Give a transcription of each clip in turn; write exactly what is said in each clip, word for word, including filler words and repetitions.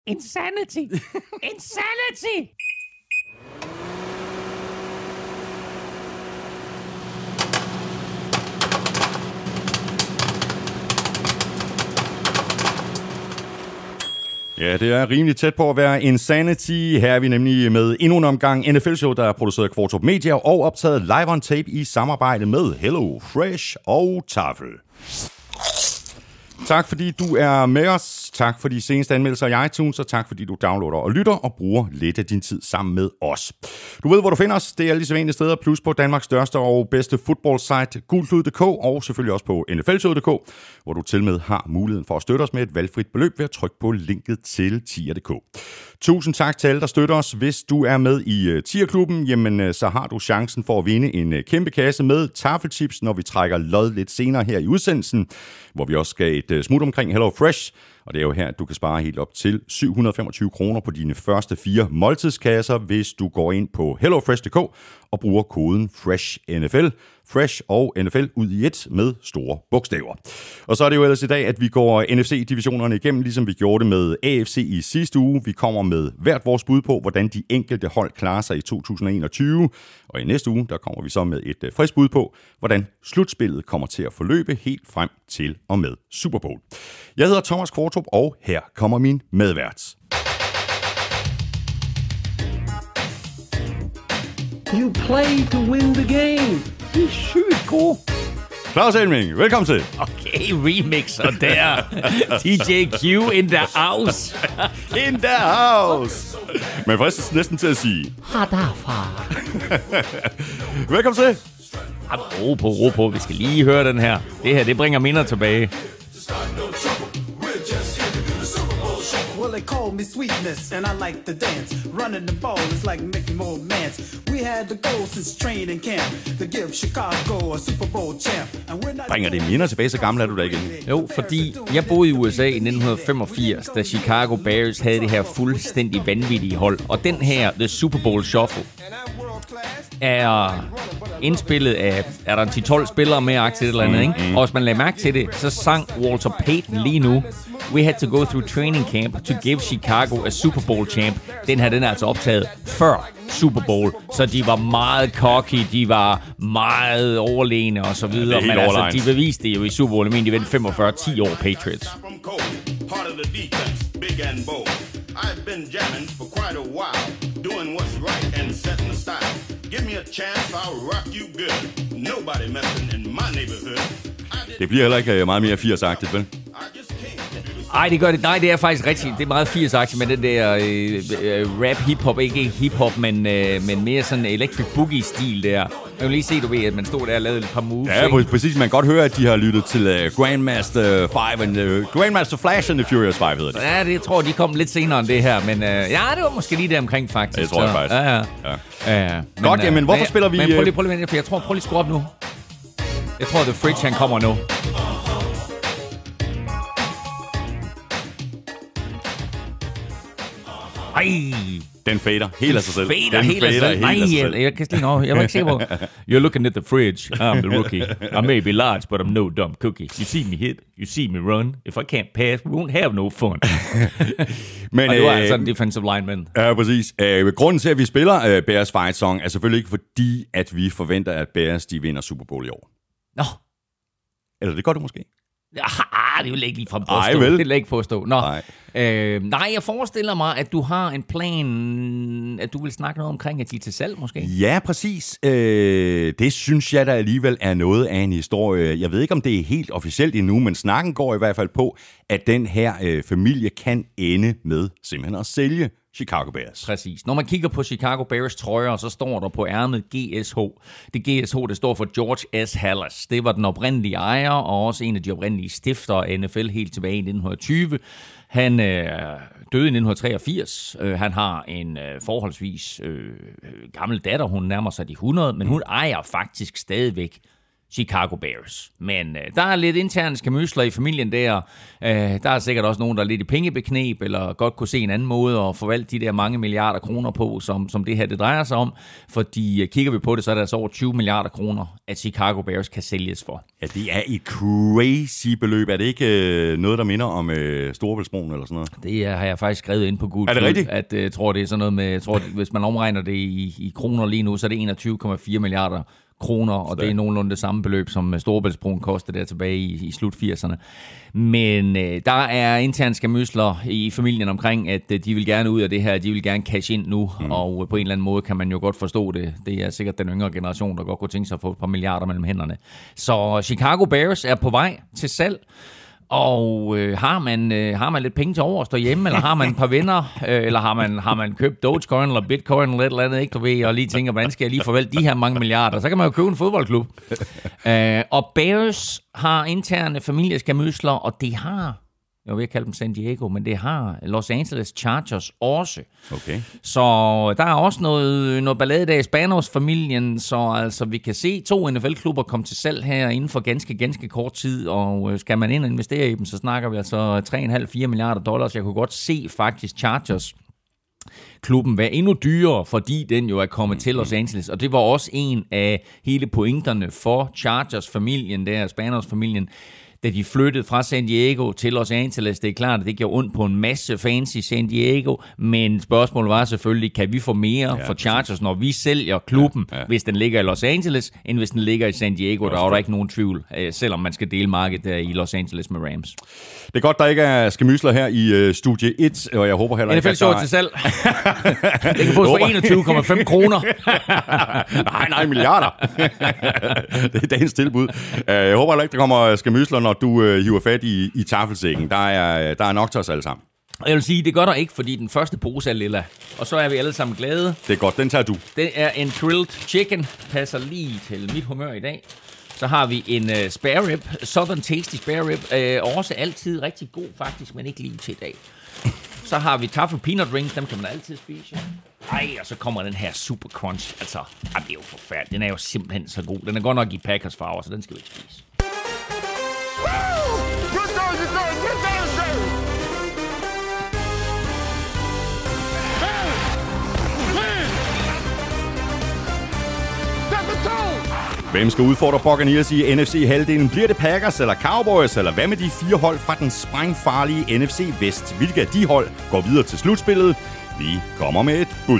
Insanity! Insanity! Ja, det er rimelig tæt på at være Insanity. Her er vi nemlig med endnu en omgang N F L-show, der er produceret af Kvartrup Media og optaget live on tape i samarbejde med Hello Fresh og Tafel. Tak fordi du er med os. Tak for de seneste anmeldelser i iTunes, og tak fordi du downloader og lytter og bruger lidt af din tid sammen med os. Du ved, hvor du finder os. Det er alle de sædvanlige steder, plus på Danmarks største og bedste fodboldsite, gulklud punktum d k, og selvfølgelig også på N F L showet punktum d k, hvor du til med har muligheden for at støtte os med et valgfrit beløb ved at trykke på linket til tier punktum d k. Tusind tak til alle, der støtter os. Hvis du er med i Tierklubben, jamen så har du chancen for at vinde en kæmpe kasse med tafelchips, når vi trækker lod lidt senere her i udsendelsen, hvor vi også skal et smut omkring Hello Fresh. Og det er jo her, at du kan spare helt op til syv hundrede og femogtyve kroner på dine første fire måltidskasser, hvis du går ind på hello fresh punktum d k og bruger koden FRESHNFL. Fresh og N F L ud i et med store bogstaver. Og så er det jo ellers i dag, at vi går N F C-divisionerne igennem, ligesom vi gjorde det med A F C i sidste uge. Vi kommer med hvert vores bud på, hvordan de enkelte hold klarer sig i to tusind og enogtyve. Og i næste uge, der kommer vi så med et frisk bud på, hvordan slutspillet kommer til at forløbe helt frem til og med Super Bowl. Jeg hedder Thomas Kvartrup, og her kommer min medvært. You play to win the game. Det er sygt god. Claus Elming, velkommen til. Okay, remixer der. D J Q in the house. In the house. Men fristes næsten til at sige. Ha derfra. Velkommen til. Ro på, ro på. Vi skal lige høre den her. Det her, det bringer minder tilbage. Well, they call me sweetness, and I like to dance. Running the ball is like making more mans. We had the goal since training camp to give Chicago a Super Bowl champ. And we're not. Bringer det minder tilbage, så gammel er du da ikke? Jo, fordi jeg boede i U S A i nitten femogfirs, da Chicago Bears havde det her fuldstændig vanvittige hold. Og den her, The Super Bowl Shuffle, er indspillet af, er der en ti tolv spillere med aktivt eller andet, ikke? Mm. Og hvis man lagde mærke til det, så sang Walter Payton lige nu, "We had to go through training camp to give Chicago a Super Bowl champ." Den her, den er altså optaget før Super Bowl, så de var meget cocky, de var meget overlegne og så videre, ja, men altså, de beviste det jo i Super Bowl. Jeg mener, de vandt femogfyrre ti over Patriots. I've been jamming for quite a while, doing what's right and setting the style. Give me a chance, I'll rock you good. Nobody messing in my neighborhood. Det bliver heller ikke meget mere firs-agtigt, vel? Ej, det gør det. Nej, det er faktisk rigtigt. Det er meget firs-agtigt med den der øh, rap, hip-hop. Ikke hip-hop, men, øh, men mere sådan electric boogie-stil der. Jeg vil lige se, du ved, at man stod der og lavede et par moves. Ja, ikke? Præcis. Man kan godt høre, at de har lyttet til uh, Grandmaster fem, and, uh, Grandmaster Flash and the Furious fem, hedder det. Ja, det jeg tror de kom lidt senere end det her, men uh, ja, det var måske lige der omkring, faktisk. Jeg tror jeg faktisk. Ja, ja. ja. ja. Men, godt, jamen, hvorfor men, spiller vi... Men prøv lige, prøv lige, for jeg tror, prøv lige at skrue op nu. Jeg tror, The Fridge, han kommer nu. Ej! Den fader helt af sig selv. Fader Den helt af sig selv. Nej, jeg, jeg kan slet ikke over. Jeg var ikke sikker på. You're looking at the fridge. I'm the rookie. I may be large, but I'm no dumb cookie. You see me hit. You see me run. If I can't pass, we won't have no fun. Men og det var øh, altså en defensive lineman. Ja, præcis. Øh, grunden til, at vi spiller øh, Bears Fight Song, er selvfølgelig ikke fordi, at vi forventer, at Bears de vinder Super Bowl i år. Nå. Eller det gør du måske. Ah, det vil jeg ikke lige fra påstå. Det vil jeg ikke påstå. Nå. Nej. Øh, nej, jeg forestiller mig, at du har en plan, at du vil snakke noget omkring, at de er til salg måske. Ja, præcis. Øh, det synes jeg da alligevel er noget af en historie. Jeg ved ikke, om det er helt officielt endnu, men snakken går i hvert fald på, at den her øh, familie kan ende med simpelthen at sælge Chicago Bears. Præcis. Når man kigger på Chicago Bears trøjer, så står der på ærmet G S H. Det G S H, det står for George S. Halas. Det var den oprindelige ejer, og også en af de oprindelige stiftere af N F L helt tilbage i nitten tyve. Han øh, døde i nitten treogfirs. Øh, han har en øh, forholdsvis øh, gammel datter. Hun nærmer sig de hundrede, men hun ejer faktisk stadigvæk Chicago Bears. Men øh, der er lidt interne skamysler i familien der. Øh, der er sikkert også nogen, der er lidt i pengebekneb, eller godt kunne se en anden måde at forvalte de der mange milliarder kroner på, som, som det her det drejer sig om. Fordi øh, kigger vi på det, så er der altså over tyve milliarder kroner, at Chicago Bears kan sælges for. Ja, det er et crazy beløb. Er det ikke øh, noget, der minder om øh, Storebæltsbroen eller sådan noget? Det er, har jeg faktisk skrevet ind på Gud. Er det rigtigt? At jeg øh, tror, det er sådan noget med, jeg tror, hvis man omregner det i, i kroner lige nu, så er det enogtyve komma fire milliarder kroner, og det er nogenlunde det samme beløb, som Storebæltsbroen kostede der tilbage i, i slut firserne. Men øh, der er interne skamysler i familien omkring, at øh, de vil gerne ud af det her, de vil gerne cash ind nu, mm. og øh, på en eller anden måde kan man jo godt forstå det. Det er sikkert den yngre generation, der godt kunne tænke sig at få et par milliarder mellem hænderne. Så Chicago Bears er på vej til salg. Og øh, har, man, øh, har man lidt penge til over at stå hjemme, eller har man et par venner, øh, eller har man, har man købt Dogecoin eller Bitcoin eller et eller andet, ikke, du ved, og lige tænker, hvordan skal jeg lige forvalte de her mange milliarder, så kan man jo købe en fodboldklub. øh, og Bears har interne familieskamysler, og det har, jeg vil kalde dem San Diego, men det har Los Angeles Chargers også. Okay. Så der er også noget, noget ballade der i Spanos-familien, så altså, vi kan se to N F L-klubber komme til salg her inden for ganske, ganske kort tid, og skal man ind og investere i dem, så snakker vi altså tre komma fem til fire milliarder dollars. Jeg kunne godt se faktisk Chargers klubben være endnu dyrere, fordi den jo er kommet til Los Angeles, og det var også en af hele pointerne for Chargers-familien, der Spanos-familien, da de flyttede fra San Diego til Los Angeles. Det er klart, at det gjorde ondt på en masse fans i San Diego, men spørgsmålet var selvfølgelig, kan vi få mere ja, for Chargers, når vi sælger klubben, ja, ja. hvis den ligger i Los Angeles, end hvis den ligger i San Diego? Der er der ikke nogen tvivl, selvom man skal dele markedet der i Los Angeles med Rams. Det er godt, der ikke er skamysler her i uh, studie et, og jeg håber heller ikke, N F L-showet til salg. Det kan fås for enogtyve komma fem kroner. nej, nej, milliarder. Det er dagens tilbud. Jeg håber heller ikke, der kommer skamysler, når du uh, hiver fat i, i taffelsækken. Der er, der er nok til os alle sammen. Jeg vil sige, det gør der ikke, fordi den første pose er lilla. Og så er vi alle sammen glade. Det er godt, den tager du. Det er en grilled chicken. Passer lige til mit humør i dag. Så har vi en uh, spare rib, Southern Tasty spare rib. Uh, også altid rigtig god faktisk, men ikke lige til i dag. Så har vi taffel peanut rings, dem kan man altid spise. Ej, og så kommer den her super crunch. Altså, ah, det er jo forfærdeligt. Den er jo simpelthen så god. Den er godt nok i Packers farver, så den skal vi ikke spise. Hvem skal udfordre Buccaneers i N F C-halvdelen? Bliver det Packers eller Cowboys, eller hvad med de fire hold fra den sprængfarlige N F C Vest? Hvilke af de hold går videre til slutspillet? Vi kommer med et bud.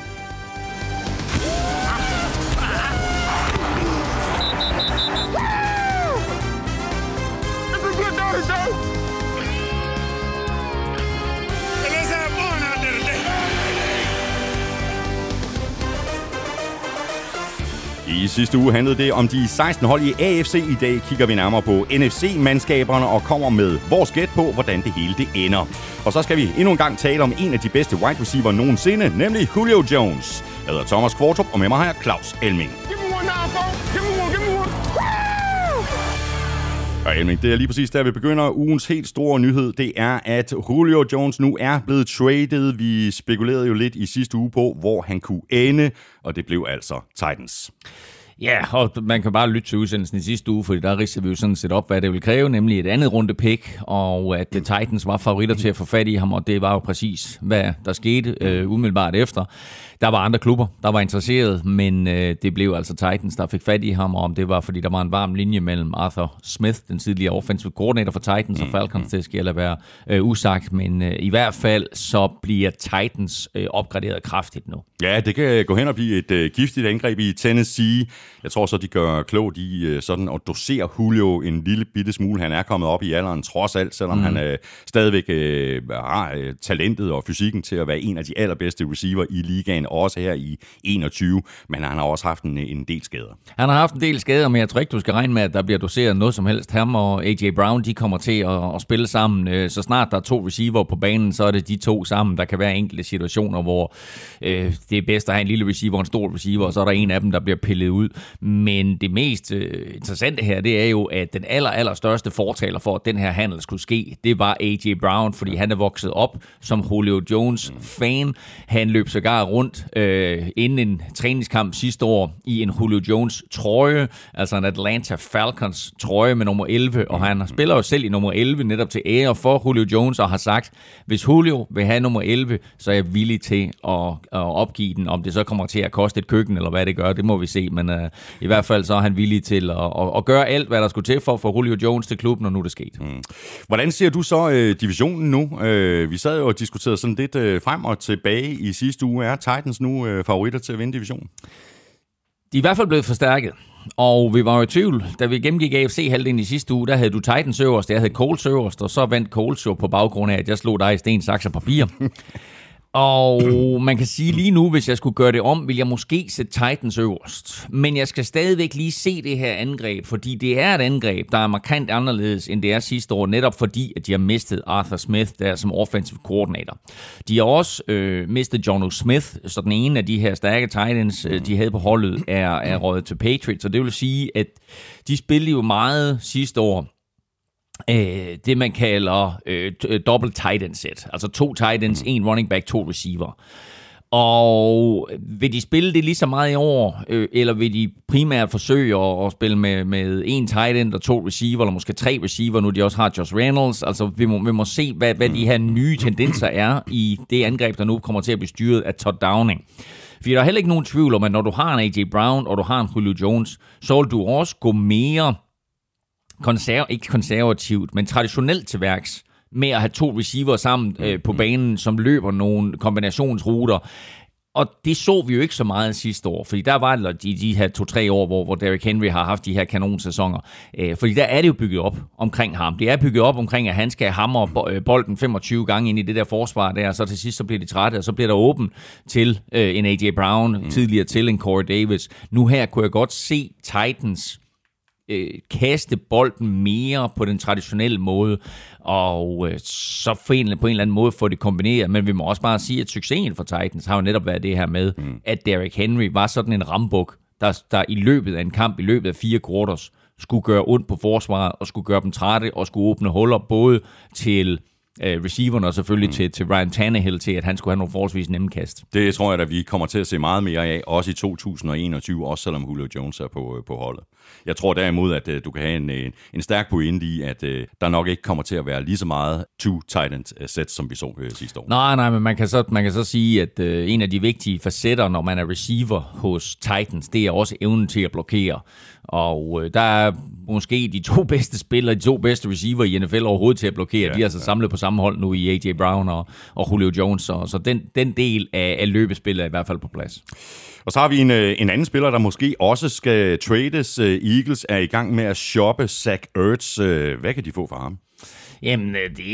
I sidste uge handlede det om de seksten hold i A F C. I dag kigger vi nærmere på N F C-mandskaberne og kommer med vores gæt på, hvordan det hele det ender. Og så skal vi endnu en gang tale om en af de bedste wide receiver nogensinde, nemlig Julio Jones. Jeg hedder Thomas Kvartrup, og med mig har jeg Claus Elming. Og Elming, det er lige præcis der, vi begynder. Ugens helt store nyhed, det er, at Julio Jones nu er blevet traded. Vi spekulerede jo lidt i sidste uge på, hvor han kunne ende, og det blev altså Titans. Ja, og man kan bare lytte til udsendelsen i sidste uge, fordi der ridsede vi jo sådan set op, hvad det ville kræve, nemlig et andet runde pick, og at Titans var favoritter til at få fat i ham, og det var jo præcis, hvad der skete øh, umiddelbart efter. Der var andre klubber, der var interesseret, men øh, det blev altså Titans, der fik fat i ham, og om det var, fordi der var en varm linje mellem Arthur Smith, den tidligere offensive coordinator for Titans, og Falcons, det skal jeg lade være øh, usagt, men øh, i hvert fald så bliver Titans øh, opgraderet kraftigt nu. Ja, det kan gå hen og blive et øh, giftigt angreb i Tennessee. Jeg tror så, de gør klogt i øh, sådan at dosere Julio en lille bitte smule. Han er kommet op i alderen trods alt, selvom mm. han øh, stadigvæk øh, har øh, talentet og fysikken til at være en af de allerbedste receiver i ligaen, også her i enogtyve, men han har også haft en, en del skader. Han har haft en del skader, men jeg tror ikke, du skal regne med, at der bliver doseret noget som helst. Ham og A J Brown, de kommer til at, at spille sammen. Så snart der er to receiver på banen, så er det de to sammen. Der kan være enkelte situationer, hvor øh, det er bedst at have en lille receiver og en stor receiver, og så er der en af dem, der bliver pillet ud. Men det mest øh, interessante her, det er jo, at den aller, aller største fortaler for, at den her handel skulle ske, det var A J Brown, fordi han er vokset op som Julio Jones-fan. Han løb sågar rundt øh, inden en træningskamp sidste år i en Julio Jones-trøje, altså en Atlanta Falcons-trøje med nummer elleve, og han spiller jo selv i nummer elleve, netop til ære for Julio Jones, og har sagt, hvis Julio vil have nummer elleve, så er jeg villig til at, at opgive den. Om det så kommer til at koste et køkken, eller hvad det gør, det må vi se, men øh, i hvert fald så er han villig til at, at, at gøre alt, hvad der skulle til for at få Julio Jones til klubben, og nu er det sket. Mm. Hvordan ser du så øh, divisionen nu? Øh, vi sad jo og diskuterede sådan lidt øh, frem og tilbage i sidste uge. Er Titans nu øh, favoritter til at vinde divisionen? De er i hvert fald blevet forstærket, og vi var jo i tvivl. Da vi gennemgik A F C-halvdelen i sidste uge, der havde du Titans øverst, jeg havde Colts øverst, og så vandt Colts jo på baggrund af, at jeg slog dig i sten, saks og papir. Og man kan sige lige nu, hvis jeg skulle gøre det om, vil jeg måske sætte Titans øverst. Men jeg skal stadigvæk lige se det her angreb, fordi det er et angreb, der er markant anderledes, end det er sidste år, netop fordi, at de har mistet Arthur Smith der som offensive coordinator. De har også øh, mistet Jonnu Smith, så den ene af de her stærke Titans, øh, de havde på holdet, er, er røget til Patriots. Så det vil sige, at de spillede jo meget sidste år, Øh, det man kalder øh, dobbelt tight end set. Altså to tight ends, en running back, to receiver. Og vil de spille det lige så meget i år, øh, eller vil de primært forsøge at, at spille med, med en tight end og to receiver, eller måske tre receiver, nu de også har Josh Reynolds. Altså vi må, vi må se, hvad, hvad de her nye tendenser er i det angreb, der nu kommer til at blive styret af Todd Downing. For der er heller ikke nogen tvivl om, at når du har en A J Brown, og du har en Julio Jones, så vil du også gå mere konserv- ikke konservativt, men traditionelt til værks med at have to receiver sammen øh, på banen, som løber nogle kombinationsruter. Og det så vi jo ikke så meget sidste år, fordi der var det de, de her to-tre år, hvor, hvor Derrick Henry har haft de her kanonsæsoner. Øh, fordi der er det jo bygget op omkring ham. Det er bygget op omkring, at han skal hamre bolden femogtyve gange ind i det der forsvar der, og så til sidst så bliver de trætte, og så bliver der åben til øh, en A J Brown, mm. tidligere til en Corey Davis. Nu her kunne jeg godt se Titans øh, kaste bolden mere på den traditionelle måde, og øh, så på en, på en eller anden måde få det kombineret. Men vi må også bare sige, at succesen for Titans har jo netop været det her med, mm. at Derrick Henry var sådan en rambuk, der, der i løbet af en kamp, i løbet af fire quarters, skulle gøre ondt på forsvaret, og skulle gøre dem trætte, og skulle åbne huller både til øh, receiverne og selvfølgelig mm. til, til Ryan Tannehill, til at han skulle have nogle forholdsvis nemme kast. Det tror jeg, at vi kommer til at se meget mere af, også i to tusind enogtyve, også selvom Julio Jones er på, på holdet. Jeg tror derimod, at uh, du kan have en, en, en stærk pointe i, at uh, der nok ikke kommer til at være lige så meget two tight end sets, som vi så uh, sidste år. Nej, nej, men man kan så, man kan så sige, at uh, en af de vigtige facetter, når man er receiver hos Titans, det er også evnen til at blokere. Og uh, der er måske de to bedste spillere, de to bedste receiver i N F L overhovedet til at blokere. Ja, de er altså ja. samlet på samme hold nu i A J Brown og, og Julio Jones, så, så den, den del af, af løbespillet er i hvert fald på plads. Og så har vi en, en anden spiller, der måske også skal trades. Eagles er i gang med at shoppe Zach Ertz. Hvad kan de få for ham? Jamen,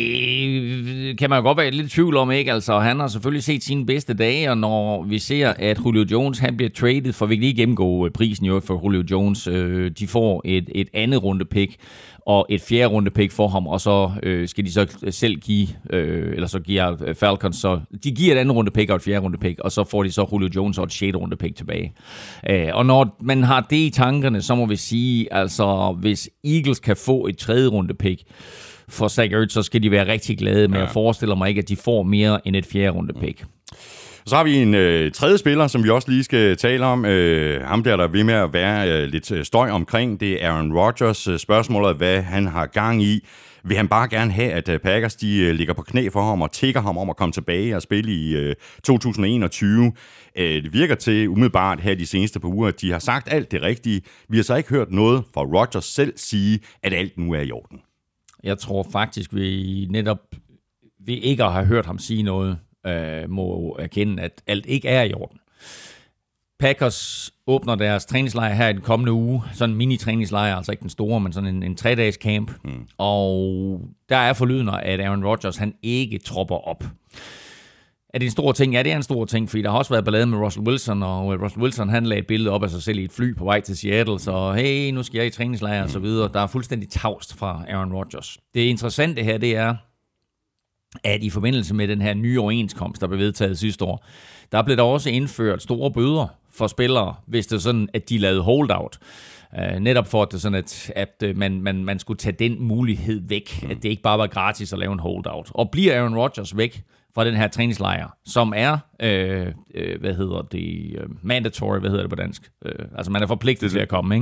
det kan man jo godt være lidt i tvivl om, ikke? Altså, han har selvfølgelig set sine bedste dage, og når vi ser, at Julio Jones, han bliver traded, for vi kan lige gennemgå prisen jo for Julio Jones. De får et, et andet runde pick, og et fjerde runde pick for ham, og så øh, skal de så selv give, øh, eller så giver Falcons, så de giver et andet runde pick og et fjerde runde pick, og så får de så Julio Jones og et sjette runde pick tilbage. Øh, og når man har det i tankerne, så må vi sige, altså hvis Eagles kan få et tredje runde pick for Zach Ertz, så skal de være rigtig glade, men ja. jeg forestiller mig ikke, at de får mere end et fjerde runde pick. Så har vi en øh, tredje spiller, som vi også lige skal tale om. Øh, ham bliver der ved med at være øh, lidt støj omkring. Det er Aaron Rodgers. Spørgsmålet er, hvad han har gang i. Vil han bare gerne have, at Packers de øh, ligger på knæ for ham og tigger ham om at komme tilbage og spille i øh, to tusind enogtyve? Øh, det virker til umiddelbart her de seneste par uger, at de har sagt alt det rigtige. Vi har så ikke hørt noget fra Rodgers selv sige, at alt nu er i orden. Jeg tror faktisk, vi netop vi ikke har hørt ham sige noget, øh, må erkende, at alt ikke er i orden. Packers åbner deres træningslejr her i den kommende uge. Sådan en mini-træningslejr, altså ikke den store, men sådan en, en tre-dages camp. Mm. Og der er forlydender, at Aaron Rodgers, han ikke tropper op. Er det en stor ting? Ja, det er en stor ting, fordi der har også været ballade med Russell Wilson, og Russell Wilson, han lagde et billede op af sig selv i et fly på vej til Seattle, så hey, nu skal jeg i træningslejr mm. og så videre. Der er fuldstændig tavst fra Aaron Rodgers. Det interessante her, det er, at i forbindelse med den her nye overenskomst, der blev vedtaget sidste år, der blev der også indført store bøder for spillere, hvis det er sådan, at de lavede holdout. Uh, netop for, at, det sådan, at, at uh, man, man, man skulle tage den mulighed væk, mm. at det ikke bare var gratis at lave en holdout. Og bliver Aaron Rodgers væk fra den her træningslejr, som er, øh, øh, hvad hedder det, uh, mandatory, hvad hedder det på dansk? Uh, altså, man er forpligtet til at komme,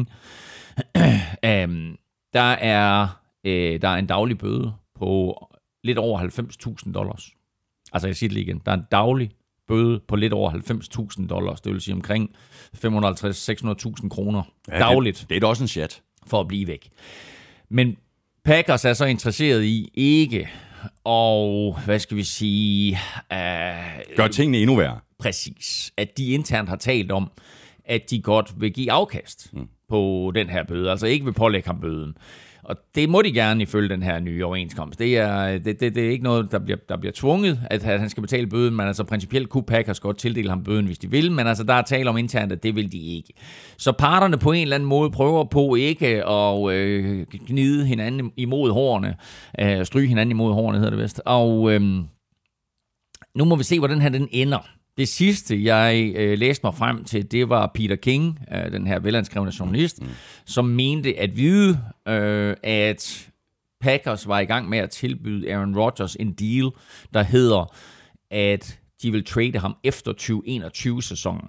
ikke? um, der, er, øh, der er en daglig bøde på lidt over halvfems tusind dollars. Altså, jeg siger det lige igen. Der er en daglig bøde på lidt over halvfems tusind dollars. Det vil sige omkring fem hundrede og halvtreds til seks hundrede tusind kroner ja, dagligt. Det, det er da også en chat. For at blive væk. Men Packers er så interesseret i ikke, og hvad skal vi sige... Uh, Gør tingene endnu værre. Præcis. At de internt har talt om, at de godt vil give afkast mm. på den her bøde. Altså ikke vil pålægge ham bøden. Og det må de gerne ifølge den her nye overenskomst. Det er, det, det, det er ikke noget, der bliver, der bliver tvunget, at han skal betale bøden, men altså principielt kunne Packers godt tildele ham bøden, hvis de vil, men altså der er tale om internt, at det vil de ikke. Så parterne på en eller anden måde prøver på ikke at øh, gnide hinanden imod hårene, øh, stryge hinanden imod hårene, hedder det vist. Og øh, nu må vi se, hvordan den her den ender. Det sidste, jeg øh, læste mig frem til, det var Peter King, øh, den her velanskrevne journalist, mm. som mente at vide, øh, at Packers var i gang med at tilbyde Aaron Rodgers en deal, der hedder, at de vil trade ham efter tyve enogtyve-sæsonen.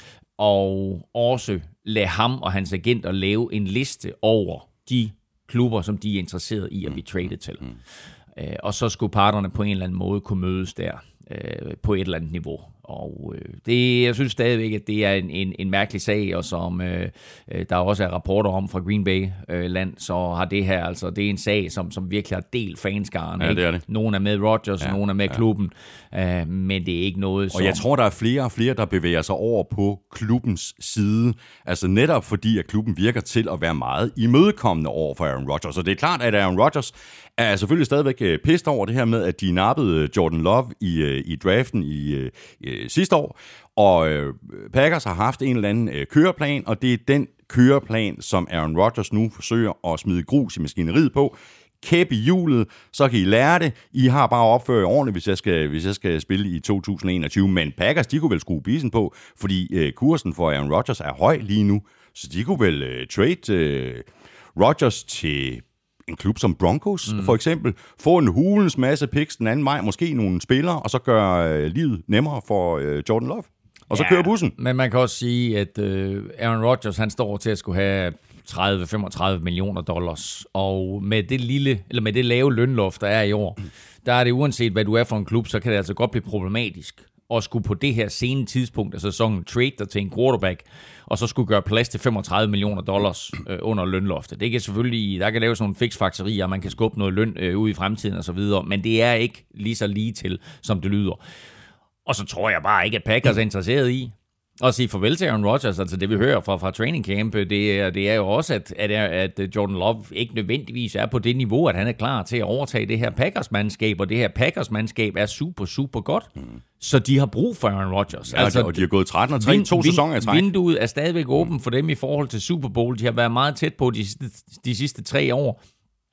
Og også lade ham og hans agenter lave en liste over de klubber, som de er interesseret i at blive traded til. Mm. Øh, og så skulle parterne på en eller anden måde kunne mødes der øh, på et eller andet niveau. Og øh, det, jeg synes stadigvæk, at det er en, en, en mærkelig sag, og som øh, der også er rapporter om fra Green Bay-land, øh, så har det her, altså det er en sag, som, som virkelig har delt fanskaren. Ja, det er det. Nogen er med Rodgers, ja, nogen er med ja. klubben, øh, men det er ikke noget, som... Og jeg tror, der er flere og flere, der bevæger sig over på klubbens side, altså netop fordi, at klubben virker til at være meget imødekommende over for Aaron Rodgers. Og det er klart, at Aaron Rodgers er selvfølgelig stadigvæk pissed over det her med, at de nappede Jordan Love i, i draften i, i sidste år, og øh, Packers har haft en eller anden øh, køreplan, og det er den køreplan, som Aaron Rodgers nu forsøger at smide grus i maskineriet på. Kæp i hjulet, så kan I lære det. I har bare opført ordentligt, hvis jeg skal, hvis jeg skal spille i to tusind enogtyve. Men Packers, de kunne vel skrue bisen på, fordi øh, kursen for Aaron Rodgers er høj lige nu, så de kunne vel øh, trade øh, Rodgers til en klub som Broncos, mm. for eksempel, få en hulens masse picks den anden vej, måske nogle spillere, og så gøre øh, livet nemmere for øh, Jordan Love. Og så ja, kører bussen. Men man kan også sige, at øh, Aaron Rodgers, han står til at skulle have tredive til femogtredive millioner dollars, og med det lille, eller med det lave lønloft, der er i år, mm. der er det uanset, hvad du er for en klub, så kan det altså godt blive problematisk at skulle på det her sene tidspunkt af sæsonen trade dig til en quarterback, og så skulle gøre plads til femogtredive millioner dollars øh, under lønloftet. Det kan selvfølgelig, der kan laves nogle fixfakserier, og man kan skubbe noget løn øh, ud i fremtiden og så videre, men det er ikke lige så lige til, som det lyder. Og så tror jeg bare ikke, at Packers er interesseret i at sige farvel til Aaron Rodgers. Altså det vi hører fra, fra training camp, det er, det er jo også, at, at, at Jordan Love ikke nødvendigvis er på det niveau, at han er klar til at overtage det her Packers-mandskab, og det her Packers-mandskab er super, super godt. Mm. Så de har brug for Aaron Rodgers. Ja, altså, og de har gået tretten og tre, vind, to sæsoner i træk. Vinduet er stadigvæk åben for dem i forhold til Super Bowl. De har været meget tæt på de, de sidste tre år.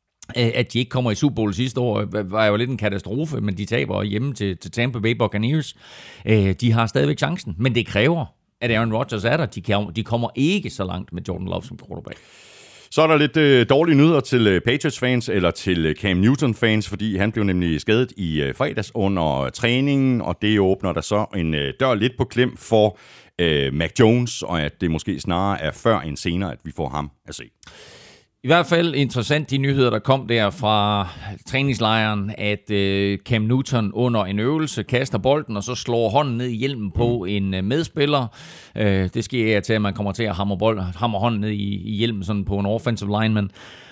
At de ikke kommer i Super Bowl sidste år, var jo lidt en katastrofe, men de taber hjemme til, til Tampa Bay Buccaneers. De har stadigvæk chancen, men det kræver, at Aaron Rodgers er der. De, kan, de kommer ikke så langt med Jordan Love som quarterback. Så er der lidt øh, dårlige nyheder til øh, Patriots-fans, eller til øh, Cam Newton-fans, fordi han blev nemlig skadet i øh, fredags under træningen, og det åbner der så en øh, dør lidt på klem for øh, Mac Jones, og at det måske snarere er før end senere, at vi får ham at se. I hvert fald interessant de nyheder, der kom der fra træningslejren, at øh, Cam Newton under en øvelse kaster bolden, og så slår hånden ned i hjelmen på mm. en øh, medspiller. Øh, det sker til, at man kommer til at hamre, bold, hamre hånden ned i, i hjelmen sådan på en offensive lineman.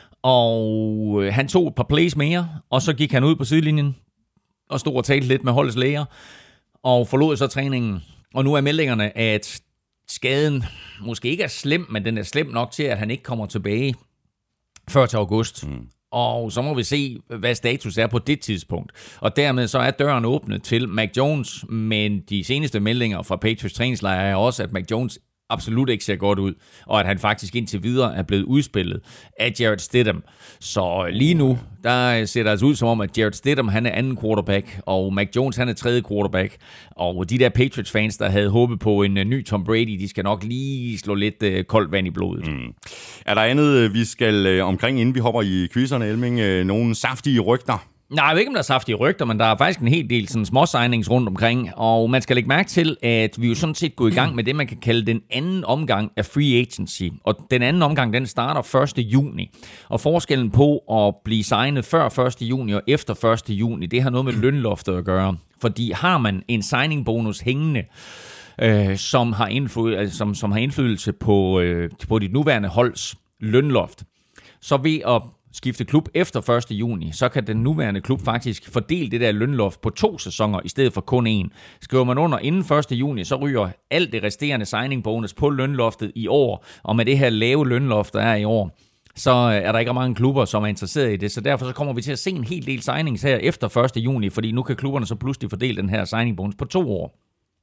Og øh, han tog et par plays mere, og så gik han ud på sidelinjen og stod og talte lidt med holdets læger, og forlod så træningen. Og nu er meldingerne, at skaden måske ikke er slem, men den er slem nok til, at han ikke kommer tilbage før til august. Mm. Og så må vi se, hvad status er på det tidspunkt. Og dermed så er døren åbnet til Mac Jones, men de seneste meldinger fra Patriots træningslejr er også, at Mac Jones absolut ikke ser godt ud, og at han faktisk indtil videre er blevet udspillet af Jarrett Stidham. Så lige nu, der ser det altså ud som om, at Jarrett Stidham, han er anden quarterback, og Mac Jones, han er tredje quarterback, og de der Patriots-fans, der havde håbet på en ny Tom Brady, de skal nok lige slå lidt uh, koldt vand i blodet. Mm. Er der andet, vi skal uh, omkring, inden vi hopper i quizzerne, Elming? Uh, nogle saftige rygter? Nej, jeg ved ikke, om der er saftige rygter, men der er faktisk en hel del sådan små signings rundt omkring, og man skal lægge mærke til, at vi jo sådan set går i gang med det, man kan kalde den anden omgang af free agency, og den anden omgang, den starter første juni, og forskellen på at blive signet før første juni og efter første juni, det har noget med lønloftet at gøre, fordi har man en signing bonus hængende, øh, som, har indflydelse, altså, som, som har indflydelse på, øh, på dit nuværende holds lønloft, så ved at skifte klub efter første juni, så kan den nuværende klub faktisk fordele det der lønloft på to sæsoner, i stedet for kun én. Skriver man under inden første juni, så ryger alt det resterende signing bonus på lønloftet i år, og med det her lave lønloft, der er i år, så er der ikke mange klubber, som er interesseret i det, så derfor så kommer vi til at se en hel del signings her efter første juni, fordi nu kan klubberne så pludselig fordele den her signing bonus på to år.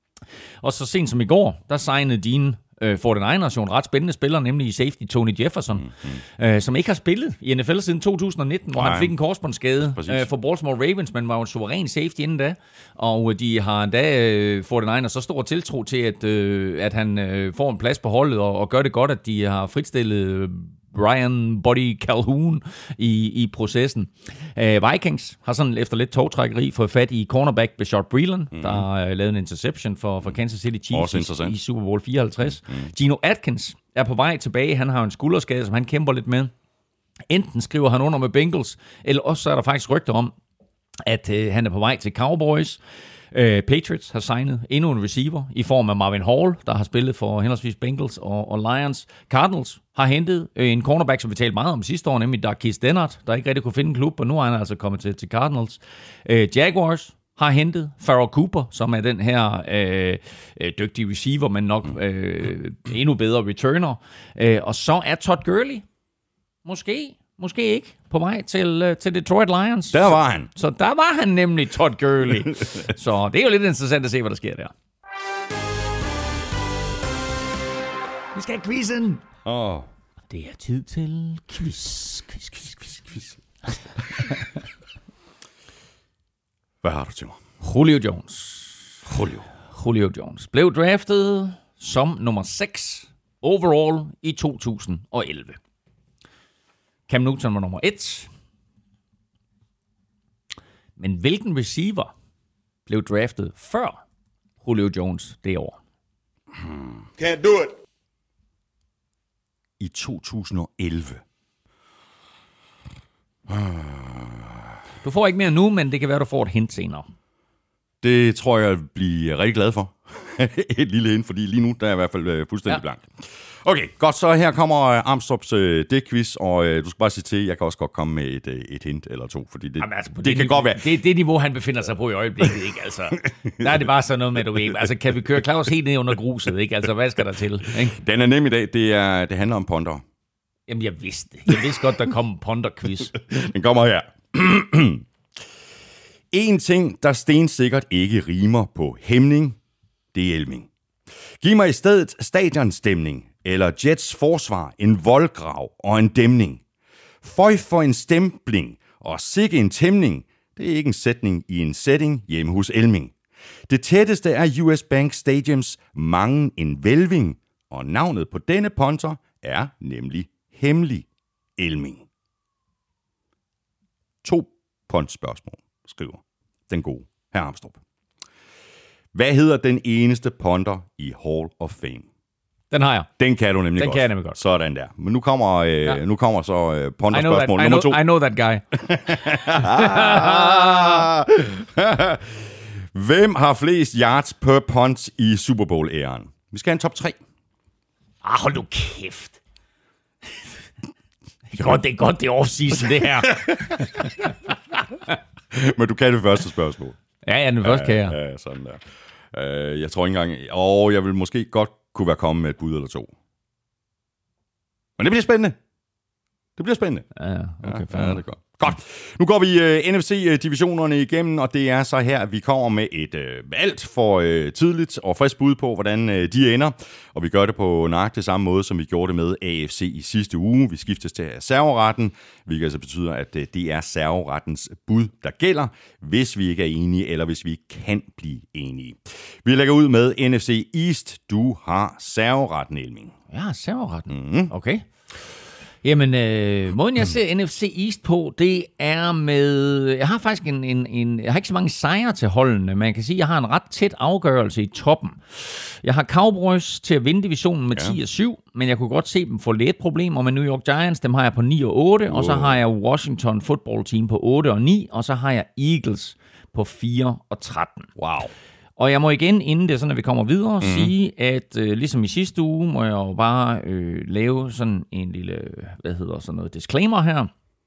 Og så sent som i går, der signede dine forty-niners jo en ret spændende spiller, nemlig i safety Tony Jefferson, mm-hmm. øh, som ikke har spillet i N F L siden to tusind nitten, hvor han fik en korsbåndsskade øh, for Baltimore Ravens, men var jo en suveræn safety inden da, og de har endda øh, forty-niners så stor tiltro til, at, øh, at han øh, får en plads på holdet, og, og gør det godt, at de har fritstillet øh, Brian Buddy Calhoun i, i processen. Uh, Vikings har sådan efter lidt togtrækkeri fået fat i cornerback Bashard Breeland, mm. der har uh, lavet en interception for, for Kansas City Chiefs i, i Super Bowl fireoghalvtreds. Mm. Geno Atkins er på vej tilbage. Han har jo en skulderskade, som han kæmper lidt med. Enten skriver han under med Bengals, eller også er der faktisk rygter om, at uh, han er på vej til Cowboys. Uh, Patriots har signet endnu en receiver i form af Marvin Hall, der har spillet for henholdsvis Bengals og, og Lions. Cardinals har hentet uh, en cornerback, som vi talte meget om sidste år, nemlig Darqueze Dennard, der ikke rigtig kunne finde en klub, og nu er han altså kommet til, til Cardinals. Uh, Jaguars har hentet Pharoh Cooper, som er den her øh, dygtige receiver, men nok øh, endnu bedre returner. Uh, og så er Todd Gurley måske... Måske ikke, på vej til, til Detroit Lions. Der var han. Så, så der var han nemlig, Todd Gurley. Så det er jo lidt interessant at se, hvad der sker der. Vi skal have quizzen. Åh. Oh. Det er tid til quiz, quiz, quiz, quiz, quiz. Hvad har du til mig? Julio Jones. Julio. Julio Jones blev draftet som nummer seks overall i to tusind og elleve. Cam Newton var nummer et. Men hvilken receiver blev draftet før Julio Jones det år? Can't do it. I to tusind og elleve. Du får ikke mere nu, men det kan være, du får et hint senere. Det tror jeg, jeg bliver rigtig glad for. Et lille hint, fordi lige nu der er jeg i hvert fald fuldstændig ja. blank. Okay, godt, så her kommer Armstrongs øh, dækquiz, og øh, du skal bare sige til, jeg kan også godt komme med et, øh, et hint eller to, fordi det, Jamen, altså, det, det kan niveau, godt være. Det er det niveau, han befinder sig på i øjeblikket, ikke? Altså, der er det bare sådan noget med, du ved, altså kan vi køre Claus helt ned under gruset, ikke? Altså, hvad skal der til? Ikke? Den er nem i dag, det, er, det handler om ponder. Jamen, jeg vidste det. Jeg vidste godt, der kom en ponder-quiz. Den kommer her. En ting, der stensikkert ikke rimer på hæmning, det er Elming. Giv mig i stedet stadionstemning, eller Jets forsvar, en voldgrav og en dæmning. Føj for en stempling og sikke en tæmning, det er ikke en sætning i en setting hjemme hos Elming. Det tætteste er U S Bank Stadiums mange en vælving, og navnet på denne punter er nemlig hemmelig Elming. To puntspørgsmål, skriver den gode hr. Armstrong. Hvad hedder den eneste punter i Hall of Fame? Den har jeg. Den kan du nemlig den godt. Den kan jeg nemlig godt. Sådan der. Men nu kommer, øh, ja. nu kommer så øh, punterspørgsmål nummer to. I know that guy. Hvem har flest yards per punt i Super Bowl-æren? Vi skal have en top tre. Ah, hold nu kæft. Det er godt, det er godt, det er off-season, det her. Men du kan det første spørgsmål. Ja, ja, den første kan jeg. Ja, sådan der. Uh, jeg tror ikke engang... Åh, oh, jeg vil måske godt kunne være kommet med et bud eller to. Men det bliver spændende. Det bliver spændende. Ja, ja. Okay, ja, ja, det er godt. Godt. Nu går vi uh, N F C-divisionerne igennem, og det er så her, at vi kommer med et uh, alt for uh, tidligt og frisk bud på, hvordan uh, de ender. Og vi gør det på nøjagtig samme måde, som vi gjorde det med A F C i sidste uge. Vi skiftes til serveretten, hvilket altså betyder, at uh, det er serverettens bud, der gælder, hvis vi ikke er enige, eller hvis vi ikke kan blive enige. Vi lægger ud med N F C East. Du har serveretten, Elming. Ja, serveretten. Mm-hmm. Okay. Jamen, øh, måden jeg ser N F C East på, det er med... Jeg har faktisk en, en, en... Jeg har ikke så mange sejre til holdene, men jeg kan sige, at jeg har en ret tæt afgørelse i toppen. Jeg har Cowboys til at vinde divisionen med ja. ti og syv, men jeg kunne godt se dem få lidt problemer med New York Giants. Dem har jeg på ni og otte, wow. Og så har jeg Washington Football Team på otte og ni, og så har jeg Eagles på fire og tretten. Wow. Og jeg må igen, inden det er sådan, at vi kommer videre, mm. sige, at øh, ligesom i sidste uge, må jeg jo bare øh, lave sådan en lille, hvad hedder sådan noget, disclaimer her,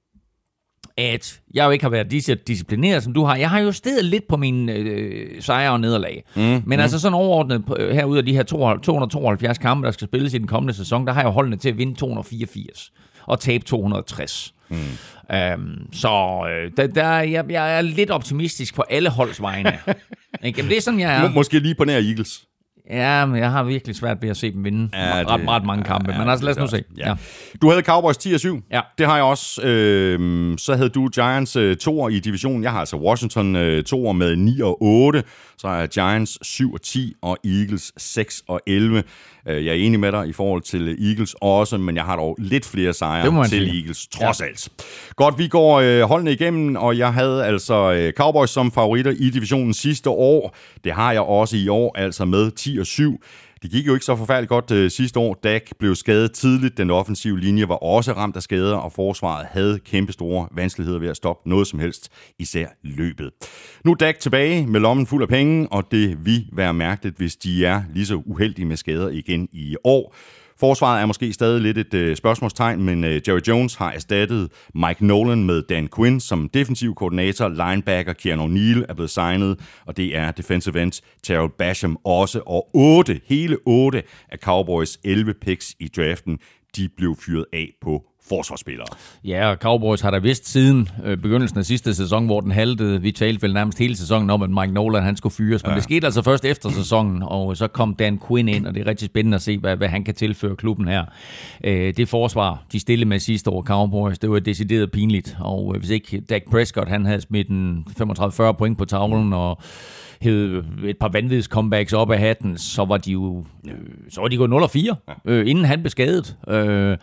at jeg jo ikke har været dis- disciplineret, som du har. Jeg har jo stedet lidt på mine øh, sejre og nederlag. Mm. Men mm. altså sådan overordnet øh, herude af de her to hundrede tooghalvfjerds kampe, der skal spilles i den kommende sæson, der har jeg holdene til at vinde to hundrede fireogfirs og tabe to hundrede og tres. Mm. Um, så øh, der, der, jeg, jeg er lidt optimistisk på alle holds vegne. Jamen, det er sådan, jeg er. Må, måske lige på nær Eagles. Ja, men jeg har virkelig svært ved at se dem vinde ja, det, ret, ret mange kampe. Ja, men altså, lad os nu se. Ja. Ja. Du havde Cowboys ti og syv. Ja. Det har jeg også. Øh, så havde du Giants øh, toer i divisionen. Jeg har altså Washington øh, toer med ni og otte. Så har jeg Giants syv og ti og Eagles seks og elleve. Jeg er enig med dig i forhold til Eagles også, men jeg har dog lidt flere sejre til sige. Eagles, trods ja. alt. Godt, vi går øh, holdene igennem, og jeg havde altså øh, Cowboys som favoritter i divisionen sidste år. Det har jeg også i år, altså med ti og syv. Det gik jo ikke så forfærdeligt godt øh, sidste år. Dak blev skadet tidligt. Den offensive linje var også ramt af skader, og forsvaret havde kæmpe store vanskeligheder ved at stoppe noget som helst, især løbet. Nu er Dak tilbage med lommen fuld af penge, og det vil være mærkeligt, hvis de er lige så uheldige med skader igen i år. Forsvaret er måske stadig lidt et øh, spørgsmålstegn, men øh, Jerry Jones har erstattet Mike Nolan med Dan Quinn som defensiv koordinator. Linebacker Keanu Neal er blevet signet, og det er defensive end Terrell Basham også. Og otte, hele otte af Cowboys elleve picks i draften, de blev fyret af på forsvarsspillere. Ja, og Cowboys har da vist siden øh, begyndelsen af sidste sæson, hvor den haltede. Vi talte vel nærmest hele sæsonen om, at Mike Nolan han skulle fyres, men ja. det skete altså først efter sæsonen, og så kom Dan Quinn ind, og det er rigtig spændende at se, hvad, hvad han kan tilføre klubben her. Øh, det forsvar, de stille med sidste år Cowboys, det var decideret pinligt, og øh, hvis ikke Dak Prescott, han havde smidt en femogtredive til fyrre point på tavlen, og hed et par vanvittige comebacks op af hatten, så var de jo øh, så var de gået nul og fire, øh, inden han blev skadet. Øh,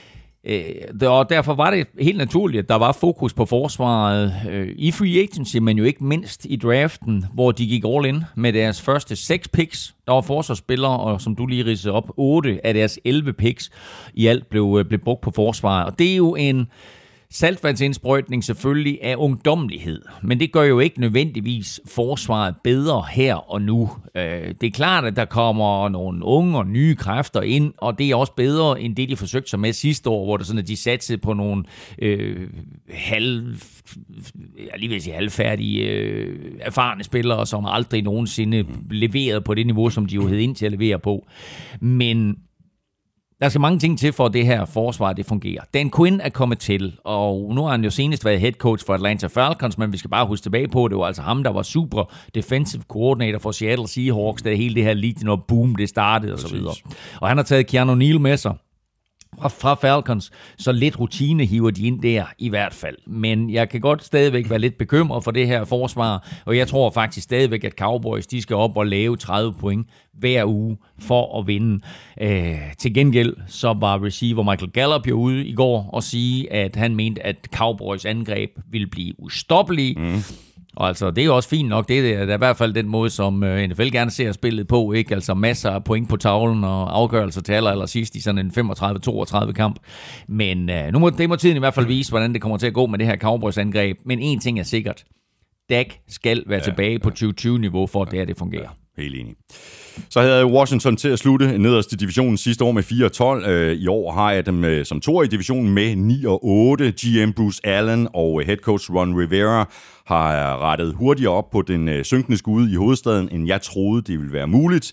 Og derfor var det helt naturligt, at der var fokus på forsvaret i free agency, men jo ikke mindst i draften, hvor de gik all in med deres første seks picks. Der var forsvarsspillere, og som du lige ridsede op, otte af deres elleve picks i alt blev, blev brugt på forsvaret. Og det er jo en saltvandsindsprøjtning selvfølgelig af ungdommelighed, men det gør jo ikke nødvendigvis forsvaret bedre her og nu. Det er klart, at der kommer nogle unge og nye kræfter ind, og det er også bedre end det, de forsøgte sig med sidste år, hvor det sådan, at de satte på nogle øh, halv, jeg lige vil sige halvfærdige, øh, erfarne spillere, som aldrig nogensinde leverede på det niveau, som de jo hed ind til at levere på. Men der skal mange ting til, for at det her forsvar det fungerer. Dan Quinn er kommet til, og nu har han jo senest været head coach for Atlanta Falcons, men vi skal bare huske tilbage på, det var altså ham, der var super defensive coordinator for Seattle Seahawks, da hele det her Legion of Boom det startede og så videre. Og han har taget Keanu Neal med sig fra Falcons, så lidt rutine hiver de ind der i hvert fald. Men jeg kan godt stadigvæk være lidt bekymret for det her forsvar, og jeg tror faktisk stadigvæk, at Cowboys de skal op og lave tredive point hver uge for at vinde. Øh, til gengæld så var receiver Michael Gallup jo ude i går og sige, at han mente, at Cowboys angreb ville blive ustoppelige. Mm. Og altså, det er jo også fint nok. Det er, det er i hvert fald den måde, som N F L gerne ser spillet på, ikke? Altså masser af point på tavlen og afgørelser til aller, aller sidst i sådan en femogtredive til toogtredive kamp. Men uh, nu må, det må tiden i hvert fald vise, hvordan det kommer til at gå med det her Cowboys-angreb. Men en ting er sikkert. Dak skal være ja, tilbage ja. på tyve tyve-niveau, for at det her det fungerer. Ja, helt enig. Så havde jeg Washington til at slutte nederst i divisionen sidste år med fire og tolv. I år har jeg dem som toer i divisionen med ni og otte. G M Bruce Allen og head coach Ron Rivera har rettet hurtigere op på den synkende skude i hovedstaden, end jeg troede, det ville være muligt.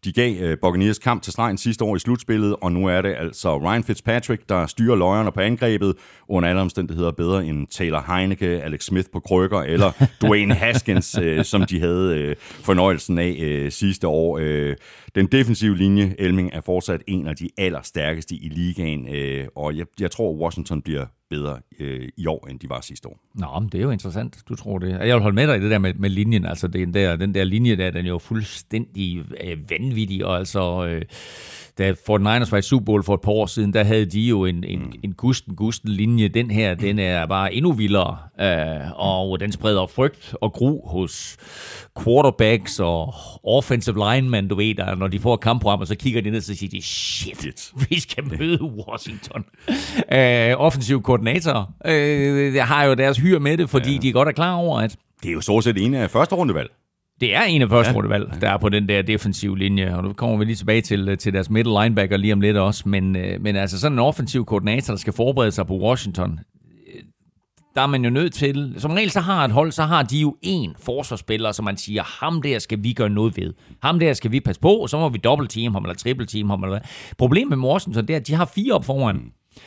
De gav uh, Buccaneers kamp til stregen sidste år i slutspillet, og nu er det altså Ryan Fitzpatrick, der styrer løjerne på angrebet, under alle omstændigheder bedre end Taylor Heineke, Alex Smith på krykker, eller Dwayne Haskins, uh, som de havde uh, fornøjelsen af uh, sidste år. Uh, den defensive linje, Elming, er fortsat en af de allerstærkeste i ligaen, uh, og jeg, jeg tror, Washington bliver bedre øh, i år, end de var sidste år. Nå, men det er jo interessant, du tror det. Jeg vil holde med dig i det der med, med linjen, altså den der, den der linje der, den er jo fuldstændig øh, vanvittig, og altså, øh, da forty-niners var i Super Bowl for et par år siden, der havde de jo en, en, mm. en gusten, gusten linje. Den her, den er bare endnu vildere, øh, og den spreder frygt og gru hos quarterbacks og offensive linemen, du ved, der, når de får kampprogrammer, så kigger de ned, så siger de, shit, vi skal møde Washington. Øh, offensiv koordinator øh, har jo deres hyr med det, fordi ja. de godt er klar over, at det er jo stort set en af første rundevalg. Det er en af første ja. rundevalg, der er på den der defensive linje, og nu kommer vi lige tilbage til, til deres middle linebacker lige om lidt også, men, men altså sådan en offensiv koordinator, der skal forberede sig på Washington, der er man jo nødt til, som regel så har et hold, så har de jo en forsvarsspiller, som man siger, ham der skal vi gøre noget ved. Ham der skal vi passe på, og så må vi dobbelt-team ham, eller triple-team ham, eller hvad. Problemet med Washington, det er, at de har fire op foran.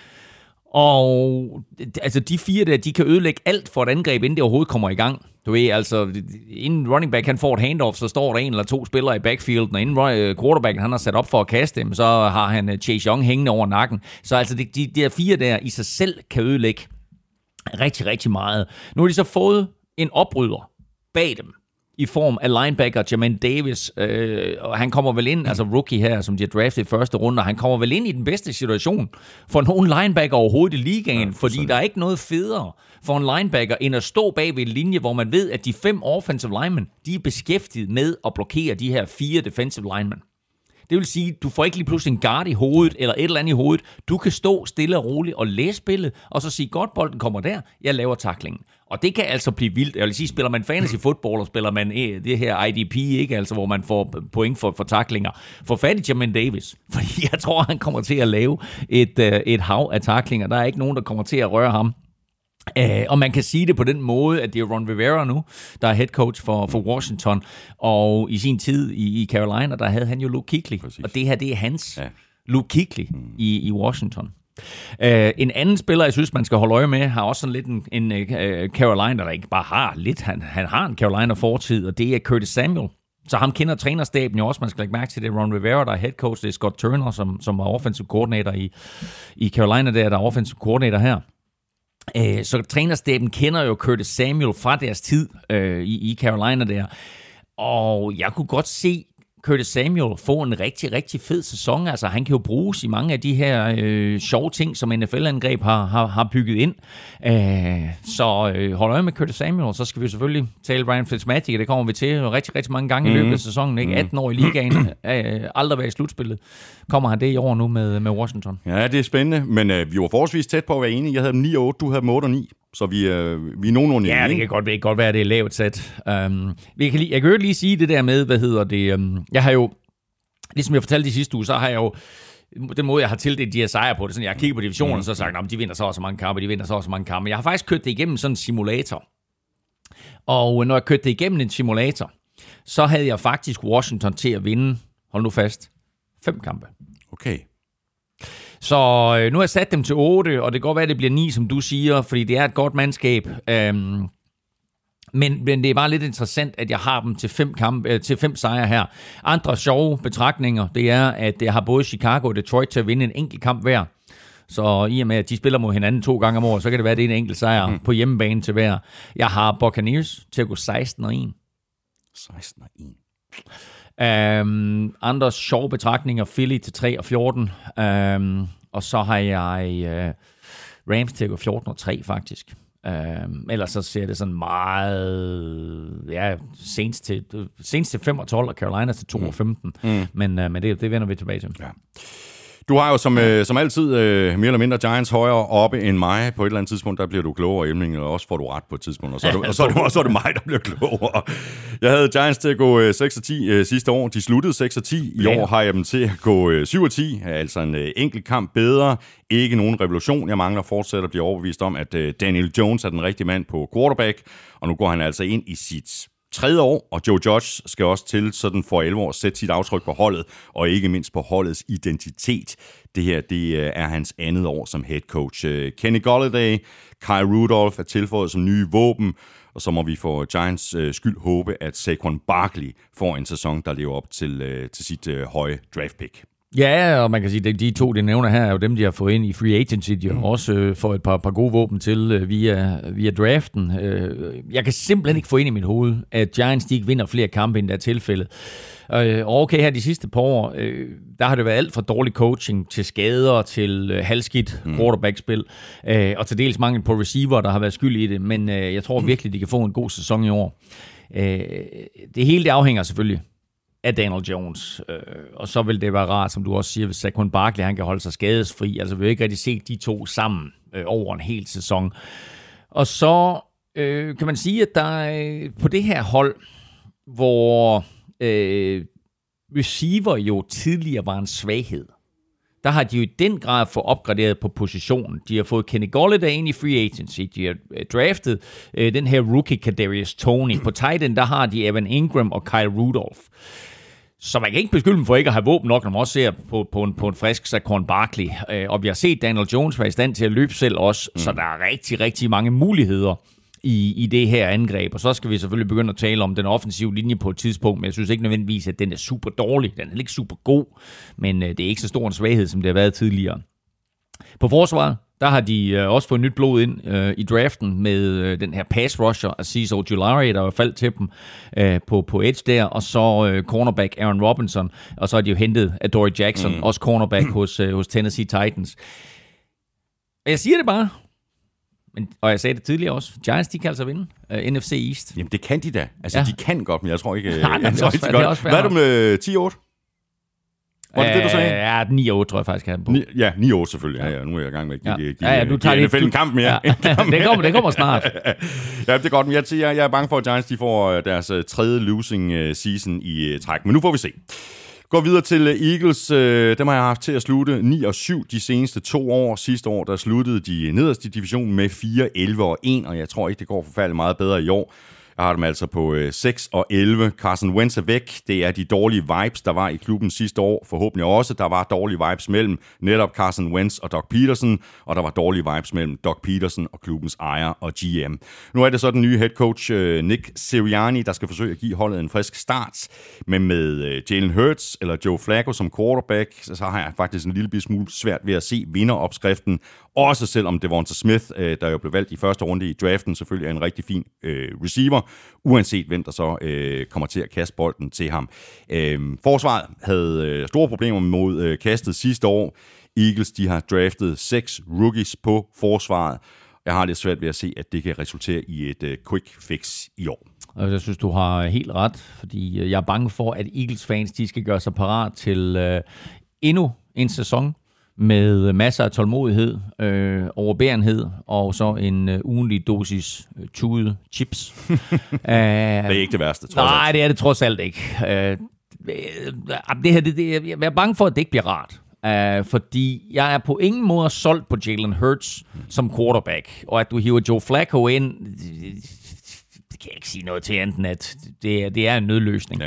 Og altså de fire der, de kan ødelægge alt for et angreb, inden det overhovedet kommer i gang. Du ved, altså, inden running back han får et handoff, så står der en eller to spillere i backfielden, og inden quarterbacken han har sat op for at kaste dem, så har han Chase Young hængende over nakken. Så altså de, de der fire der i sig selv kan ødelægge rigtig, rigtig meget. Nu har de så fået en opryder bag dem, i form af linebacker Jermaine Davis, øh, og han kommer vel ind, altså rookie her, som de har draftet i første runde, og han kommer vel ind i den bedste situation for nogen linebacker overhovedet i ligaen, ja, fordi der er ikke noget federe for en linebacker, end at stå bag ved en linje, hvor man ved, at de fem offensive linemen, de er beskæftiget med at blokere de her fire defensive linemen. Det vil sige, du får ikke lige pludselig en guard i hovedet, eller et eller andet i hovedet. Du kan stå stille og roligt og læse spillet, og så sige, godt, bolden kommer der, jeg laver taklingen. Og det kan altså blive vildt. Jeg vil sige, spiller man fantasy football, og spiller man det her I D P, ikke? Altså, hvor man får point for, for taklinger. For fat i Jermaine Davis, fordi jeg tror, han kommer til at lave et, et hav af taklinger. Der er ikke nogen, der kommer til at røre ham. Uh, og man kan sige det på den måde, at det er Ron Rivera nu, der er head coach for, for Washington, og i sin tid i, i Carolina, der havde han jo Luke Kuechly, præcis. Og det her, det er hans ja. Luke Kuechly mm. i, i Washington. Uh, en anden spiller, jeg synes, man skal holde øje med, har også sådan lidt en, en uh, Carolina, der ikke bare har lidt, han, han har en Carolina-fortid, og det er Curtis Samuel. Så ham kender trænerstaben jo også, man skal lægge mærke til det. Ron Rivera, der er head coach, det er Scott Turner, som, som er offensive coordinator i, i Carolina, der, der er offensive coordinator her. Så trænerstaben kender jo Curtis Samuel fra deres tid øh, i, i Carolina der. Og jeg kunne godt se Curtis Samuel få en rigtig, rigtig fed sæson. Altså, han kan jo bruges i mange af de her øh, sjove ting, som N F L-angreb har, har, har bygget ind. Øh, så øh, hold øje med Curtis Samuel, så skal vi selvfølgelig tale Ryan Fitzmagic, og det kommer vi til rigtig, rigtig mange gange i løbet af sæsonen. Ikke? atten år i ligaen, øh, aldrig været i slutspillet. Kommer han det i år nu med, med Washington? Ja, det er spændende, men øh, vi var forholdsvis tæt på at være enige. Jeg havde dem ni og otte, du havde dem otte og ni. Så vi, øh, vi er nogenlunde enige. Ja, det kan godt, det kan godt være, at det er lavt sat. Um, jeg, kan lige, jeg kan jo lige sige det der med, hvad hedder det... Um, jeg har jo, ligesom jeg fortalte i sidste uge, så har jeg jo... Den måde, jeg har tildelt de her sejre på det, sådan jeg har kigget på divisionen, mm. og så sagt, at de vinder så også mange kampe, de vinder så også mange kampe. Jeg har faktisk kørt det igennem sådan en simulator. Og når jeg kørte det igennem en simulator, så havde jeg faktisk Washington til at vinde, hold nu fast, fem kampe. Okay. Så øh, nu har jeg sat dem til otte, og det kan godt være, at det bliver ni, som du siger, fordi det er et godt mandskab. Øhm, men, men det er bare lidt interessant, at jeg har dem til fem, kampe, øh, til fem sejre her. Andre sjove betragtninger, det er, at jeg har både Chicago og Detroit til at vinde en enkelt kamp hver. Så i og med, at de spiller mod hinanden to gange om året, så kan det være, at det er en enkelt sejr mm. på hjemmebane til hver. Jeg har Buccaneers til at gå seksten og en. seksten og en. Um, andre sjove betragtninger, Philly til tre og fjorten, um, og så har jeg uh, Rams til at gå fjorten og tre faktisk. Um, ellers så ser det sådan meget, ja, Saints til, Saints til fem og tolv, og Carolina til to og femten, mm. men, uh, men det, det vender vi tilbage til. Ja. Du har jo som, øh, som altid øh, mere eller mindre Giants højere oppe end mig. På et eller andet tidspunkt, der bliver du klogere, Emling, og også får du ret på et tidspunkt, og så er, du, og så er, du, og så er det mig, der bliver klogere. Jeg havde Giants til at gå øh, seks og ti øh, sidste år. De sluttede seks og ti. I ja. år har jeg dem til at gå øh, syv og ti. Altså en øh, enkelt kamp bedre. Ikke nogen revolution. Jeg mangler fortsat at blive overbevist om, at øh, Daniel Jones er den rigtige mand på quarterback. Og nu går han altså ind i sit tredje år, og Joe Judge skal også til sådan for alvor sætte sit aftryk på holdet, og ikke mindst på holdets identitet. Det her, det er hans andet år som head coach. Kenny Golladay, Kyle Rudolph er tilføjet som nye våben, og så må vi for Giants øh, skyld håbe, at Saquon Barkley får en sæson, der lever op til, øh, til sit øh, høje draftpick. Ja, og man kan sige, at de to, de nævner her, er jo dem, de har fået ind i free agency. De har mm. også øh, fået et par, par gode våben til øh, via, via draften. Øh, jeg kan simpelthen ikke få ind i mit hoved, at Giants de ikke vinder flere kampe, end der er tilfældet. Øh, okay, her de sidste par år, øh, der har det været alt fra dårlig coaching til skader, til øh, halvskidt mm. quarterback-spil, øh, og til dels mangel på receiver, der har været skyld i det. Men øh, jeg tror virkelig, de kan få en god sæson i år. Øh, det hele det afhænger selvfølgelig af Daniel Jones. Øh, og så vil det være rart, som du også siger, hvis Saquon Barkley han kan holde sig skadesfri. Altså vi har ikke rigtig set de to sammen øh, over en hel sæson. Og så øh, kan man sige, at der er på det her hold, hvor øh, receiver jo tidligere var en svaghed, der har de jo i den grad fået opgraderet på positionen. De har fået Kenny Golladay ind i free agency. De har draftet øh, den her rookie Kadarius Toney. På tight end, der har de Evan Ingram og Kyle Rudolph. Så man kan ikke beskylde dem for ikke at have våben nok, når man også ser på, på, en, på en frisk Saquon Barkley. Øh, og vi har set Daniel Jones være i stand til at løbe selv også, mm. så der er rigtig, rigtig mange muligheder i, i det her angreb. Og så skal vi selvfølgelig begynde at tale om den offensive linje på et tidspunkt, men jeg synes ikke nødvendigvis, at den er super dårlig. Den er ikke super god, men øh, det er ikke så stor en svaghed, som det har været tidligere. På forsvaret, der har de øh, også fået nyt blod ind øh, i draften med øh, den her pass rusher, Azeez Ojulari, der var faldt til dem øh, på, på edge der, og så øh, cornerback Aaron Robinson, og så har de jo hentet Adoree Jackson, mm. også cornerback hos, øh, hos Tennessee Titans. Og jeg siger det bare, men, og jeg sagde det tidligere også, Giants, de kan altså vinde uh, N F C East. Jamen, det kan de da. Altså, ja. De kan godt, men jeg tror ikke... Nej, jeg tror ikke, de godt. Hvad er du med ti otte? Var det uh, det, du sagde? Ja, ni otte tror jeg faktisk, jeg på. Ni, ja, ni otte selvfølgelig. Ja, ja, nu er jeg i gang med at give, ja. give, ja, ja, nu tager give N F L en kamp mere. Ja. det, kommer, det kommer snart. Ja, det er godt, men jeg, jeg, jeg er bange for, at Giants de får deres uh, tredje losing uh, season i uh, træk. Men nu får vi se. Går videre til Eagles. Dem har jeg haft til at slutte ni og syv de seneste to år. Sidste år, der sluttede de nederst i divisionen med fire, elleve og en, og jeg tror ikke, det går forfærdeligt meget bedre i år. Jeg har dem altså på seks og elleve. Carson Wentz er væk. Det er de dårlige vibes, der var i klubben sidste år. Forhåbentlig også. Der var dårlige vibes mellem netop Carson Wentz og Doug Peterson, og der var dårlige vibes mellem Doug Peterson og klubbens ejer og G M. Nu er det så den nye head coach Nick Sirianni, der skal forsøge at give holdet en frisk start. Men med Jalen Hurts eller Joe Flacco som quarterback, så har jeg faktisk en lille smule svært ved at se vinderopskriften. Også selvom Devonta Smith, der jo blev valgt i første runde i draften, selvfølgelig er en rigtig fin øh, receiver, uanset hvem der så øh, kommer til at kaste bolden til ham. Øh, forsvaret havde øh, store problemer mod øh, kastet sidste år. Eagles, de har draftet seks rookies på forsvaret. Jeg har lidt svært ved at se, at det kan resultere i et øh, quick fix i år. Jeg synes, du har helt ret, fordi jeg er bange for, at Eagles-fans de skal gøre sig parat til øh, endnu en sæson med masser af tålmodighed, øh, overbærenhed og så en øh, ugenlig dosis øh, tude chips. Det er ikke det værste, trods alt. Nej, det er det trods alt ikke. Øh, det her, det, det, jeg er bange for, at det ikke bliver rart. Uh, fordi jeg er på ingen måde solgt på Jalen Hurts som quarterback, og at du hiver Joe Flacco ind, det, det kan jeg ikke sige noget til enten, at det, det er en nødløsning.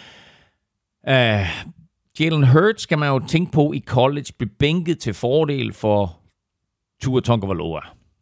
Ja. Uh, Jalen Hurts skal man jo tænke på i college, blev bænket til fordel for Tua Tagovailoa.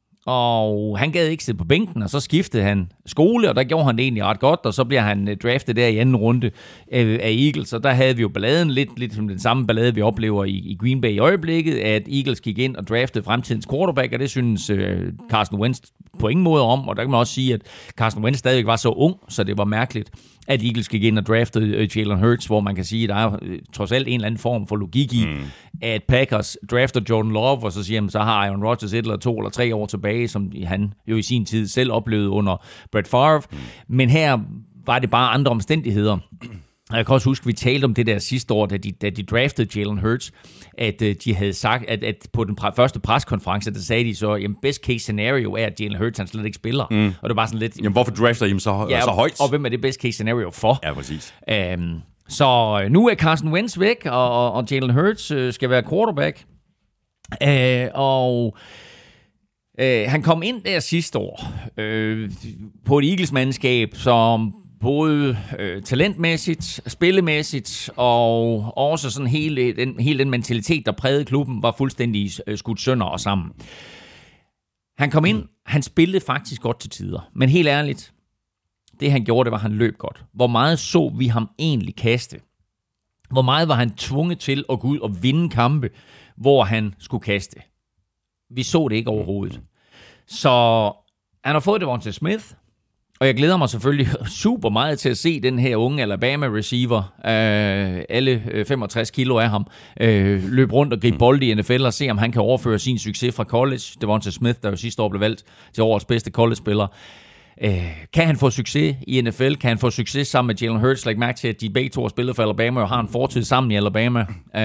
Og han gad ikke sidde på bænken, og så skiftede han skole, og der gjorde han det egentlig ret godt, og så bliver han draftet der i anden runde af Eagles, og der havde vi jo balladen, lidt, lidt som den samme ballade, vi oplever i, i Green Bay i øjeblikket, at Eagles gik ind og draftede fremtidens quarterback, og det synes øh, Carson Wentz på ingen måde om, og der kan man også sige, at Carson Wentz stadig var så ung, så det var mærkeligt, at Eagles gik ind og draftede Jalen Hurts, hvor man kan sige, at der er øh, trods alt en eller anden form for logik i, mm. at Packers drafter Jordan Love, og så siger man, så har Aaron Rodgers et eller to eller tre år tilbage, som han jo i sin tid selv oplevede under Brett Favre. Mm. Men her var det bare andre omstændigheder. Jeg kan også huske, at vi talte om det der sidste år, da de, da de draftede Jalen Hurts, at uh, de havde sagt, at, at på den pre- første preskonference, der sagde de så, at best case scenario er, at Jalen Hurts han slet ikke spiller. Mm. Og det var sådan lidt... Jamen, hvorfor drafter I dem så, ja, så højt? Og hvem er det best case scenario for? Ja, præcis. Um, så nu er Carson Wentz væk, og, og Jalen Hurts uh, skal være quarterback. Uh, og... Uh, han kom ind der sidste år uh, på et Eagles-mandskab, som både øh, talentmæssigt, spillemæssigt, og også sådan hele den, hele den mentalitet, der prægede klubben, var fuldstændig øh, skudt sønder og sammen. Han kom ind, han spillede faktisk godt til tider, men helt ærligt, det han gjorde, det var, at han løb godt. Hvor meget så vi ham egentlig kaste? Hvor meget var han tvunget til at gå ud og vinde kampe, hvor han skulle kaste? Vi så det ikke overhovedet. Så han har fået Devonta Smith, og jeg glæder mig selvfølgelig super meget til at se den her unge Alabama-receiver, øh, alle femogtres kilo af ham, øh, løbe rundt og gribe bolde i N F L og se, om han kan overføre sin succes fra college. Devonta Smith, der jo sidste år blev valgt til årets bedste college-spiller. Øh, kan han få succes i N F L? Kan han få succes sammen med Jalen Hurts? Læg mærke til, at de begge to har spillet for Alabama og har en fortid sammen i Alabama. Øh,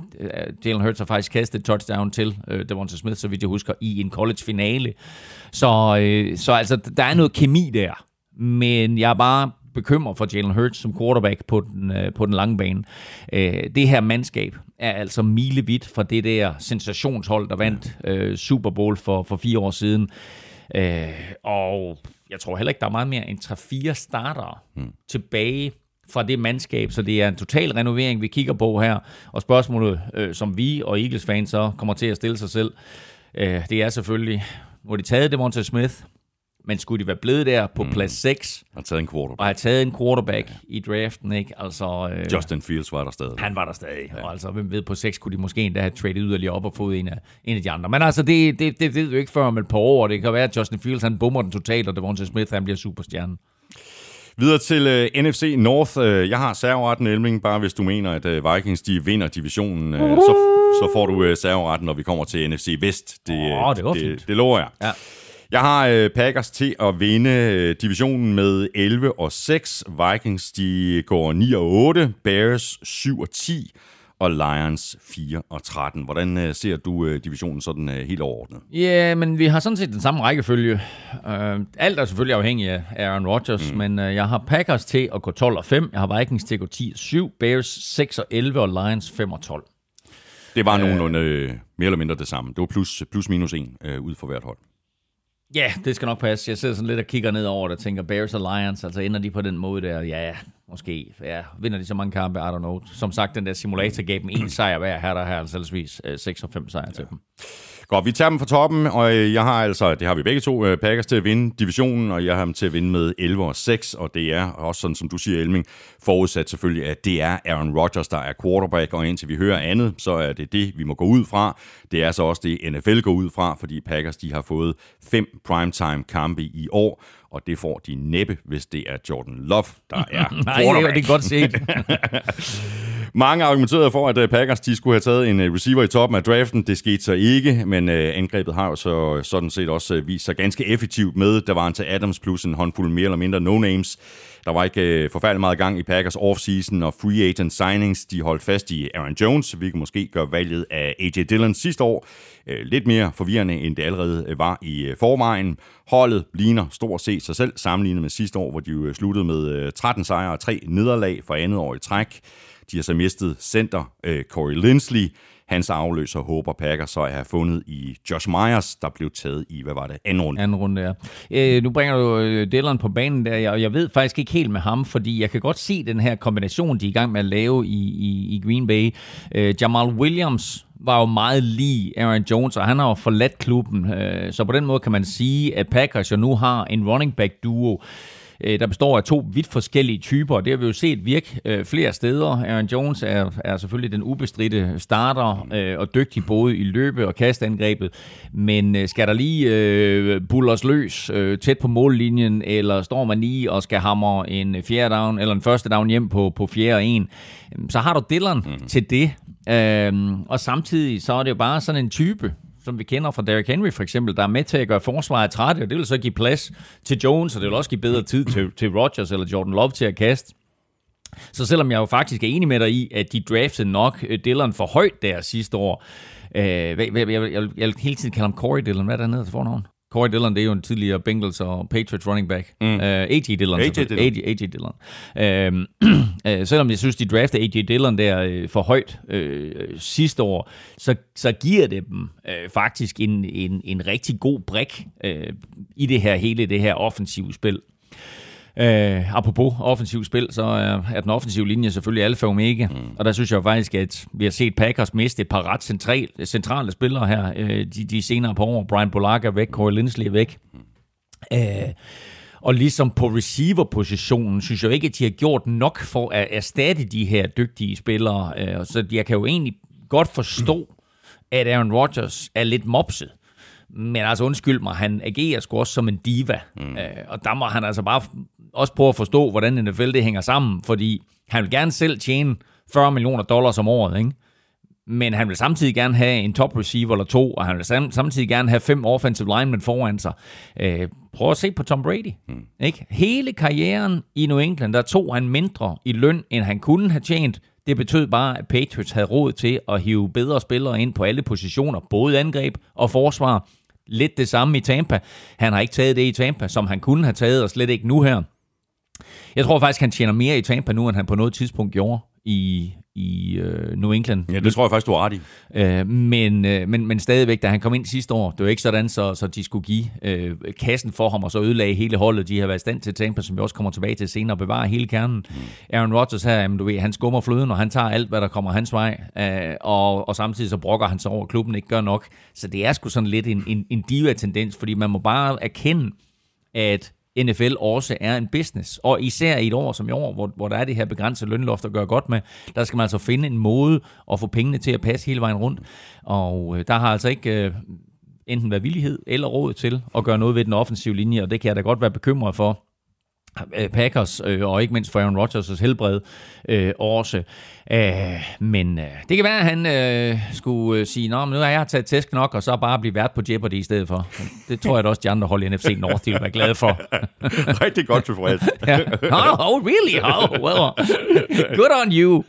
Jalen Hurts har faktisk kastet et touchdown til øh, Devonta Smith, så vidt jeg husker, i en college-finale. Så, øh, så altså, der er noget kemi der. Men jeg er bare bekymret for Jalen Hurts som quarterback på den, øh, på den lange bane. Øh, det her mandskab er altså milevidt fra det der sensationshold, der vandt øh, Super Bowl for, for fire år siden. Øh, og jeg tror heller ikke, der er meget mere end tre fire startere hmm. tilbage fra det mandskab, så det er en total renovering, vi kigger på her. Og spørgsmålet, øh, som vi og Eagles-fans så kommer til at stille sig selv, øh, det er selvfølgelig, hvor de taget Devonta Smith, men skulle de være blevet der på mm. plads seks og taget en quarterback, og have taget en quarterback ja. i draften, ikke? Altså, øh, Justin Fields var der stadig. Han var der stadig, ja. Og altså, hvem ved, på seks kunne de måske endda have tradet yderligere op og fået en af, en af de andre. Men altså, det, det, det ved du ikke før om et par år, det kan være, at Justin Fields, han bummer den totalt, og Devonta Smith, han bliver superstjernen. Videre til uh, N F C North. Uh, jeg har serveretten, Elming, bare hvis du mener, at uh, Vikings de vinder divisionen, uh, så, så får du uh, serveretten, når vi kommer til N F C Vest. Det, oh, det, det, det, det lover jeg. Ja. Jeg har øh, Packers til at vinde øh, divisionen med elleve og seks. Vikings, de går ni og otte. Bears syv og ti. Og Lions fire og tretten. Hvordan øh, ser du øh, divisionen sådan øh, helt overordnet? Ja, yeah, men vi har sådan set den samme rækkefølge. Uh, alt er selvfølgelig afhængig af Aaron Rodgers, mm. men uh, jeg har Packers til at gå tolv og fem. Jeg har Vikings til at gå ti og syv. Bears seks og elleve. Og Lions fem og tolv. Det var nogenlunde øh, mere eller mindre det samme. Det var plus, plus minus en øh, ud for hvert hold. Ja, yeah, det skal nok passe. Jeg sidder sådan lidt og kigger ned over det og tænker, Bears og Lions, altså ender de på den måde der? Ja, måske. Ja, vinder de så mange kampe? I don't know. Som sagt, den der simulator gav dem en sejr hver. Her der her altså altsvis seks og fem sejre til ja. dem. Godt, vi tager dem fra toppen, og jeg har altså, det har vi begge to, Packers til at vinde divisionen, og jeg har dem til at vinde med elleve og seks, og det er også sådan, som du siger, Elming, forudsat selvfølgelig, at det er Aaron Rodgers, der er quarterback, og indtil vi hører andet, så er det det, vi må gå ud fra. Det er så også det, N F L går ud fra, fordi Packers, de har fået fem primetime-kampe i år, og det får de næppe, hvis det er Jordan Love, der er quarterback. Nej, det er godt set. Mange argumenterede for, at Packers de skulle have taget en receiver i toppen af draften. Det skete så ikke, men angrebet har jo så sådan set også vist sig ganske effektivt med Davante Adams plus en håndfuld mere eller mindre no-names. Der var ikke forfærdelig meget gang i Packers offseason og free agent signings. De holdt fast i Aaron Jones, hvilket måske gør valget af A J Dillon sidste år lidt mere forvirrende, end det allerede var i forvejen. Holdet ligner stort set sig selv sammenlignet med sidste år, hvor de jo sluttede med tretten sejre og tre nederlag for andet år i træk. De har så mistet center øh, Corey Linsley. Hans afløser håber Packers så at have fundet i Josh Myers, der blev taget i, hvad var det, anden runde? Anden runde, ja. Øh, nu bringer du øh, Dillon på banen der, og jeg ved faktisk ikke helt med ham, fordi jeg kan godt se den her kombination, de er i gang med at lave i, i, i Green Bay. Øh, Jamal Williams var jo meget lige Aaron Jones, og han har jo forladt klubben. Øh, så på den måde kan man sige, at Packers jo nu har en running back duo, der består af to vidt forskellige typer, og det har vi jo set virke øh, flere steder. Aaron Jones er, er selvfølgelig den ubestridte starter øh, og dygtig både i løbe- og kastangrebet, men øh, skal der lige øh, bullers løs øh, tæt på mållinjen, eller står man lige og skal hamre en fjerde down, eller en første down hjem på, på fjerde og en, så har du Dillon mm-hmm. til det. Øh, og samtidig så er det jo bare sådan en type, som vi kender fra Derrick Henry for eksempel, der er med til at gøre forsvaret træt, og det vil så give plads til Jones, og det vil også give bedre tid til, til Rodgers eller Jordan Love til at kaste. Så selvom jeg jo faktisk er enig med dig i, at de draftede nok Dillon for højt der sidste år, øh, jeg, jeg, jeg, jeg, jeg vil hele tiden kalde ham Corey Dillon. Hvad er der nede til fornavn? Corey Dillon, det er jo en tidligere Bengals og Patriots running back. Mm. Uh, A J Dillon. A J Dillon. A J Dillon. Uh, uh, selvom jeg synes, de draftede A J Dillon der uh, for højt uh, sidste år, så, så giver det dem uh, faktisk en, en, en rigtig god brik uh, i det her hele det her offensive spil. Øh, apropos offensiv spil, så er, er den offensive linje selvfølgelig alfa og omega, mm. og der synes jeg faktisk, at vi har set Packers miste et par ret central, centrale spillere her, øh, de, de senere par år. Brian Bulaga er væk, Corey Linsley er væk. Mm. Øh, og ligesom på receiver-positionen, synes jeg ikke, at de har gjort nok for at erstatte de her dygtige spillere. Øh, så jeg kan jo egentlig godt forstå, at Aaron Rodgers er lidt mopset. Men altså undskyld mig, han agerer sgu også som en diva. Mm. Øh, og der må han altså bare også prøve at forstå, hvordan N F L det hænger sammen. Fordi han vil gerne selv tjene fyrre millioner dollars om året, ikke? Men han vil samtidig gerne have en top receiver eller to, og han vil samtidig gerne have fem offensive linemen foran sig. Øh, prøv at se på Tom Brady. Mm. Ikke? Hele karrieren i New England, der tog han mindre i løn, end han kunne have tjent. Det betød bare, at Patriots havde råd til at hive bedre spillere ind på alle positioner, både angreb og forsvar. Lidt det samme i Tampa. Han har ikke taget det i Tampa, som han kunne have taget, og slet ikke nu her. Jeg tror faktisk, han tjener mere i Tampa nu, end han på noget tidspunkt gjorde i, i uh, New England. Ja, det tror jeg faktisk, du har ret i. Uh, men, uh, men, men stadigvæk, da han kom ind sidste år, det var ikke sådan, så, så de skulle give uh, kassen for ham, og så ødelage hele holdet. De har været i stand til Tampa, som vi også kommer tilbage til senere, og bevare hele kernen. Mm. Aaron Rodgers her, jamen, du ved, han skummer fløden, og han tager alt, hvad der kommer hans vej, uh, og, og samtidig så brokker han sig over, at klubben ikke gør nok. Så det er sgu sådan lidt en, en, en diva-tendens, fordi man må bare erkende, at N F L også er en business, og især i et år som i år, hvor, hvor der er det her begrænsede lønloft at gøre godt med, der skal man altså finde en måde at få pengene til at passe hele vejen rundt, og øh, der har altså ikke øh, enten været villighed eller råd til at gøre noget ved den offensive linje, og det kan jeg da godt være bekymret for. Packers, øh, og ikke mindst for Aaron Rodgers' helbred øh, også. Øh, men øh, det kan være, at han øh, skulle øh, sige, nå, men nu har jeg taget tæsk nok, og så bare blive vært på Jeopardy i stedet for. Det tror jeg da også, de andre hold i N F C North, de vil være glade for. Rigtig godt tilfreds. ja. Oh, oh, really? Oh, well, good on you.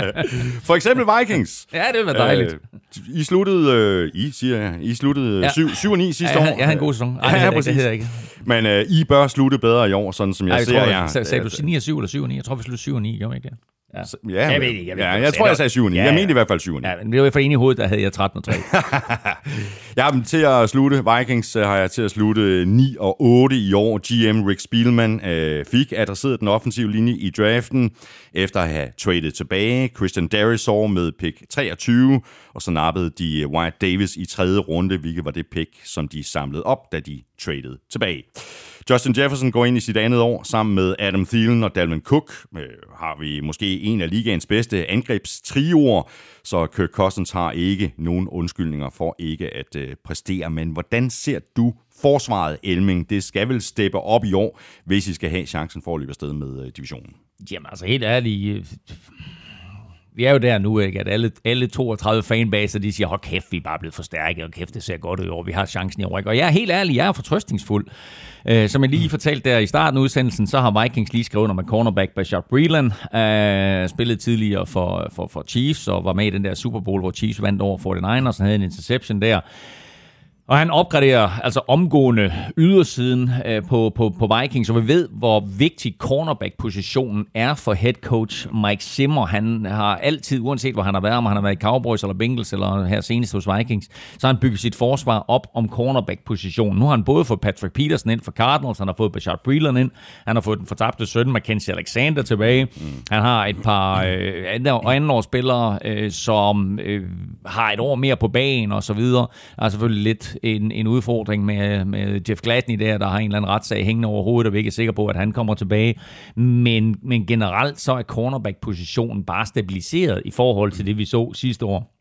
For eksempel Vikings. Ja, det var dejligt. Øh, I sluttede, øh, I siger jeg, I sluttede ja. syv og ni sidste ja, år. Jeg, jeg havde en god sæson. Ej, ja, det, det hedder ikke. Men øh, I bør slutte bedre i år, sådan som jeg, jeg ser tror, jer. Sagde, sagde du ni og syv eller syv og ni? Jeg tror, vi sluttede syv og ni, gjorde vi ikke det? Ja. Ja, jeg ved ikke. Jeg, ved, ja, jeg, jeg tror, jeg sagde syv og ni. Ja, jeg mente i hvert fald syv og ni. Ja, men det var for en i hovedet, der havde jeg tretten og tre. Jeg har dem til at slutte. Vikings har jeg til at slutte ni og otte i år. G M Rick Spielman øh, fik adresseret den offensive linje i draften, efter at have traded tilbage. Christian Darrisaw med pick treogtyve, og så nappede de Wyatt Davis i tredje runde, hvilket var det pick, som de samlede op, da de traded tilbage. Justin Jefferson går ind i sit andet år sammen med Adam Thielen og Dalvin Cook. Øh, har vi måske en af ligaens bedste angrebstrioer, så Kirk Cousins har ikke nogen undskyldninger for ikke at øh, præstere. Men hvordan ser du forsvaret, Elming? Det skal vel steppe op i år, hvis I skal have chancen for at løbe afsted med øh, divisionen. Jamen altså helt ærligt... Øh... Vi er jo der nu, ikke? At alle, alle toogtredive fanbaser, de siger, hold kæft, vi er bare blevet forstærket, og kæft, det ser godt ud over, vi har chancen i år. Ikke? Og jeg er helt ærlig, jeg er fortrøstningsfuld. Uh, som jeg lige fortalte der i starten af udsendelsen, så har Vikings lige skrevet under med cornerback Bashard Breeland, uh, spillet tidligere for, for, for Chiefs, og var med i den der Super Bowl, hvor Chiefs vandt over forty-niners, og havde en interception der. Og han opgraderer altså omgående ydersiden øh, på, på, på Vikings, og vi ved, hvor vigtig cornerback-positionen er for head coach Mike Zimmer. Han har altid, uanset hvor han har været, om han har været i Cowboys eller Bengals eller her senest hos Vikings, så har han bygget sit forsvar op om cornerback-positionen. Nu har han både fået Patrick Peterson ind for Cardinals, han har fået Bashard Breeland ind, han har fået den fortabte søn Mackenzie Alexander tilbage. Mm. Han har et par øh, andenårsspillere, øh, som øh, har et år mere på banen og så videre. Der er selvfølgelig lidt En, en udfordring med, med Jeff Gladney der, der har en eller anden retssag hængende over hovedet, og vi ikke er sikre på, at han kommer tilbage. Men, men generelt så er cornerback-positionen bare stabiliseret i forhold til det, vi så sidste år.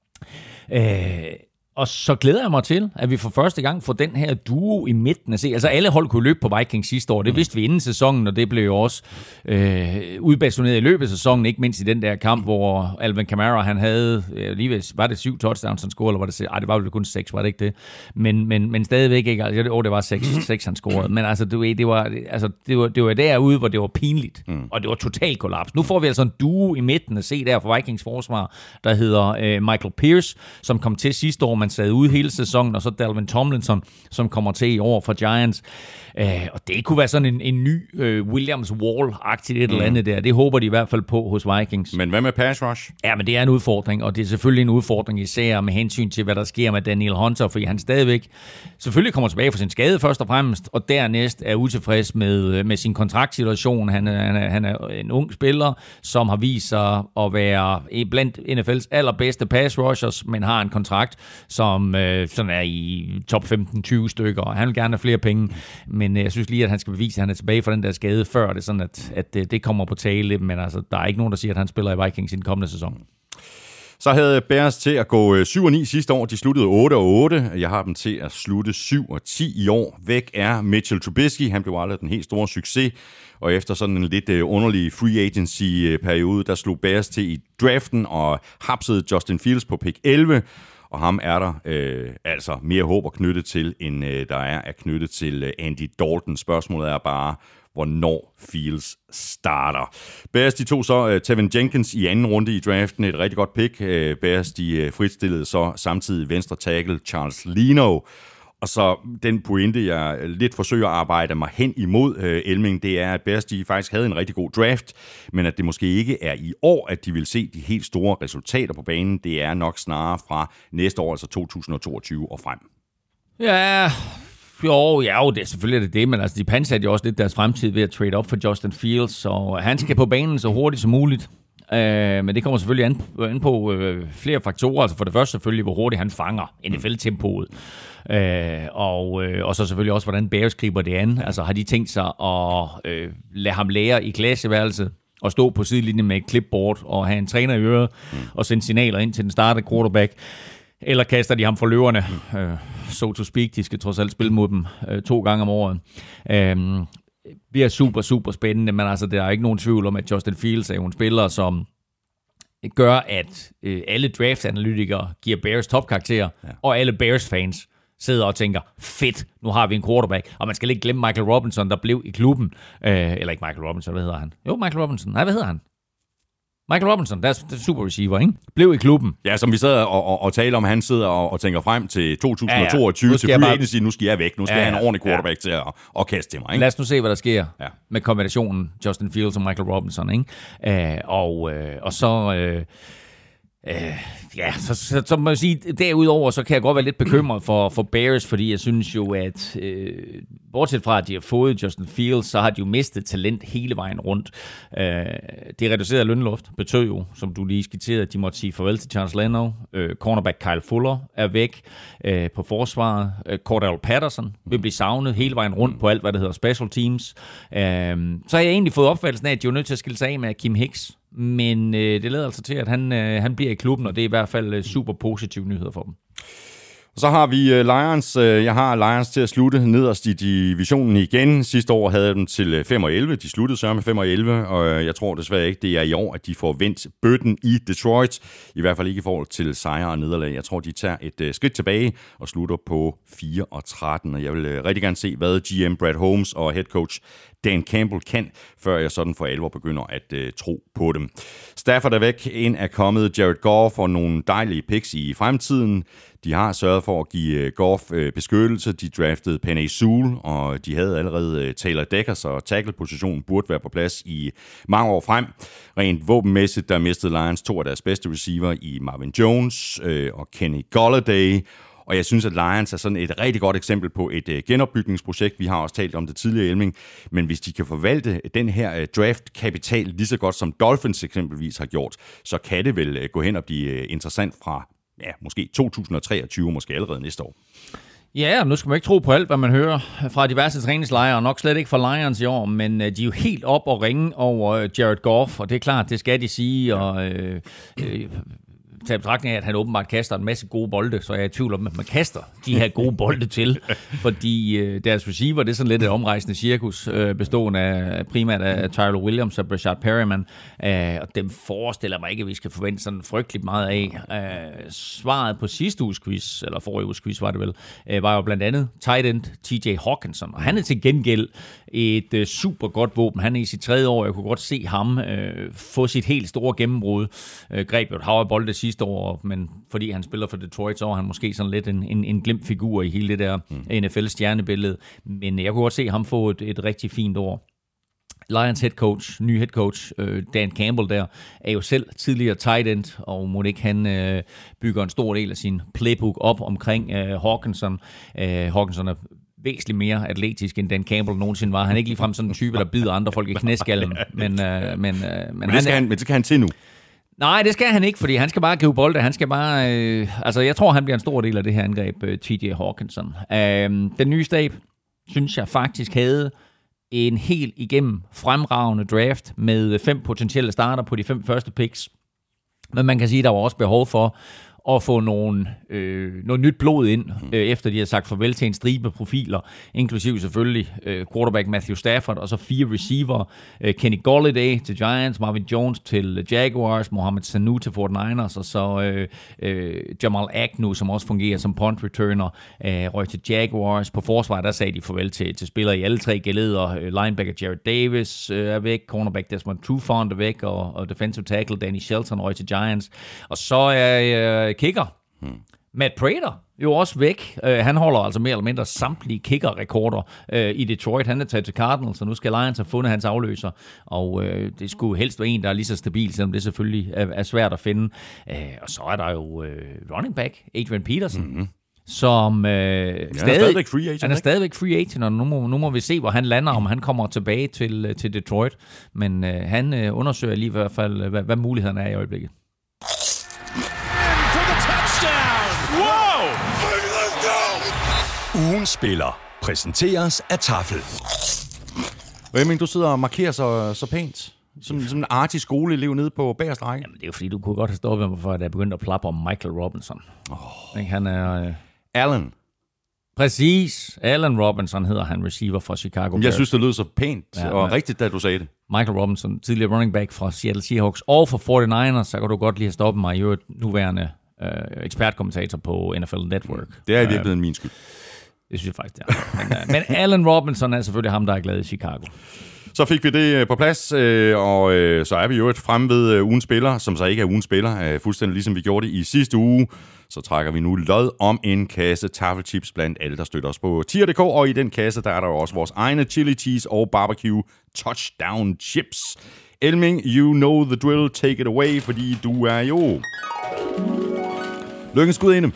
Øh, Og så glæder jeg mig til, at vi for første gang får den her duo i midten at se. Altså alle hold kunne løbe på Vikings sidste år. Det vidste vi inden sæsonen, og det blev jo også øh, udbasuneret i løbet af sæsonen. Ikke mindst i den der kamp, hvor Alvin Kamara, han havde, øh, lige ved, var det syv touchdowns, han scorede, eller var det, ej, det var jo kun seks, var det ikke det? Men, men, men stadigvæk ikke, altså, åh, det var seks, seks han scorede. Men altså, du ved, det var, altså, det var, det var derude, hvor det var pinligt, mm. og det var total kollaps. Nu får vi altså en duo i midten at se der for Vikings forsvar, der hedder øh, Michael Pierce, som kom til sidste år, men Williams sad ude hele sæsonen, og så Dalvin Tomlinson, som kommer til i år fra Giants. Uh, og det kunne være sådan en, en ny uh, Williams Wall-agtigt et mm. eller andet der. Det håber de i hvert fald på hos Vikings. Men hvad med pass rush? Ja, men det er en udfordring, og det er selvfølgelig en udfordring især med hensyn til, hvad der sker med Daniel Hunter, fordi han stadigvæk selvfølgelig kommer tilbage fra sin skade først og fremmest, og dernæst er utilfreds med, med sin kontraktsituation. Han er, han, er, han er en ung spiller, som har vist sig at være blandt N F L's allerbedste pass rushers, men har en kontrakt, som øh, sådan er i top femten tyve stykker, og han vil gerne have flere penge. Men jeg synes lige, at han skal bevise, at han er tilbage fra den der skade, før det er sådan, at, at det kommer på tale. Men altså, der er ikke nogen, der siger, at han spiller i Vikings i den kommende sæson. Så havde Bears til at gå syv og ni sidste år. De sluttede otte og otte. Jeg har dem til at slutte syv og ti i år. Væk er Mitchell Trubisky. Han blev aldrig den helt store succes. Og efter sådan en lidt underlig free agency-periode, der slog Bears til i draften og hapsede Justin Fields på pick elleve. Og ham er der øh, altså mere håb at knytte til, end øh, der er at knytte til øh, Andy Dalton. Spørgsmålet er bare, hvornår Fields starter. Bears de tog så uh, Tevin Jenkins i anden runde i draften. Et rigtig godt pick. Uh, Bears de uh, fritstillede så samtidig venstre tackle Charles Leno. Og så den pointe, jeg lidt forsøger at arbejde mig hen imod, uh, Elming, det er, at Bears de faktisk havde en rigtig god draft, men at det måske ikke er i år, at de vil se de helt store resultater på banen. Det er nok snarere fra næste år, altså to tusind toogtyve og frem. Ja... Jo, ja, jo, det er selvfølgelig er det det, men altså, de pansatte jo også lidt deres fremtid ved at trade op for Justin Fields, så han skal på banen så hurtigt som muligt. Uh, men det kommer selvfølgelig an, an på uh, flere faktorer. Altså for det første selvfølgelig, hvor hurtigt han fanger N F L-tempoet. Uh, og, uh, og så selvfølgelig også, hvordan Bears griber det an. Altså har de tænkt sig at uh, lade ham lære i klasseværelset og stå på sidelinjen med et clipboard og have en træner i øret mm. og sende signaler ind til den startende quarterback. Eller kaster de ham for løverne, uh, so to speak. De skal trods alt spille mod dem uh, to gange om året. Uh, bliver super, super spændende, men altså, der er ikke nogen tvivl om, at Justin Fields er jo en spiller, som gør, at uh, alle draft-analytikere giver Bears topkarakterer, ja. Og alle Bears-fans sidder og tænker, fedt, nu har vi en quarterback. Og man skal ikke glemme Michael Robinson, der blev i klubben. Uh, eller ikke Michael Robinson, hvad hedder han? Jo, Michael Robinson. Nej, hvad hedder han? Michael Robinson, der er super receiver, ikke? Blev i klubben. Ja, som vi sidder og, og, og taler om, han sidder og, og tænker frem til to tusind toogtyve, ja, ja. til free agency, nu skal jeg væk, nu skal ja, ja. jeg have en ordentlig quarterback ja. til at, at kaste til mig. Ikke? Lad os nu se, hvad der sker ja. med kombinationen Justin Fields og Michael Robinson, ikke? Uh, og, uh, og så... Uh, Uh, ja, så, så, så må jeg sige, derudover, så kan jeg godt være lidt bekymret for, for Bears, fordi jeg synes jo, at uh, bortset fra, at de har fået Justin Fields, så har de jo mistet talent hele vejen rundt. Uh, det reducerede lønluft betød jo, som du lige skitserede, at de måtte sige farvel til Charles Leno. Uh, cornerback Kyle Fuller er væk uh, på forsvaret. Uh, Cordell Patterson vil blive savnet hele vejen rundt på alt, hvad der hedder special teams. Uh, så har jeg egentlig fået opfattelsen af, at de er nødt til at skille sig af med Kim Hicks. Men øh, det leder altså til, at han, øh, han bliver i klubben, og det er i hvert fald øh, super positive nyheder for dem. Så har vi uh, Lions. Uh, jeg har Lions til at slutte nederst i divisionen igen. Sidste år havde jeg dem til fem og elleve. De sluttede så med fem og elleve, og jeg tror desværre ikke, det er i år, at de får vendt bøtten i Detroit. I hvert fald ikke i forhold til sejre og nederlag. Jeg tror, de tager et uh, skridt tilbage og slutter på fire og tretten. Og jeg vil uh, rigtig gerne se, hvad G M Brad Holmes og head coach Dan Campbell kan, før jeg sådan for alvor begynder at uh, tro på dem. Stafford er væk. Ind er kommet Jared Goff og nogle dejlige picks i fremtiden. De har sørget for at give Goff beskyttelse. De draftede Penei Sewell, og de havde allerede Taylor Decker, så tackle-positionen burde være på plads i mange år frem. Rent våbenmæssigt, der mistede Lions to af deres bedste receiver i Marvin Jones og Kenny Golladay. Og jeg synes, at Lions er sådan et rigtig godt eksempel på et genopbygningsprojekt. Vi har også talt om det tidligere, Elming. Men hvis de kan forvalte den her draftkapital lige så godt, som Dolphins eksempelvis har gjort, så kan det vel gå hen og blive interessant fra ja, måske to tusind treogtyve, måske allerede næste år. Ja, nu skal man ikke tro på alt, hvad man hører fra diverse træningslejre, og nok slet ikke fra Lions i år, men de er jo helt op og ringe over Jared Goff, og det er klart, det skal de sige, og øh, øh, til betragtning af, at han åbenbart kaster en masse gode bolde, så jeg er i tvivl om, at man kaster de her gode bolde til, fordi øh, deres receiver, det er sådan lidt et omrejsende cirkus, øh, bestående af primært af Tyrell Williams og Brashad Perriman, øh, og dem forestiller mig ikke, at vi skal forvente sådan frygteligt meget af. Øh, svaret på sidste uges quiz, eller forrige uges quiz var det vel, øh, var jo blandt andet tight end T J Hawkinson, og han er til gengæld et øh, super godt våben. Han er i sit tredje år, jeg kunne godt se ham øh, få sit helt store gennembrud. Øh, greb jo et hav af bolde sidste sidste år, men fordi han spiller for Detroit, så var han måske sådan lidt en, en, en glemt figur i hele det der mm. N F L-stjernebillede. Men jeg kunne godt se ham få et, et rigtig fint år. Lions head coach, ny head coach, øh, Dan Campbell der, er jo selv tidligere tight end, og må ikke han øh, bygger en stor del af sin playbook op omkring øh, Hawkinson. Øh, Hawkinson er væsentligt mere atletisk, end Dan Campbell nogensinde var. Han er ikke ligefrem sådan en type, der bider andre folk i knæskallen. Men, øh, men, øh, men, men, det skal han, men det skal han til nu. Nej, det skal han ikke, fordi han skal bare gribe bolde. Han skal bare... Øh, altså, jeg tror, han bliver en stor del af det her angreb, øh, T J Hawkinson. Øh, den nye stab, synes jeg faktisk havde en helt igennem fremragende draft med fem potentielle starter på de fem første picks. Men man kan sige, at der var også behov for at få nogle, øh, noget nyt blod ind, øh, efter de har sagt farvel til en stribe profiler, inklusiv selvfølgelig øh, quarterback Matthew Stafford, og så fire receiver, øh, Kenny Golladay til Giants, Marvin Jones til Jaguars, Mohamed Sanu til forty-niners, og så øh, øh, Jamal Agnew, som også fungerer som punt returner, øh, røg til Jaguars. På forsvar, der sagde de farvel til, til spillere i alle tre geleder. Øh, linebacker Jared Davis øh, er væk, cornerback Desmond Trufant er væk, og, og defensive tackle Danny Shelton røg til Giants. Og så er øh, kicker Hmm. Matt Prater jo også væk. Uh, han holder altså mere eller mindre samtlige kicker-rekorder uh, i Detroit. Han er taget til Cardinals, så nu skal Lions have fundet hans afløser. Og uh, det skulle helst være en, der er lige så stabil, selvom det selvfølgelig er, er svært at finde. Uh, og så er der jo uh, running back Adrian Peterson, mm-hmm. som uh, stadig, er stadigvæk free agent. Han er stadigvæk free agent, og nu må, nu må vi se, hvor han lander, om han kommer tilbage til, til Detroit. Men uh, han uh, undersøger lige i hvert fald, hvad, hvad mulighederne er i øjeblikket. Ugens spiller præsenteres af Tafel. Hvem du sidder og markerer så, så pænt? Som, som en artig skoleelev nede på bagerste række? Jamen, det er jo fordi, du kunne godt have stoppet mig for, at jeg begyndte at plapre om Michael Robinson. Oh. Han er... Øh... Allen. Præcis. Allen Robinson hedder han, receiver fra Chicago Bears. Jeg synes, det lød så pænt ja, og men... rigtigt, da du sagde det. Michael Robinson, tidligere running back fra Seattle Seahawks og fra forty-niners, så kan du godt lige have stoppet mig i øvrigt nuværende øh, ekspertkommentator på N F L Network. Det er i virkeligheden uh, min skyld. Det synes jeg faktisk, det er. Men, uh, men Allen Robinson er selvfølgelig ham, der er glad i Chicago. Så fik vi det på plads, og så er vi jo et fremme ved ugens spiller, som så ikke er ugens spiller, fuldstændig ligesom vi gjorde det i sidste uge. Så trækker vi nu lod om en kasse taffelchips blandt alle, der støtter os på tier punktum d k, og i den kasse, der er der jo også vores egne chili cheese og barbecue touchdown chips. Elming, you know the drill, take it away, fordi du er jo lykkens gudinde.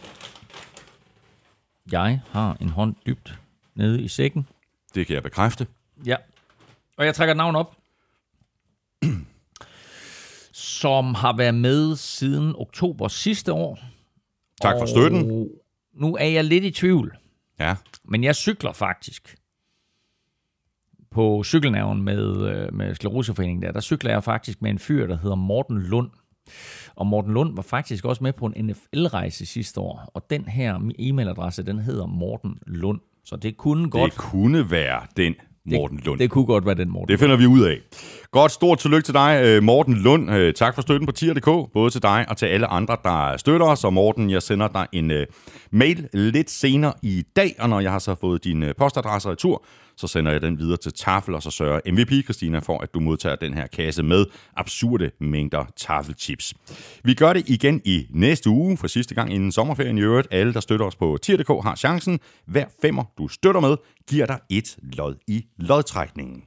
Jeg har en hånd dybt nede i sækken. Det kan jeg bekræfte. Ja, og jeg trækker et navn op, som har været med siden oktober sidste år. Tak for støtten. Og nu er jeg lidt i tvivl. Ja. Men jeg cykler faktisk på cykelnerven med, med Skleroseforeningen der. Der cykler jeg faktisk med en fyr, der hedder Morten Lund. Og Morten Lund var faktisk også med på en N F L-rejse sidste år. Og den her e-mailadresse, den hedder Morten Lund. Så det kunne godt... Det kunne være den Morten Lund. Det, det kunne godt være den Morten. Det finder vi ud af. Godt, stort tillykke til dig, Morten Lund. Tak for støtten på tier punktum d k, både til dig og til alle andre, der støtter os. Og Morten, jeg sender dig en uh, mail lidt senere i dag, og når jeg har så fået din uh, postadresse retur, så sender jeg den videre til Tafel, og så sørger M V P Christina for, at du modtager den her kasse med absurde mængder taffelchips. Vi gør det igen i næste uge, for sidste gang inden sommerferien i øvrigt. Alle, der støtter os på tier punktum d k, har chancen. Hver femmer, du støtter med, giver dig et lod i lodtrækningen.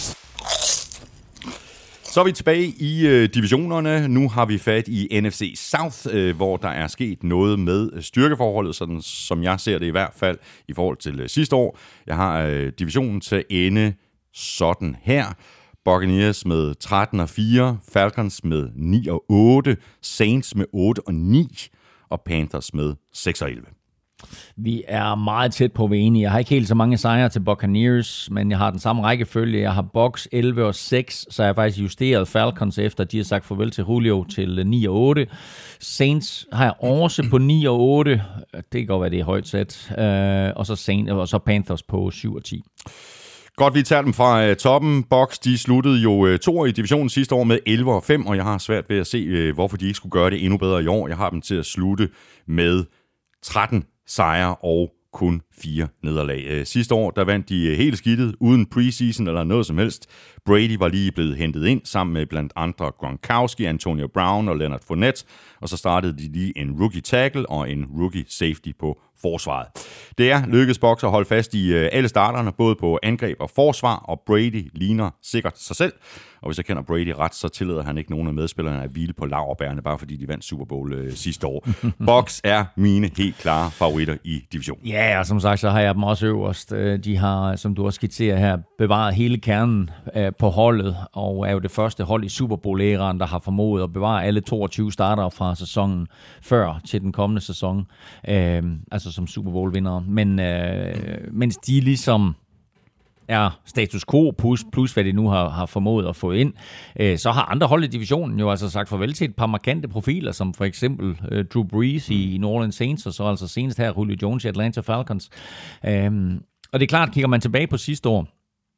Så er vi tilbage i øh, divisionerne. Nu har vi fat i N F C South, øh, hvor der er sket noget med styrkeforholdet, sådan som jeg ser det i hvert fald i forhold til øh, sidste år. Jeg har øh, divisionen til ende sådan her. Buccaneers med tretten og fire, Falcons med ni og otte, Saints med otte og ni og Panthers med seks og elleve. Vi er meget tæt på at være enige. Jeg har ikke helt så mange sejre til Buccaneers, men jeg har den samme rækkefølge. Jeg har Bucs elleve og seks, så jeg har faktisk justeret Falcons efter, de har sagt farvel til Julio til ni og otte. Saints har jeg også på ni og otte. Det kan godt være, det er højt sat. Og så, Saints, og så Panthers på syv og ti. Godt, vi tager dem fra uh, toppen. Bucs, de sluttede jo uh, to i divisionen sidste år med elleve og fem, og jeg har svært ved at se, uh, hvorfor de ikke skulle gøre det endnu bedre i år. Jeg har dem til at slutte med tretten sejre og kun fire nederlag. Sidste år, der vandt de helt skidtet, uden preseason eller noget som helst, Brady var lige blevet hentet ind sammen med blandt andre Gronkowski, Antonio Brown og Leonard Fournette, og så startede de lige en rookie tackle og en rookie safety på forsvaret. Det er lykkedes Bucs at holde fast i alle starterne, både på angreb og forsvar, og Brady ligner sikkert sig selv. Og hvis jeg kender Brady ret, så tillader han ikke nogen af medspillerne at hvile på laurbærrene, bare fordi de vandt Super Bowl øh, sidste år. Bucs er mine helt klare favoritter i divisionen. Ja, og som sagt, så har jeg dem også øverst. De har, som du også skitserer her, bevaret hele kernen øh, på holdet, og er jo det første hold i Super Bowl-æraen, der har formået at bevare alle toogtyve starter fra sæsonen før til den kommende sæson, øh, altså som Super Bowl-vindere. Men øh, mens de ligesom er status quo, plus, plus hvad de nu har, har formået at få ind, øh, så har andre hold i divisionen jo altså sagt farvel til et par markante profiler, som for eksempel øh, Drew Brees i New Orleans Saints, og så altså senest her Julio Jones i Atlanta Falcons. Øh, og det er klart, kigger man tilbage på sidste år,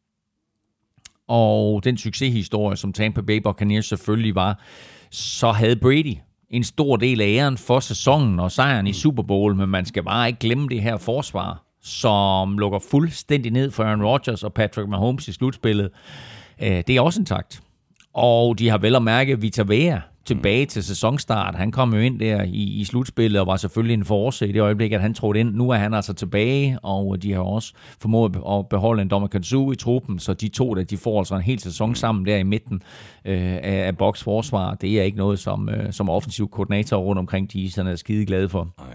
og den succeshistorie, som Tampa Bay Buccaneers selvfølgelig var, så havde Brady en stor del af æren for sæsonen og sejren i Super Bowl, men man skal bare ikke glemme det her forsvar, som lukker fuldstændig ned for Aaron Rodgers og Patrick Mahomes i slutspillet. Det er også intakt. Og de har vel at mærke Vita Vea tilbage til sæsonstart. Han kom jo ind der i, i slutspillet og var selvfølgelig en force i det øjeblik, at han trådte ind. Nu er han altså tilbage, og de har også formået at beholde en Ndamukong Suh i truppen, så de to, der de får altså en hel sæson sammen der i midten øh, af, af Bucs forsvar. Det er ikke noget, som, øh, som offensiv koordinator rundt omkring, de er skide glade for. Nej.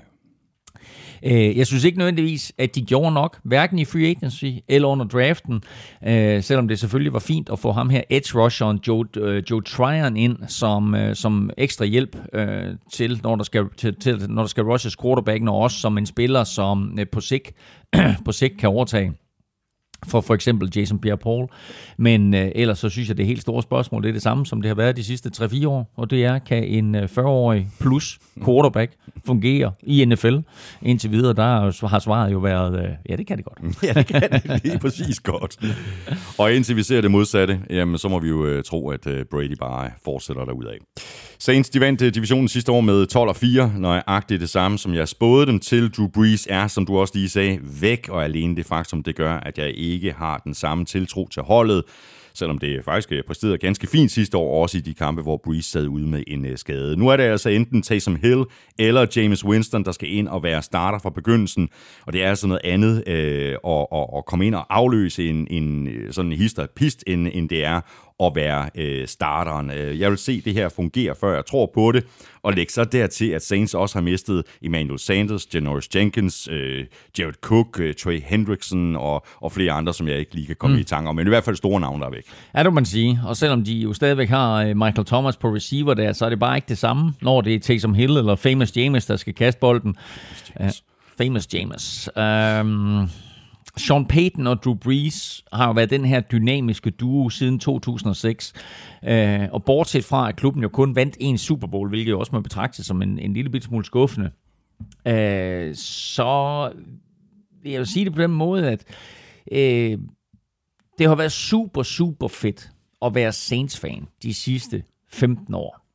Jeg synes ikke nødvendigvis, at de gjorde nok, hverken i free agency eller under draften, øh, selvom det selvfølgelig var fint at få ham her edge rusheren Joe, øh, Joe Tryon ind som, øh, som ekstra hjælp øh, til, når der skal, til, til, når der skal rushes quarterbacken, og også som en spiller, som øh, på sigt på sigt kan overtage for for eksempel Jason Pierre-Paul. Men øh, ellers så synes jeg, det helt store spørgsmål, det er det samme, som det har været de sidste tre fire år, og det er, kan en fyrre-årig plus quarterback fungere i N F L? Indtil videre, der har svaret jo været, øh, ja, det kan det godt. Ja, det kan det lige præcis godt. Og indtil vi ser det modsatte, jamen, så må vi jo øh, tro, at øh, Brady bare fortsætter derudad. Saints, de vandt divisionen sidste år med tolv og fire, nøjagtigt det samme, som jeg spåede dem til. Drew Brees er, som du også lige sagde, væk, og alene det faktum, det gør, at jeg ikke har den samme tiltro til holdet, selvom det faktisk præsterede ganske fint sidste år, også i de kampe, hvor Brees sad ude med en skade. Nu er det altså enten Taysom Hill eller Jameis Winston, der skal ind og være starter fra begyndelsen, og det er altså noget andet øh, at, at, at komme ind og afløse en, en sådan en hister pist, end, end det er at være øh, starteren. Jeg vil se det her fungere, før jeg tror på det, og lægge så dertil, at Saints også har mistet Emmanuel Sanders, Janoris Jenkins, øh, Jared Cook, øh, Trey Hendrickson og, og flere andre, som jeg ikke lige kan komme mm. i tanke om, men i hvert fald store navne, der er væk. Ja, det må man sige, og selvom de jo stadigvæk har Michael Thomas på receiver der, så er det bare ikke det samme, når det er Taysom Hill eller Famous James, der skal kaste bolden. Famous James. Uh, Famous James. Um Sean Payton og Drew Brees har jo været den her dynamiske duo siden to tusind og seks. Øh, og bortset fra, at klubben jo kun vandt en Super Bowl, hvilket jo også må betragtes som en, en lille bitte smule skuffende, øh, så vil jeg jo sige det på den måde, at øh, det har været super, super fedt at være Saints-fan de sidste femten år.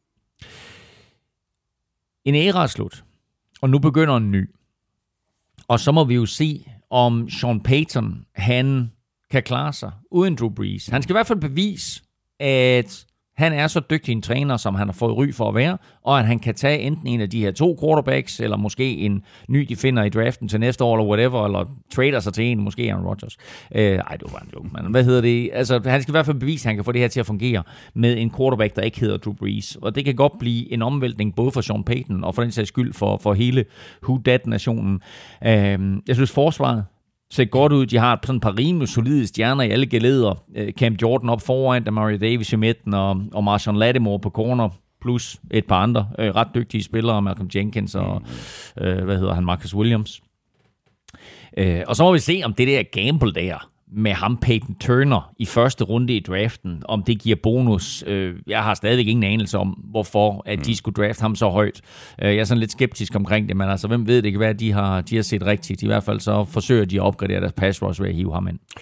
En æra er slut, og nu begynder en ny. Og så må vi jo se, om Sean Payton, han kan klare sig uden Drew Brees. Han skal i hvert fald bevise, at han er så dygtig en træner, som han har fået ry for at være, og at han kan tage enten en af de her to quarterbacks, eller måske en ny, de finder i draften til næste år, eller whatever, eller trader sig til en, måske Aaron Rodgers. Øh, ej, det var bare en joke, men hvad hedder det? Altså, han skal i hvert fald bevise, at han kan få det her til at fungere med en quarterback, der ikke hedder Drew Brees. Og det kan godt blive en omvæltning, både for Sean Payton, og for den sags skyld for, for hele Who Dat-nationen. Øh, jeg synes, forsvaret ser godt ud. De har sådan et par rimelig solide stjerner i alle geleder. Cam Jordan op foran, Demario Davis i midten, og, og Marshawn Lattimore på corner, plus et par andre øh, ret dygtige spillere, Malcolm Jenkins og, øh, hvad hedder han, Marcus Williams. Øh, og så må vi se, om det der gamble der, med ham Peyton Turner i første runde i draften, om det giver bonus. Jeg har stadigvæk ingen anelse om, hvorfor at de skulle drafte ham så højt. Jeg er sådan lidt skeptisk omkring det, men altså, hvem ved, det kan være, at de har, de har set rigtigt. I hvert fald så forsøger de at opgradere deres pass rush ved at hive ham ind.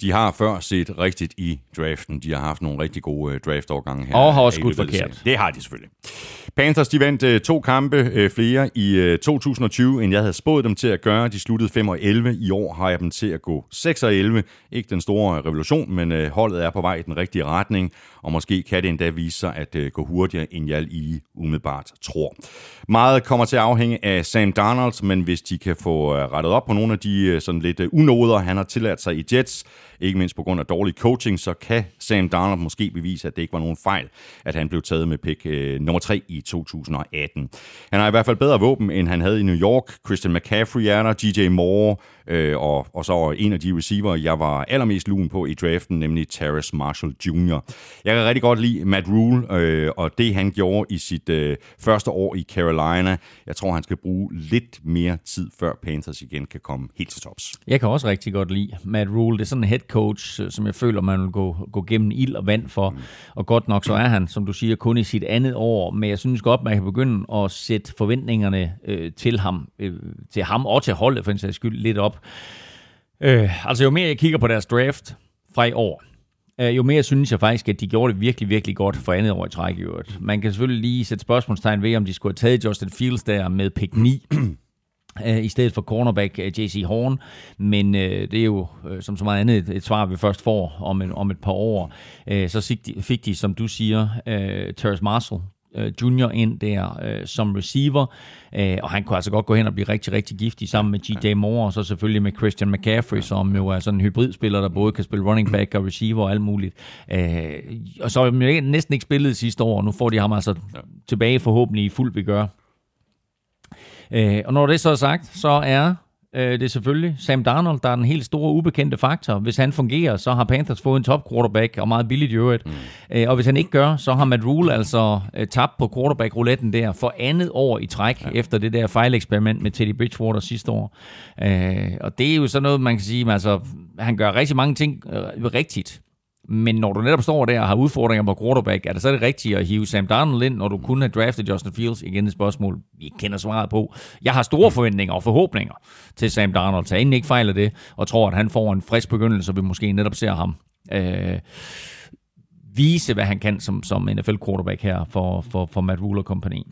de har før set rigtigt i draften. De har haft nogle rigtig gode draftårgange her. Og har også skudt forkert. Det har de selvfølgelig. Panthers, de vandt to kampe flere i to tusind og tyve, end jeg havde spået dem til at gøre. De sluttede fem og elleve. I år har jeg dem til at gå seks og elleve. Ikke den store revolution, men holdet er på vej i den rigtige retning, og måske kan det endda vise sig at gå hurtigere, end jeg lige umiddelbart tror. Meget kommer til at afhænge af Sam Darnold, men hvis de kan få rettet op på nogle af de sådan lidt unoder, han har tilladt sig i Jets, ikke mindst på grund af dårlig coaching, så kan Sam Darnold måske bevise, at det ikke var nogen fejl, at han blev taget med pick øh, nummer tre i to tusind og atten. Han har i hvert fald bedre våben, end han havde i New York. Christian McCaffrey er der, G J Moore, øh, og, og så en af de receiver, jeg var allermest lun på i draften, nemlig Terrace Marshall junior Jeg kan rigtig godt lide Matt Rule, øh, og det han gjorde i sit øh, første år i Carolina. Jeg tror, han skal bruge lidt mere tid, før Panthers igen kan komme helt til tops. Jeg kan også rigtig godt lide Matt Rule. Det er sådan en head coach, som jeg føler, man vil gå, gå gennem ild og vand for. Mm. Og godt nok så er han, som du siger, kun i sit andet år. Men jeg synes godt, man kan begynde at sætte forventningerne øh, til ham, øh, til ham og til holdet, for en sags skyld, lidt op. Øh, altså jo mere jeg kigger på deres draft fra i år, øh, jo mere synes jeg faktisk, at de gjorde det virkelig, virkelig godt for andet år i træk i øvrigt. Man kan selvfølgelig lige sætte spørgsmålstegn ved, om de skulle have taget Justin Fields der med pick ni, i stedet for cornerback J C Horn, men øh, det er jo øh, som så meget andet et, et svar, vi først får om, en, om et par år. Øh, så fik de, fik de, som du siger, øh, Terrace Marshall øh, junior ind der øh, som receiver, øh, og han kunne altså godt gå hen og blive rigtig, rigtig giftig sammen med G J Moore, og så selvfølgelig med Christian McCaffrey, som jo er sådan en hybridspiller, der både kan spille running back og receiver og alt muligt. Øh, og så har de næsten ikke spillet sidste år, og nu får de ham altså tilbage forhåbentlig i fuld vigør. Øh, og når det så er sagt, så er øh, det selvfølgelig Sam Darnold, der er den helt store ubekendte faktor. Hvis han fungerer, så har Panthers fået en top quarterback, og meget billigt i øvrigt. Mm. Øh, og hvis han ikke gør, så har Matt Rule altså øh, tabt på quarterback-rouletten der for andet år i træk, ja. Efter det der fejleksperiment med Teddy Bridgewater sidste år. Øh, og det er jo sådan noget, man kan sige, altså, han gør rigtig mange ting øh, rigtigt. Men når du netop står der og har udfordringer på quarterback, er det så det rigtige at hive Sam Darnold ind, når du kunne have draftet Justin Fields? Igen et spørgsmål, vi kender svaret på. Jeg har store forventninger og forhåbninger til Sam Darnold, så inden ikke fejler det, og tror, at han får en frisk begyndelse, og vi måske netop ser ham øh, vise, hvad han kan som, som N F L-quarterback her for, for, for Matt Rule og kompagni.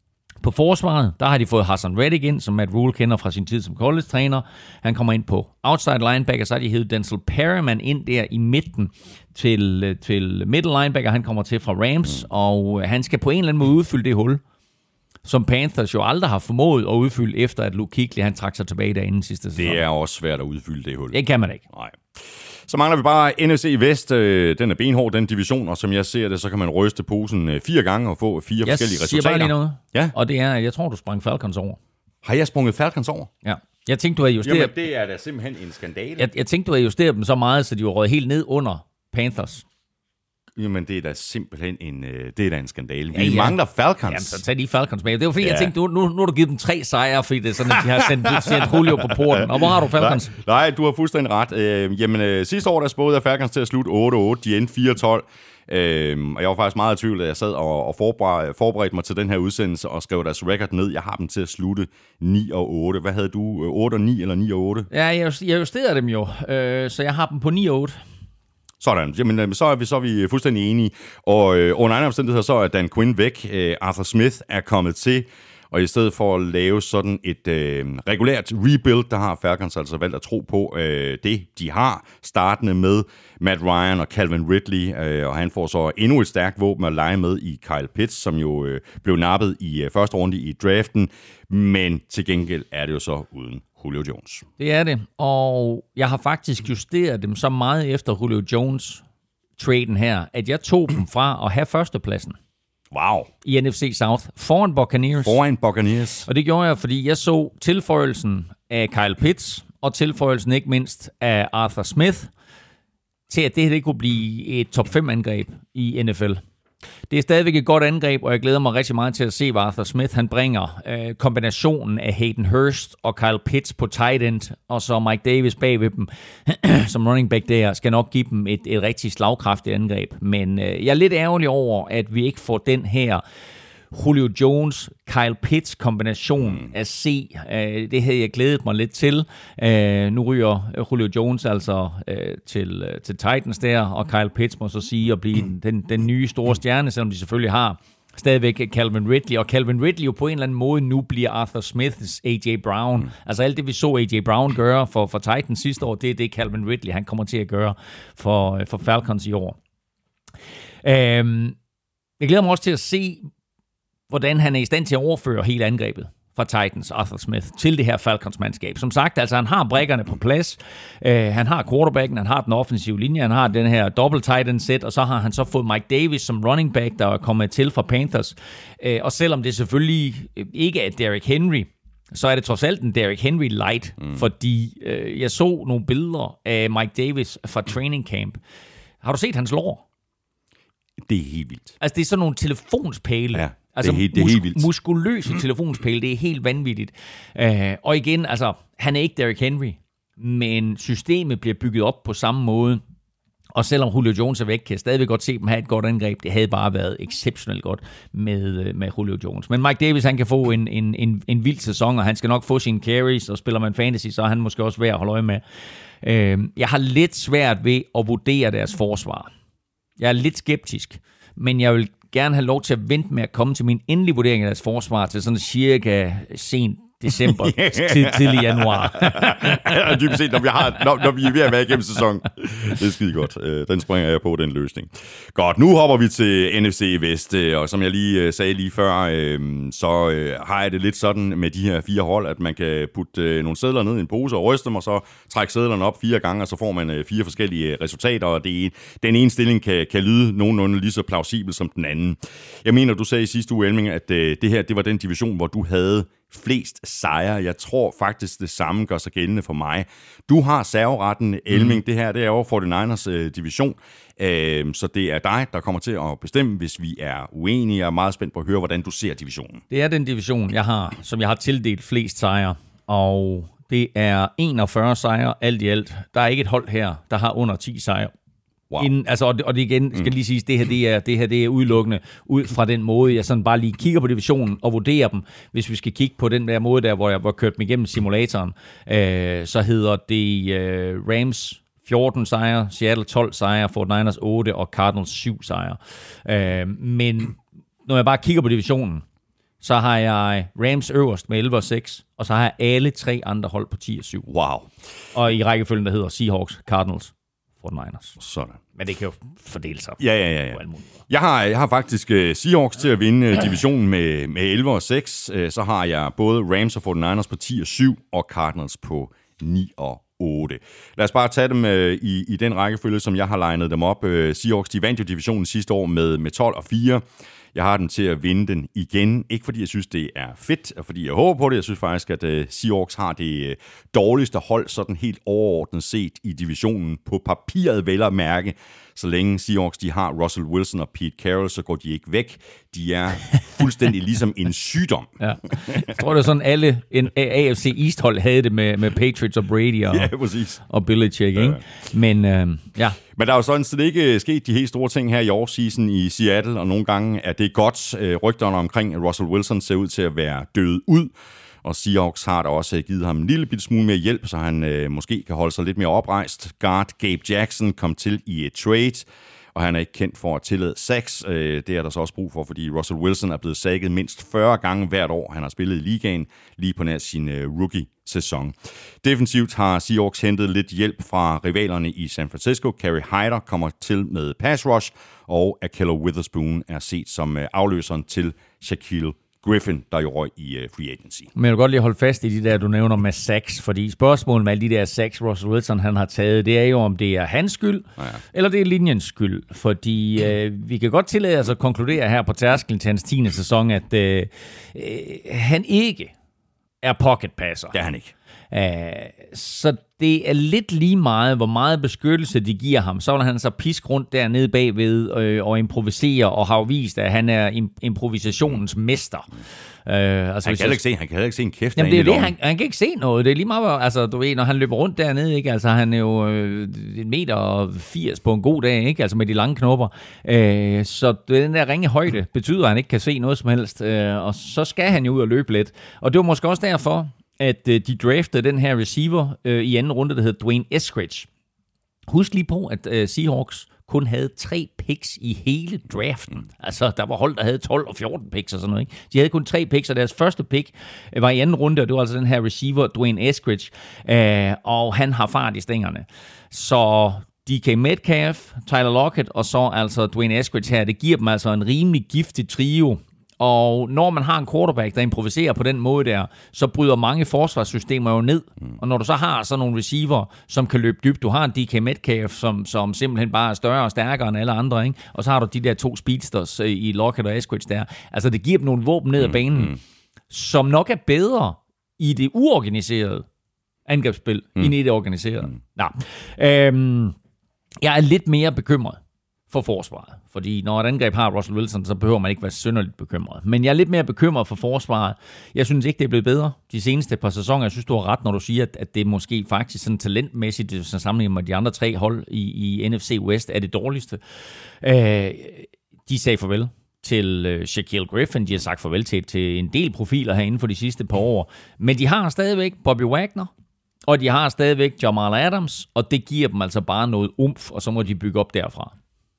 På forsvaret, der har de fået Hassan Reddick ind, som Matt Rule kender fra sin tid som college-træner. Han kommer ind på outside linebacker, så har de hævet Denzel Perryman ind der i midten til, til middle linebacker. Han kommer til fra Rams, og han skal på en eller anden måde udfylde det hul, som Panthers jo aldrig har formået at udfylde, efter at Luke Kuechly, han trak sig tilbage derinde sidste sæson. Det er også svært at udfylde det hul. Det kan man ikke. Nej. Så mangler vi bare N F C Vest. Den er benhård, den division, og som jeg ser det, så kan man ryste posen fire gange og få fire jeg forskellige resultater. Jeg siger bare lige noget, ja. Og det er, jeg tror, du sprang Falcons over. Har jeg sprunget Falcons over? Ja. Jeg tænkte, du havde justeret... Jamen, det er da simpelthen en skandale. Jeg, jeg tænkte, du havde justeret dem så meget, så de var røget helt ned under Panthers. Jamen, det er da simpelthen en, det er da en skandale. Vi ja, ja. mangler Falcons. Jamen, så tag de Falcons med. Det var fordi, ja. Jeg tænkte, nu, nu, nu har du givet dem tre sejre, fordi det er sådan, at de har sendt, sendt Julio på porten. Og hvor har du Falcons? Nej, nej du har fuldstændig ret. Øh, jamen, øh, sidste år, der spåede jeg Falcons til at slutte otte otte. De endte fire tolv. Øh, og jeg var faktisk meget i tvivl, at jeg sad og, og forberedte, forberedte mig til den her udsendelse og skrev deres record ned. Jeg har dem til at slutte ni og otte. Hvad havde du? otte og ni eller ni og otte? Ja, jeg, jeg justerede dem jo. Øh, så jeg har dem på ni og otte. Sådan, jamen så er vi, så er vi fuldstændig enige. Og øh, under andre omstændigheder, så er Dan Quinn væk. Øh, Arthur Smith er kommet til, og i stedet for at lave sådan et øh, regulært rebuild, der har Falcons altså valgt at tro på øh, det, de har, startende med Matt Ryan og Calvin Ridley, øh, og han får så endnu et stærkt våben at lege med i Kyle Pitts, som jo øh, blev nappet i øh, første runde i draften, men til gengæld er det jo så uden Julio Jones. Det er det, og jeg har faktisk justeret dem så meget efter Julio Jones-traden her, at jeg tog dem fra at have førstepladsen. Wow. I N F C South, foran Buccaneers. Foran Buccaneers. Og det gjorde jeg, fordi jeg så tilføjelsen af Kyle Pitts, og tilføjelsen ikke mindst af Arthur Smith, til at det her kunne blive et top fem angreb i N F L. Det er stadigvæk et godt angreb, og jeg glæder mig rigtig meget til at se, hvad Arthur Smith han bringer. Øh, kombinationen af Hayden Hurst og Kyle Pitts på tight end, og så Mike Davis bagved dem, som running back der, skal nok give dem et, et rigtig slagkraftigt angreb. Men øh, jeg er lidt ærgerlig over, at vi ikke får den her Julio Jones, Kyle Pitts kombination mm. at se. Øh, det havde jeg glædet mig lidt til. Øh, nu ryger Julio Jones altså øh, til, øh, til Titans der, og Kyle Pitts må så sige at blive mm. den, den nye store stjerne, selvom de selvfølgelig har stadigvæk Calvin Ridley, og Calvin Ridley jo på en eller anden måde nu bliver Arthur Smiths A J Brown. Mm. Altså alt det, vi så A J Brown gøre for, for Titans sidste år, det er det Calvin Ridley, han kommer til at gøre for, for Falcons i år. Øhm, jeg glæder mig også til at se, hvordan han er i stand til at overføre hele angrebet fra Titans, Arthur Smith, til det her Falcons-mandskab. Som sagt, altså han har brækkerne på plads, uh, han har quarterbacken, han har den offensive linje, han har den her double tight end set, og så har han så fået Mike Davis som running back, der er kommet til fra Panthers. Uh, og selvom det selvfølgelig ikke er Derrick Henry, så er det trods alt en Derrick Henry light, mm. fordi uh, jeg så nogle billeder af Mike Davis fra training camp. Har du set hans lår? Det er helt vildt. Altså det er sådan nogle telefonspæle. Ja. Altså det er helt, det er helt vildt. Muskuløse telefonspil, det er helt vanvittigt. Uh, og igen, altså, han er ikke Derrick Henry, men systemet bliver bygget op på samme måde. Og selvom Julio Jones er væk, kan jeg stadigvæk godt se dem have et godt angreb. Det havde bare været exceptionelt godt med, med Julio Jones. Men Mike Davis, han kan få en, en, en, en vild sæson, og han skal nok få sine carries, og spiller man fantasy, så er han måske også værd at holde øje med. Uh, jeg har lidt svært ved at vurdere deres forsvar. Jeg er lidt skeptisk, men jeg vil gerne have lov til at vente med at komme til min endelige vurdering af deres forsvar til sådan cirka sent december til tidlig januar. Ja, dybest set, når vi, har, når, når vi er ved at være igennem sæsonen. Det er skide godt. Den springer jeg på, den løsning. Godt, nu hopper vi til N F C Vest, og som jeg lige sagde lige før, så har jeg det lidt sådan med de her fire hold, at man kan putte nogle sedler ned i en pose og ryste dem, og så trække sedlerne op fire gange, og så får man fire forskellige resultater, og det, den ene stilling kan, kan lyde nogenlunde lige så plausibel som den anden. Jeg mener, du sagde i sidste uge, Elming, at det her det var den division, hvor du havde flest sejre. Jeg tror faktisk, det samme gør sig gældende for mig. Du har serveretten, Elming. Mm. Det her det er over forty-niners øh, division. Øh, så det er dig, der kommer til at bestemme, hvis vi er uenige. Jeg er meget spændt på at høre, hvordan du ser divisionen. Det er den division, jeg har, som jeg har tildelt flest sejre. Og det er enogfyrre sejre alt i alt. Der er ikke et hold her, der har under ti sejre. Wow. Inden, altså, og, det, og det igen skal lige siges, det her, det er, det her det er udelukkende ud fra den måde, jeg sådan bare lige kigger på divisionen og vurderer dem. Hvis vi skal kigge på den der måde der, hvor jeg var kørt mig igennem simulatoren, øh, så hedder det øh, Rams fjorten sejre, Seattle tolv sejre, forty-niners otte og Cardinals syv sejre. Øh, men når jeg bare kigger på divisionen, så har jeg Rams øverst med elleve og seks, og så har jeg alle tre andre hold på ti og syv. Wow. Og i rækkefølgen, der hedder Seahawks, Cardinals, forty-niners. Sådan. Men det kan jo fordele sig. Ja, ja, ja. ja. Jeg har, jeg har faktisk uh, Seahawks til at vinde uh, divisionen med, med elleve og seks. Uh, så har jeg både Rams og forty-niners på ti og syv, og Cardinals på ni og otte. Lad os bare tage dem uh, i, i den rækkefølge, som jeg har legnet dem op. Uh, Seahawks, de vandt jo divisionen sidste år med, med tolv og fire. Jeg har den til at vinde den igen. Ikke fordi jeg synes, det er fedt, og fordi jeg håber på det. Jeg synes faktisk, at uh, Seahawks har det uh, dårligste hold, sådan helt overordnet set i divisionen. På papiret vel at mærke. Så længe Seahawks de har Russell Wilson og Pete Carroll, så går de ikke væk. De er fuldstændig ligesom en sygdom. Ja. Jeg tror, det er sådan, alle en A F C East-hold havde det med, med Patriots og Brady og, ja, og Belichick. Ikke? Ja. Men øh, ja. Men der er jo sådan set ikke sket de helt store ting her i offseason i Seattle, og nogle gange er det godt. Rygterne omkring Russell Wilson ser ud til at være død ud. Og Seahawks har da også givet ham en lille bitte smule mere hjælp, så han øh, måske kan holde sig lidt mere oprejst. Guard Gabe Jackson kom til i et trade, og han er ikke kendt for at tillade sacks. Øh, det er der så også brug for, fordi Russell Wilson er blevet sacket mindst fyrre gange hvert år, han har spillet i ligaen, lige på nær sin øh, rookie-sæson. Defensivt har Seahawks hentet lidt hjælp fra rivalerne i San Francisco. Kerry Hyder kommer til med pass rush, og Ahkello Witherspoon er set som øh, afløseren til Shaquille Griffin, der jo røg i uh, free agency. Men jeg vil godt lige holde fast i de der, du nævner med sacks, fordi spørgsmålet med alle de der sacks, Russell Wilson han har taget, det er jo, om det er hans skyld, ja. eller det er linjens skyld. Fordi øh, vi kan godt tillade os at konkludere her på tærsklen til hans tiende sæson, at øh, øh, han ikke er pocket passer. Det er han ikke. Uh, så det er lidt lige meget, hvor meget beskyttelse de giver ham. Så vil han så pisk rundt dernede bagved øh, og improvisere, og har jo vist, at han er im- improvisationens mester. Uh, altså, han, kan jeg... ikke se, han kan heller ikke se en kæft. Jamen det er det, han, han kan ikke se noget. Det er lige meget, altså du ved, når han løber rundt dernede, ikke? Altså han er jo øh, en meter og firs på en god dag, ikke? Altså med de lange knopper. Uh, så den der ringe højde betyder, at han ikke kan se noget som helst. Uh, og så skal han jo ud og løbe lidt. Og det var måske også derfor, at øh, de draftede den her receiver øh, i anden runde, der hedder Dwayne Eskridge. Husk lige på, at øh, Seahawks kun havde tre picks i hele draften. Altså, der var hold, der havde tolv og fjorten picks og sådan noget, ikke? De havde kun tre picks, og deres første pick øh, var i anden runde, og det var altså den her receiver, Dwayne Eskridge. Øh, og han har fart i stængerne. Så D K Metcalf, Tyler Lockett, og så altså Dwayne Eskridge her, det giver dem altså en rimelig giftig trio. Og når man har en quarterback, der improviserer på den måde der, så bryder mange forsvarssystemer jo ned. Mm. Og når du så har sådan nogle receiver, som kan løbe dybt, du har en D K Metcalf, som, som simpelthen bare er større og stærkere end alle andre, ikke? Og så har du de der to speedsters i Lockett og Eskridge der. Altså det giver dem nogle våben ned ad banen, mm. som nok er bedre i det uorganiserede angrebsspil, mm. end i det organiserede. Mm. Nå. Øhm, jeg er lidt mere bekymret for forsvaret. Fordi når et angreb har Russell Wilson, så behøver man ikke være synderligt bekymret. Men jeg er lidt mere bekymret for forsvaret. Jeg synes ikke, det er blevet bedre de seneste par sæsoner. Jeg synes, du har ret, når du siger, at det måske faktisk sådan talentmæssigt, så sammenlignet med de andre tre hold i, i N F C West, er det dårligste. Øh, de sagde farvel til øh, Shaquille Griffin. De har sagt farvel til, til en del profiler herinde for de sidste par år. Men de har stadigvæk Bobby Wagner, og de har stadigvæk Jamal Adams, og det giver dem altså bare noget umf, og så må de bygge op derfra.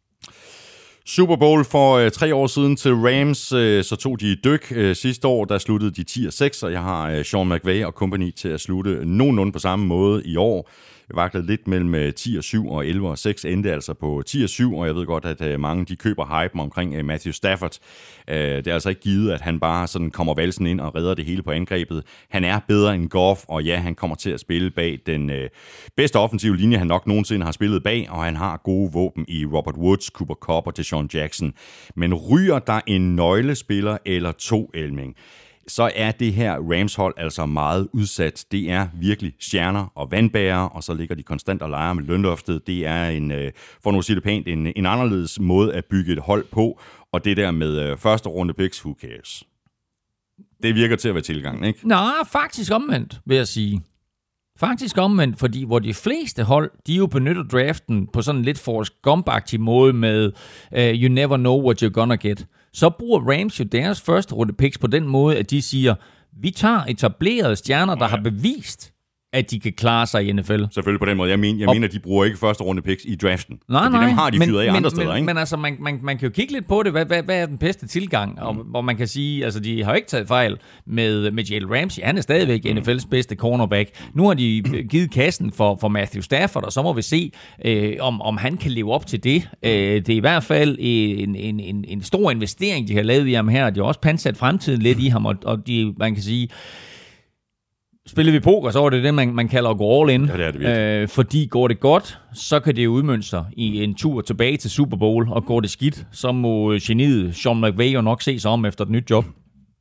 Super Bowl for øh, tre år siden til Rams, øh, så tog de et dyk. Øh, sidste år, der sluttede de ti og seks, og jeg har øh, Sean McVay og company til at slutte nogenlunde på samme måde i år. Jeg vaklede lidt mellem ti og syv og elleve og seks, endte altså på ti og syv, og jeg ved godt, at mange de køber hype omkring Matthew Stafford. Det er altså ikke givet, at han bare sådan kommer valsen ind og redder det hele på angrebet. Han er bedre end Goff, og ja, han kommer til at spille bag den bedste offensive linje, han nok nogensinde har spillet bag, og han har gode våben i Robert Woods, Cooper Kupp og Deshaun Jackson. Men ryger der en nøglespiller eller to, Elming, så er det her Rams-hold altså meget udsat. Det er virkelig stjerner og vandbærere, og så ligger de konstant og leger med lønloftet. Det er, en, for nu at sige det pænt, en, en anderledes måde at bygge et hold på, og det der med første runde picks, who cares? Det virker til at være tilgangen, ikke? Nej, faktisk omvendt, vil jeg sige. Faktisk omvendt, fordi hvor de fleste hold, de jo benytter draften på sådan en lidt Forrest Gump-agtig måde med uh, you never know what you're gonna get. Så bruger Rams jo deres første runde picks på den måde, at de siger, vi tager etablerede stjerner, der har bevist, at de kan klare sig i N F L. Selvfølgelig på den måde. Jeg mener, jeg mener de bruger ikke første runde picks i draften. Nej, fordi nej. Dem har de fyret af men, andre steder, men, ikke? Men altså, man, man, man kan jo kigge lidt på det. Hvad, hvad, hvad er den bedste tilgang? Mm. Og, hvor man kan sige, altså de har jo ikke taget fejl med, med Jalen Ramsey. Han er stadigvæk mm. N F L's bedste cornerback. Nu har de givet kassen for, for Matthew Stafford, og så må vi se, øh, om, om han kan leve op til det. Øh, det er i hvert fald en, en, en, en stor investering, de har lavet i ham her. De har også pansat fremtiden lidt i ham, og, og de, man kan sige, spiller vi poker, så er det det, man, man kalder at gå all in. Ja, det er det virkelig. Øh, fordi går det godt, så kan det udmønte sig i en tur tilbage til Super Bowl, og går det skidt, så må geniet Sean McVay jo nok se sig om efter et nyt job.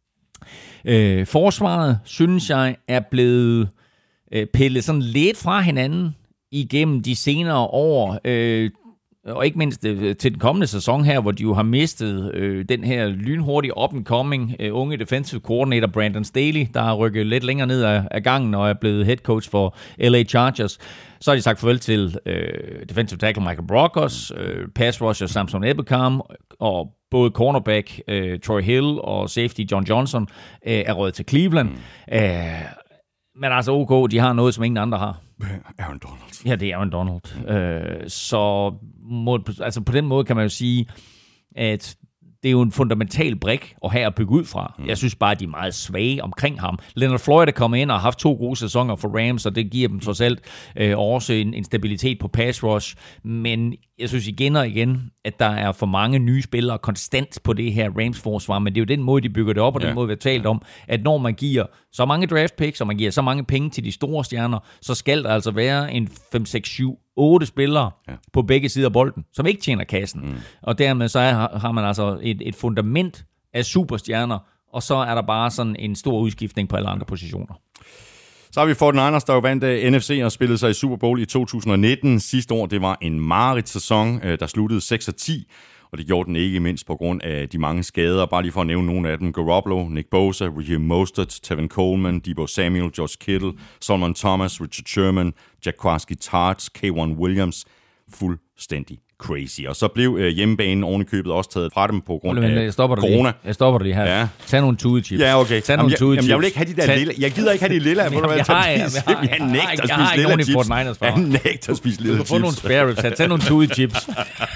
Øh, forsvaret, synes jeg, er blevet øh, pillet sådan lidt fra hinanden igennem de senere år, øh, og ikke mindst øh, til den kommende sæson her, hvor de jo har mistet øh, den her lynhurtige up-and-coming øh, unge defensive coordinator Brandon Staley, der har rykket lidt længere ned af, af gangen og er blevet head coach for L A Chargers. Så har de sagt farvel til øh, defensive tackle Michael Brockers, øh, pass rusher Samson Ebukam, og både cornerback øh, Troy Hill og safety John Johnson øh, er røget til Cleveland. Mm. Øh, men altså OK, de har noget, som ingen andre har. Aaron Donald. Ja, det er Aaron Donald. Mm. Øh, så må, altså på den måde kan man jo sige, at det er jo en fundamental brik at have at bygge ud fra. Mm. Jeg synes bare, at de er meget svage omkring ham. Leonard Floyd er kommet ind og har haft to gode sæsoner for Rams, og det giver dem trods alt øh, også en, en stabilitet på pass rush. Men jeg synes igen og igen, at der er for mange nye spillere konstant på det her Rams-forsvar, men det er jo den måde, de bygger det op, og ja. den måde, vi har talt om, at når man giver så mange draft picks, og man giver så mange penge til de store stjerner, så skal der altså være en fem, seks, syv, otte spillere ja. på begge sider af bolden, som ikke tjener kassen. Mm. Og dermed så er, har man altså et, et fundament af superstjerner, og så er der bare sådan en stor udskiftning på alle andre positioner. Så har vi forty-niners, der jo vandt N F C og spillede sig i Super Bowl i to tusind nitten. Sidste år, det var en mareridts-sæson, der sluttede seks og ti. Og det gjorde den ikke mindst på grund af de mange skader. Bare lige for at nævne nogle af dem. Garoppolo, Nick Bosa, Raheem Mostert, Tevin Coleman, Deebo Samuel, George Kittle, Solomon Thomas, Richard Sherman, Jaquiski Tartt, K'Waun Williams. Fuldstændig crazy. Og så blev øh, hjemmebanen ovenikøbet også taget fra dem på grund af jeg stopper corona. Lige. Jeg stopper dig lige her. Ja. Tag nogle tudechips. Ja, okay. Tag nogle jamen, jeg, jeg vil ikke have de der Tag... lille. Jeg gider ikke have de lille. Jeg, jeg, jeg, jeg, jeg nægter at spise lille chips. Jeg nægter at spise lille chips. Du kan få nogle spare ribs. Tag nogle tudechips.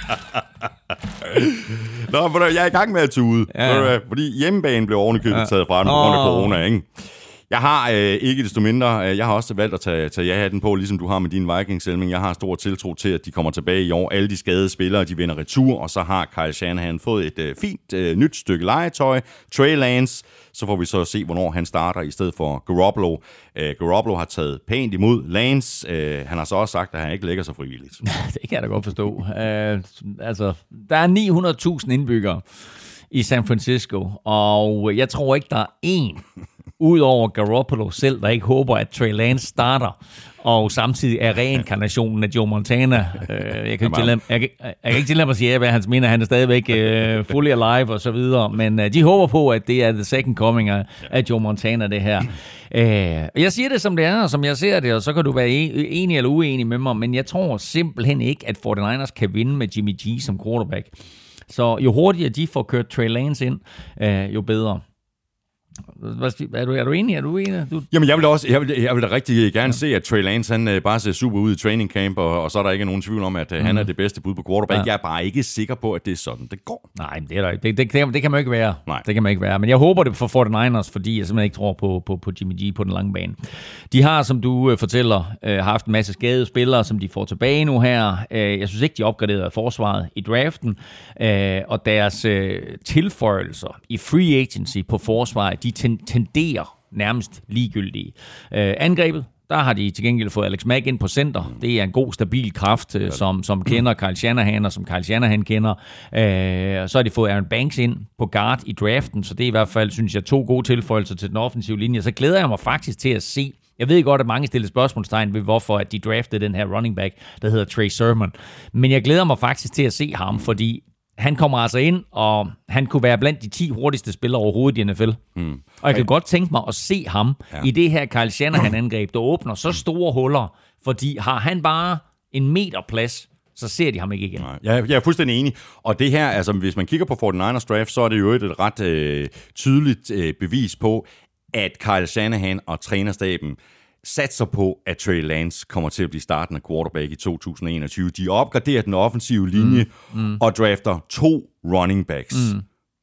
Nå, jeg er i gang med at tude. Ja. Fordi hjemmebanen blev ovenikøbet ja. taget fra dem på grund af corona, ikke? Jeg har øh, ikke desto mindre, jeg har også valgt at tage, tage ja-hatten på, ligesom du har med din Vikings-selming. Jeg har stor tiltro til, at de kommer tilbage i år. Alle de skadede spillere, de vender retur, og så har Kyle Shanahan fået et øh, fint øh, nyt stykke legetøj. Trey Lance, så får vi så se, hvornår han starter i stedet for Garoppolo. Øh, Garoppolo har taget pænt imod Lance. Øh, han har så også sagt, at han ikke lægger sig frivilligt. Det kan jeg da godt forstå. Uh, altså, der er ni hundrede tusind indbyggere i San Francisco, og jeg tror ikke, der er én udover Garoppolo selv, der ikke håber, at Trey Lance starter, og samtidig er reinkarnationen af Joe Montana. Jeg kan ikke tillade, jeg kan, jeg kan ikke tillade mig at sige, hvad hans mener. Han er stadigvæk uh, fully alive og så videre, men uh, de håber på, at det er the second coming af, af Joe Montana, det her. Uh, jeg siger det, som det er, og som jeg ser det, og så kan du være enig eller uenig med mig, men jeg tror simpelthen ikke, at forty-niners kan vinde med Jimmy G som quarterback. Så jo hurtigere de får kørt Trey Lance ind, uh, jo bedre. Er du, er du enig? Er du enig? Du... Jamen, jeg vil da også, jeg vil, jeg vil da rigtig gerne ja. se, at Trey Lance, han bare ser super ud i training camp, og, og så er der ikke nogen tvivl om, at mm. han er det bedste bud på quarterback. Ja. Jeg er bare ikke sikker på, at det er sådan, det går. Nej, det er der ikke. Det, det, det, det kan man ikke være. Nej. Det kan man ikke være. Men jeg håber det for forty-niners, fordi jeg simpelthen ikke tror på, på, på Jimmy G på den lange bane. De har, som du uh, fortæller, uh, haft en masse skadede spillere, som de får tilbage nu her. Uh, jeg synes ikke, de opgraderede forsvaret i draften, uh, og deres uh, tilføjelser i free agency på forsvaret, de ten- tenderer nærmest ligegyldige. Øh, angrebet, der har de til gengæld fået Alex Mack ind på center. Det er en god, stabil kraft, øh, som, som kender Kyle Shanahan, og som Kyle Shanahan kender. Øh, så har de fået Aaron Banks ind på guard i draften, så det er i hvert fald, synes jeg, to gode tilføjelser til den offensive linje. Så glæder jeg mig faktisk til at se. Jeg ved godt, at mange stiller spørgsmålstegn ved, hvorfor at de draftede den her running back, der hedder Trey Sermon. Men jeg glæder mig faktisk til at se ham, fordi han kommer altså ind, og han kunne være blandt de ti hurtigste spillere overhovedet i N F L. Mm. Og jeg kan godt tænke mig at se ham ja. i det her Kyle Shanahan-angreb, der åbner så store huller, fordi har han bare en meter plads, så ser de ham ikke igen. Nej, jeg, jeg er fuldstændig enig. Og det her, altså hvis man kigger på forty-niners draft, så er det jo et ret øh, tydeligt øh, bevis på, at Kyle Shanahan og trænerstaben satser på, at Trey Lance kommer til at blive startende quarterback i to tusind enogtyve. De opgraderer den offensive linje mm. Mm. og drafter to running backs. Mm.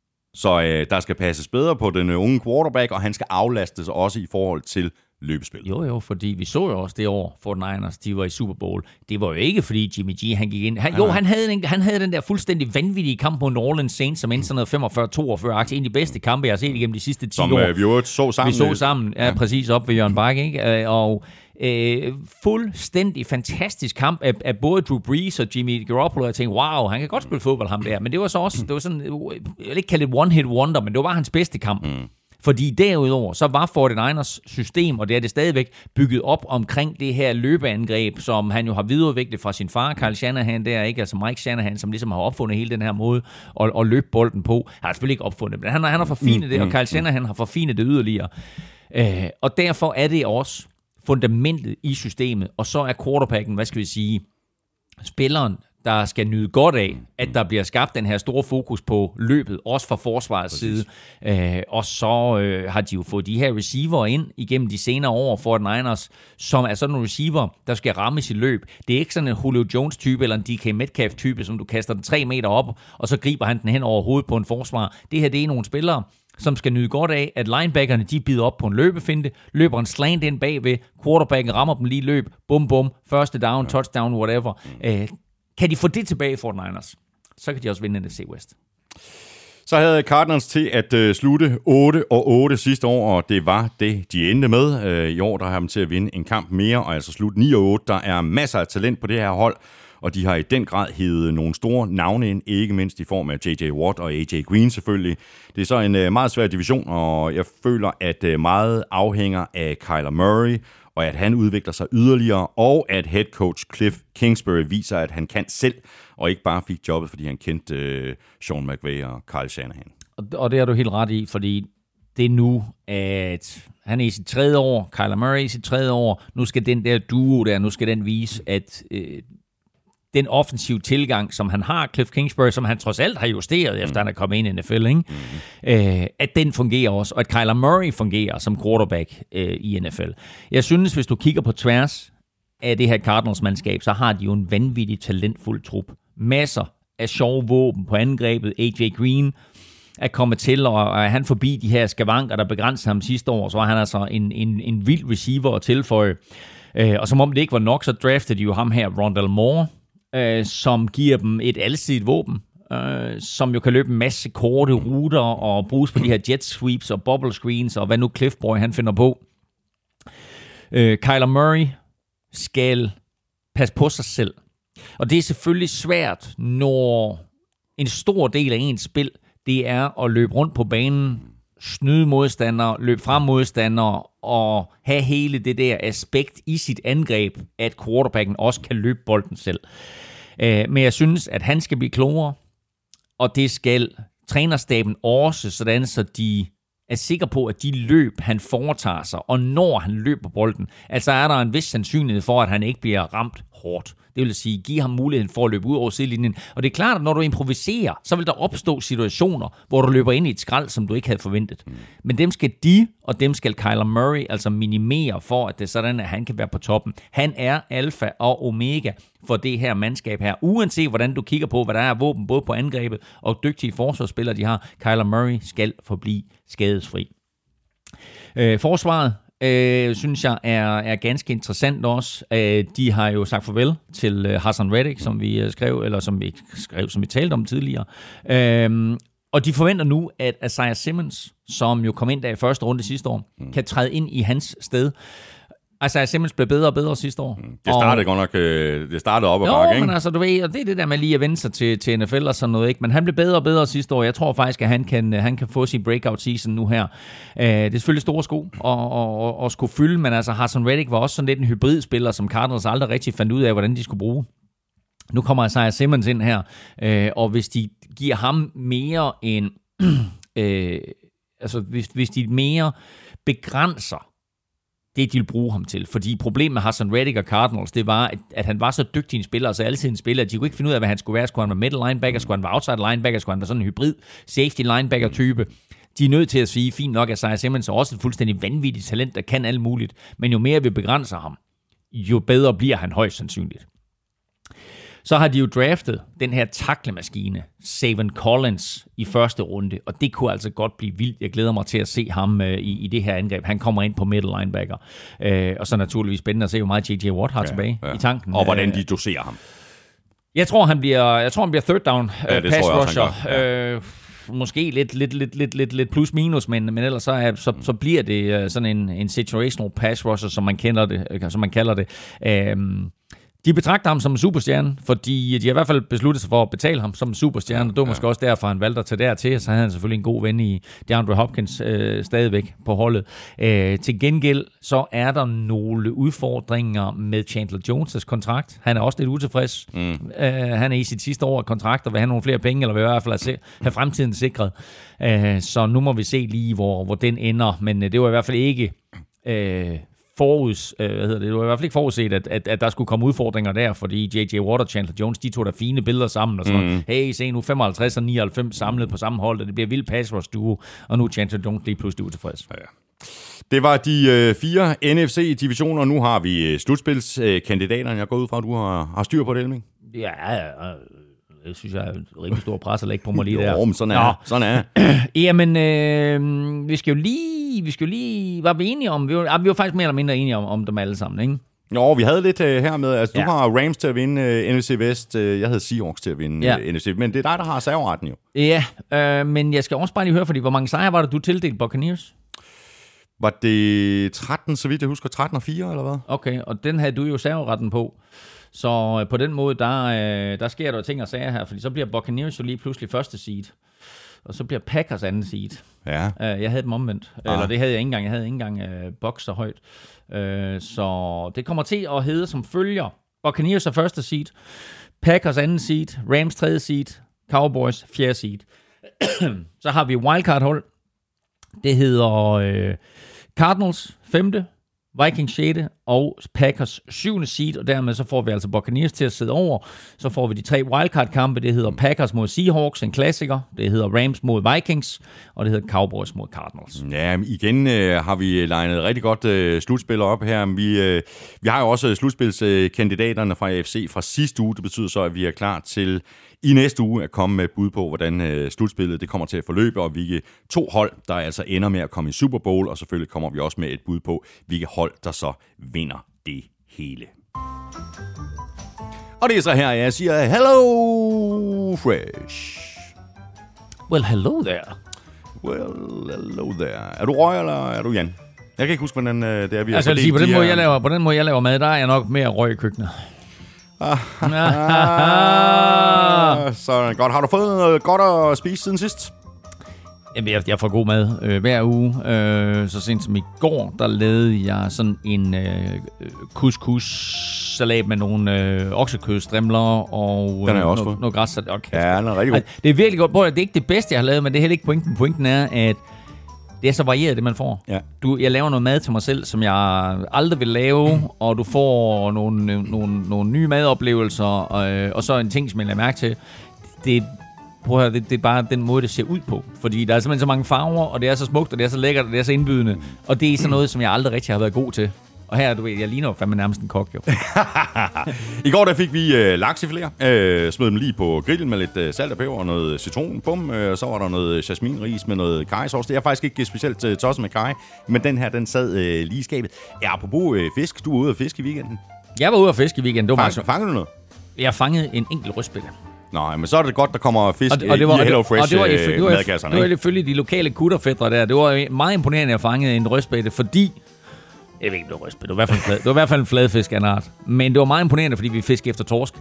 Så øh, der skal passes bedre på den unge quarterback, og han skal aflastes også i forhold til løbespil. Jo, jo, fordi vi så jo også det år, forty-niners, de var i Super Bowl. Det var jo ikke, fordi Jimmy G, han gik ind. Han, jo, han havde, en, han havde den der fuldstændig vanvittige kamp mod New Orleans Saints, som endte sådan noget femogfyrre toogfyrre aktie. En af de bedste kampe, jeg har set igennem de sidste ti som, år. Som øh, vi jo så sammen. Vi så sammen, ja, ja. præcis op ved Jørgen Bakke, ikke? Og øh, fuldstændig fantastisk kamp af, af både Drew Brees og Jimmy Garoppolo. Jeg tænkte, wow, han kan godt spille fodbold, ham der. Men det var så også, det var sådan, jeg vil ikke kalde det one-hit wonder, men det var bare hans bedste kamp. Mm. Fordi derudover, så var forty-niners system, og det er det stadigvæk, bygget op omkring det her løbeangreb, som han jo har videreudviklet fra sin far, Kyle Shanahan, der ikke, altså Mike Shanahan, som ligesom har opfundet hele den her måde at, at løbe bolden på. Han har selvfølgelig ikke opfundet, men han, han har forfinet det, og Kyle Shanahan har forfinet det yderligere. Øh, og derfor er det også fundamentet i systemet, og så er quarterbacken, hvad skal vi sige, spilleren, der skal nyde godt af, at der bliver skabt den her store fokus på løbet, også fra forsvarets side. Øh, og så øh, har de jo fået de her receiver ind igennem de senere år for forty-niners, som er sådan en receiver, der skal ramme sit løb. Det er ikke sådan en Julio Jones-type eller en D K Metcalf-type, som du kaster den tre meter op, og så griber han den hen over hovedet på en forsvar. Det her, det er nogle spillere, som skal nyde godt af, at linebackerne, de bider op på en løbefinte, løber en slant ind bagved, quarterbacken rammer dem lige løb, bum bum, første down, touchdown, whatever. Øh, Kan de få det tilbage i forty-niners, så kan de også vinde N F C West. Så havde Cardinals til at øh, slutte otte og otte sidste år, og det var det, de endte med. Øh, I år der har de til at vinde en kamp mere, og altså slutte ni og otte. Der er masser af talent på det her hold, og de har i den grad hævet nogle store navne ind, ikke mindst i form af J J Watt og A J Green selvfølgelig. Det er så en øh, meget svær division, og jeg føler, at øh, meget afhænger af Kyler Murray, og at han udvikler sig yderligere, og at head coach Cliff Kingsbury viser, at han kan selv, og ikke bare fik jobbet, fordi han kendte øh, Sean McVay og Kyle Shanahan. Og det har du helt ret i, fordi det er nu, at han er i sit tredje år, Kyler Murray i sit tredje år, nu skal den der duo der, nu skal den vise, at øh, den offensive tilgang, som han har, Cliff Kingsbury, som han trods alt har justeret, mm. efter han er kommet ind i N F L, ikke? Mm. Øh, at den fungerer også, og at Kyler Murray fungerer som quarterback øh, i N F L. Jeg synes, hvis du kigger på tværs af det her Cardinals-mandskab, så har de jo en vanvittig talentfuld trup. Masser af sjove våben på angrebet. A J Green er kommet til, og er han forbi de her skavanker, der begrænsede ham sidste år, så var han altså en, en, en vild receiver at tilføje. Øh, og som om det ikke var nok, så draftede de jo ham her, Rondale Moore, øh, som giver dem et alsidigt våben, øh, som jo kan løbe en masse korte ruter og bruges på de her jet sweeps og bubble screens, og hvad nu Cliff Boy han finder på. Øh, Kyler Murray skal passe på sig selv. Og det er selvfølgelig svært, når en stor del af ens spil, det er at løbe rundt på banen, snyde modstandere, løbe frem modstandere og have hele det der aspekt i sit angreb, at quarterbacken også kan løbe bolden selv. Men jeg synes, at han skal blive klogere, og det skal trænerstaben også, sådan så de er sikre på, at de løb, han foretager sig, og når han løber bolden, altså er der en vis sandsynlighed for, at han ikke bliver ramt hårdt. Det vil sige, give ham muligheden for at løbe ud over sidelinjen. Og det er klart, at når du improviserer, så vil der opstå situationer, hvor du løber ind i et skrald, som du ikke havde forventet. Mm. Men dem skal de, og dem skal Kyler Murray altså minimere for, at det er sådan, at han kan være på toppen. Han er alfa og omega for det her mandskab her. Uanset hvordan du kigger på, hvad der er våben, både på angrebet og dygtige forsvarsspillere, de har, Kyler Murray skal forblive skadesfri. Øh, forsvaret, Øh, synes jeg er, er ganske interessant også. Øh, de har jo sagt farvel til øh, Hassan Reddick, som vi øh, skrev, eller som vi skrev, som vi talte om tidligere. Øh, og de forventer nu, at Isaiah Simmons, som jo kom ind der i første runde sidste år, mm. kan træde ind i hans sted. Altså, Simmons blev bedre og bedre sidste år. Det startede og, godt nok, det startede op ad bakke, ikke? Men altså, du ved, og det er det der med lige at vende sig til, til N F L og sådan noget, ikke? Men han blev bedre og bedre sidste år. Jeg tror faktisk, at han kan, han kan få sin breakout season nu her. Uh, det er selvfølgelig store sko at, at, at, at skulle fylde, men altså, Hassan Reddick var også sådan lidt en hybridspiller, som Cardinals aldrig rigtig fandt ud af, hvordan de skulle bruge. Nu kommer Isaiah Simmons ind her, uh, og hvis de giver ham mere en... uh, altså, hvis, hvis de mere begrænser det, de vil bruge ham til. Fordi problemet med Hassan Reddick og Cardinals, det var, at, at han var så dygtig en spiller, altså altid en spiller, at de kunne ikke finde ud af, hvad han skulle være. Skulle han være middle linebacker? Skulle han være outside linebacker? Skulle han være sådan en hybrid safety linebacker-type? De er nødt til at sige, fint nok, at Isaiah Simmons er også et fuldstændig vanvittigt talent, der kan alt muligt. Men jo mere vi begrænser ham, jo bedre bliver han højst sandsynligt. Så har de jo draftet den her taklemaskine, Zaven Collins, i første runde, og det kunne altså godt blive vildt. Jeg glæder mig til at se ham øh, i, i det her angreb. Han kommer ind på middle linebacker, øh, og så naturligvis spændende at se, hvor meget J J Watt har ja, tilbage ja. i tanken. Og hvordan de doserer ham. Jeg tror, han bliver, jeg tror, han bliver third down ja, uh, pass rusher. Ja. Øh, måske lidt, lidt, lidt, lidt, lidt, lidt plus minus, men, men ellers så, er, så, så bliver det uh, sådan en, en situational pass rusher, som man kender det, uh, som man kalder det. Øh, De betragter ham som en superstjerne, fordi de har i hvert fald besluttet sig for at betale ham som en superstjerne, og det var måske også derfor, han valgte at tage dertil, så havde han selvfølgelig en god ven i DeAndre Hopkins øh, stadigvæk på holdet. Øh, til gengæld, så er der nogle udfordringer med Chandler Jones' kontrakt. Han er også lidt utilfreds. Mm. Øh, han er i sit sidste år af kontrakt, og vil have nogle flere penge, eller vil i hvert fald have fremtiden sikret. Øh, så nu må vi se lige, hvor, hvor den ender, men øh, det var i hvert fald ikke... Øh, Foruds, øh, hvad hedder det, det var i hvert fald ikke forudset, at, at, at der skulle komme udfordringer der, fordi J J Watt og Chandler Jones, de tog der fine billeder sammen, og så, mm. hey, se nu femoghalvtreds og nioghalvfems samlet på samme hold, og det bliver vild pass rush duo, og nu er Chandler Jones lige pludselig utilfreds. Ja, ja. Det var de øh, fire N F C-divisioner, og nu har vi slutspilskandidaterne. Jeg går ud fra, at du har, har styr på det, Elming? Ja, det synes jeg er et rigtig stor pres at lægge på mig lige der. Jo, men sådan er det. Sådan er. Jamen, øh, vi skal jo lige, vi skal jo lige, var vi enige om, vi var, vi var faktisk mere eller mindre enige om, om dem alle sammen, ikke? Jo, vi havde lidt uh, her med, altså ja. Du har Rams til at vinde uh, N F C Vest, uh, jeg havde Seahawks til at vinde ja. uh, N F C, men det er dig, der har serveretten jo. Ja, øh, men jeg skal også bare lige høre, fordi hvor mange sejre var det, du tildelte Buccaneers? Var det tretten, så vidt jeg husker, tretten og fire, eller hvad? Okay, og den havde du jo serveretten på. Så på den måde, der, der sker der ting og sager her, fordi så bliver Buccaneers jo lige pludselig første seed, og så bliver Packers anden seed. Ja. Jeg havde dem omvendt, ah. eller det havde jeg ikke engang. Jeg havde ikke engang uh, Bucs så højt. Uh, så det kommer til at hedde som følger: Buccaneers er første seed, Packers anden seed, Rams tredje seed, Cowboys fjerde seed. Så har vi wildcard-hold. Det hedder uh, Cardinals femte, Vikings sjette og Packers syvende seed, og dermed så får vi altså Buccaneers til at sidde over. Så får vi de tre wildcard-kampe. Det hedder Packers mod Seahawks, en klassiker. Det hedder Rams mod Vikings, og det hedder Cowboys mod Cardinals. Ja, igen øh, har vi legnet rigtig godt øh, slutspiller op her. Vi, øh, vi har jo også slutspilskandidaterne fra A F C fra sidste uge. Det betyder så, at vi er klar til i næste uge at komme med et bud på, hvordan øh, slutspillet det kommer til at forløbe, og hvilke to hold, der altså ender med at komme i Super Bowl, og selvfølgelig kommer vi også med et bud på, hvilke hold, der så vinder det hele. Og det er så her, jeg siger, hello Fresh. Well, hello there. Well, hello there. Er du Røg, eller er du Jan? Jeg kan ikke huske, hvordan det er, vi altså, har sige, på den, måde, jeg laver, på den måde, jeg laver mad, der er jeg nok mere Røg i køkkenet. Ah, så godt. Har du fået noget godt at spise siden sidst? Jamen, jeg, jeg får god mad øh, hver uge. Øh, så sent som i går, der lavede jeg sådan en øh, couscous-salat med nogle øh, oksekødstrimler og den er også noget, noget græs. Okay. Ja, den er rigtig god. Det er virkelig godt. Prøv, det er ikke det bedste, jeg har lavet, men det er heller ikke pointen. Pointen er, at det er så varieret, det man får. Ja. Du, jeg laver noget mad til mig selv, som jeg aldrig vil lave, og du får nogle, nogle, nogle nye madoplevelser, og, og så en ting, som jeg lader mærke til. Det, prøv at høre, det, det er bare den måde, det ser ud på. Fordi der er simpelthen så mange farver, og det er så smukt, og det er så lækkert, og det er så indbydende. Og det er sådan noget, som jeg aldrig rigtig har været god til. Og her, du ved, jeg ligner jo fandme nærmest en kok, jo. I går der fik vi øh, laksefiléer, øh, smed dem lige på grillen med lidt øh, salt og peber og noget citron, bum, øh, så var der noget jasminris med noget karrysauce. Det er faktisk ikke specielt øh, tosset med karry, men den her, den sad øh, lige i skabet. Ja, apropos øh, fisk, du er ude at fiske i weekenden. Jeg var ude at fiske i weekenden, det var Fang, meget så. Fangede du noget? Jeg fangede en enkelt rødspætte. Nej, men så er det godt, der kommer fisk og, og det var, i Hello Fresh og det var, det var, madkasserne. Det var selvfølgelig de lokale kutterfædre der. Det var meget imponerende at fange en rødspætte, fordi jeg ved ikke, det var rødspætte. Det var i hvert fald en flad, det var i hvert fald en fladfisk af en art. Men det var meget imponerende, fordi vi fiskede efter torsk.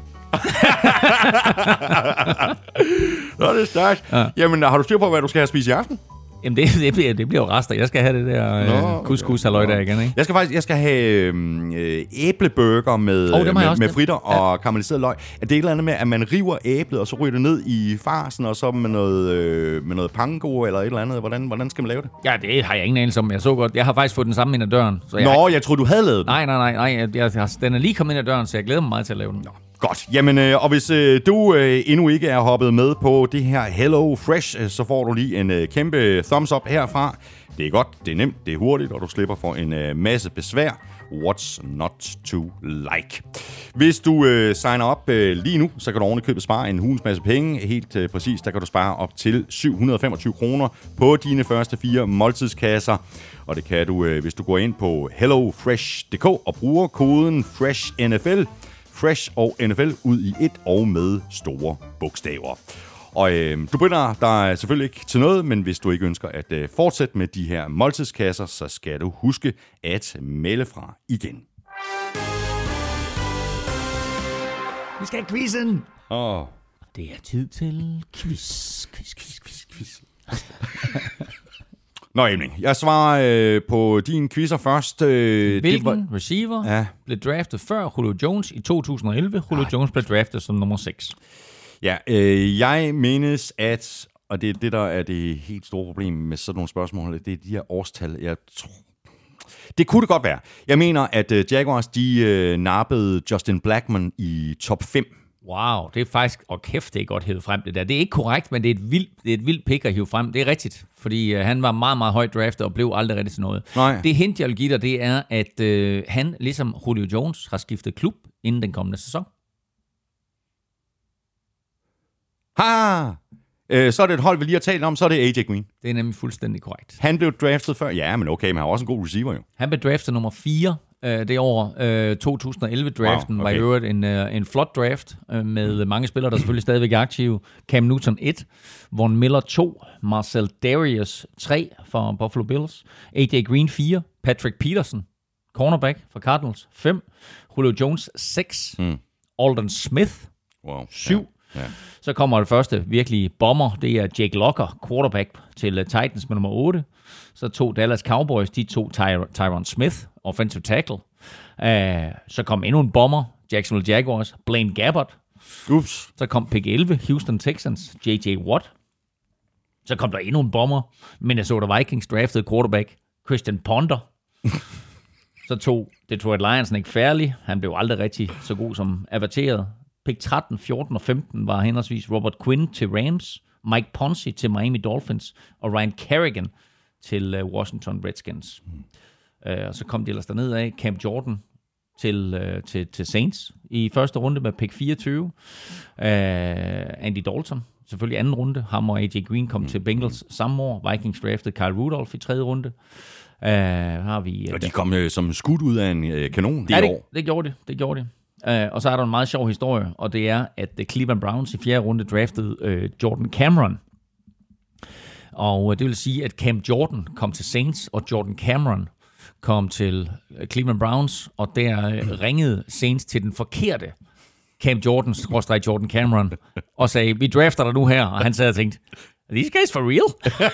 Nå, det er stærkt. Ja. Jamen, har du styr på, hvad du skal have at spise i aften? Jamen, det, det, bliver, det bliver jo rester. Jeg skal have det der Nå, couscous-halløj der igen, ikke? Jeg skal faktisk jeg skal have øh, æbleburger med, oh, med, med fritter og ja. karamelliseret løg. Er det et eller andet med, at man river æblet, og så ryger det ned i farsen, og så med noget, øh, med noget pango eller et eller andet? Hvordan, hvordan skal man lave det? Ja, det har jeg ingen anelse om. Jeg så godt. Jeg har faktisk fået den samme ind ad døren. Så jeg Nå, har... jeg troede, du havde lavet den. Nej, nej, nej. nej. Jeg, jeg, jeg, den er lige kommet ind ad døren, så jeg glæder mig meget til at lave den. Nå. Godt. Jamen, øh, og hvis øh, du øh, endnu ikke er hoppet med på det her Hello Fresh, øh, så får du lige en øh, kæmpe thumbs up herfra. Det er godt, det er nemt, det er hurtigt, og du slipper for en øh, masse besvær. What's not to like? Hvis du øh, signer op øh, lige nu, så kan du ovenikøbet spare en hulens masse penge. Helt øh, præcis, der kan du spare op til syv hundrede og femogtyve kroner på dine første fire måltidskasser. Og det kan du, øh, hvis du går ind på hello fresh punktum d k og bruger koden FRESHNFL. Fresh og N F L ud i et og med store bogstaver. Og øh, du begynder der selvfølgelig ikke til noget, men hvis du ikke ønsker at øh, fortsætte med de her måltidskasser, så skal du huske at melde fra igen. Vi skal have quizzen! Oh. Det er tid til quiz, quiz, quiz, quiz, quiz. Nå, Emling, jeg svarer øh, på din quizzer først. Øh, Hvilken var... receiver ja. blev draftet før Julio Jones i to tusind og elleve? Julio Ej. Jones blev draftet som nummer seks. Ja, øh, jeg menes, at, og det er det, der er det helt store problem med sådan nogle spørgsmål, det er de her årstal, jeg tror. Det kunne det godt være. Jeg mener, at uh, Jaguars, de øh, nappede Justin Blackmon i top fem. Wow, det er faktisk, og kæft, det er godt hævet frem det der. Det er ikke korrekt, men det er et vildt, det er et vildt pick at hive frem. Det er rigtigt, fordi uh, han var meget, meget højt draftet og blev aldrig rigtig til noget. Nej. Det hint, jeg vil give dig, det er, at uh, han, ligesom Julio Jones, har skiftet klub inden den kommende sæson. Ha! Øh, så er det et hold, vi lige har talt om, så er det A J Green. Det er nemlig fuldstændig korrekt. Han blev draftet før. Ja, men okay, men han har også en god receiver jo. Han blev draftet nummer fire øh, det år. Øh, to tusind og elleve-draften wow, okay. var i øvrigt en, øh, en flot draft øh, med mange spillere, der selvfølgelig stadigvæk er aktive. Cam Newton et, Von Miller to, Marcel Darius tre for Buffalo Bills, A J Green fire, Patrick Peterson, cornerback for Cardinals fem, Julio Jones seks, mm. Aldon Smith, wow. syv. Ja. Ja. Så kommer det første virkelige bomber, det er Jake Locker, quarterback til Titans med nummer otte. Så to Dallas Cowboys, de to Ty- Tyron Smith, offensive tackle. Uh, så kom endnu en bomber, Jacksonville Jaguars, Blaine Gabbert. Ups. Så kom pick elleve, Houston Texans, J J Watt. Så kom der endnu en bomber, Minnesota Vikings draftede quarterback, Christian Ponder. Så tog Detroit Lions Nick Fairley, han blev aldrig rigtig så god som averteret. Pick tretten, fjorten og femten var henholdsvis Robert Quinn til Rams, Mike Ponce til Miami Dolphins og Ryan Kerrigan til Washington Redskins. Mm. Uh, og så kom de ellers derned af Cam Jordan til, uh, til, til Saints i første runde med pick fireogtyve. Uh, Andy Dalton, selvfølgelig anden runde. Ham og A J Green kom mm. til Bengals samme år. Vikings draftede Kyle Rudolph i tredje runde. Uh, har vi, uh, og de kom uh, som skudt ud af en uh, kanon det ja, det, år. det gjorde de. Det gjorde de. Uh, og så er der en meget sjov historie, og det er, at uh, Cleveland Browns i fjerde runde draftede uh, Jordan Cameron. Og uh, det vil sige, at Cam Jordan kom til Saints, og Jordan Cameron kom til uh, Cleveland Browns, og der uh, ringede Saints til den forkerte Cam Jordan, skråstreg Jordan Cameron, og sagde, vi drafter dig nu her. Og han sad og tænkte, are these guys for real?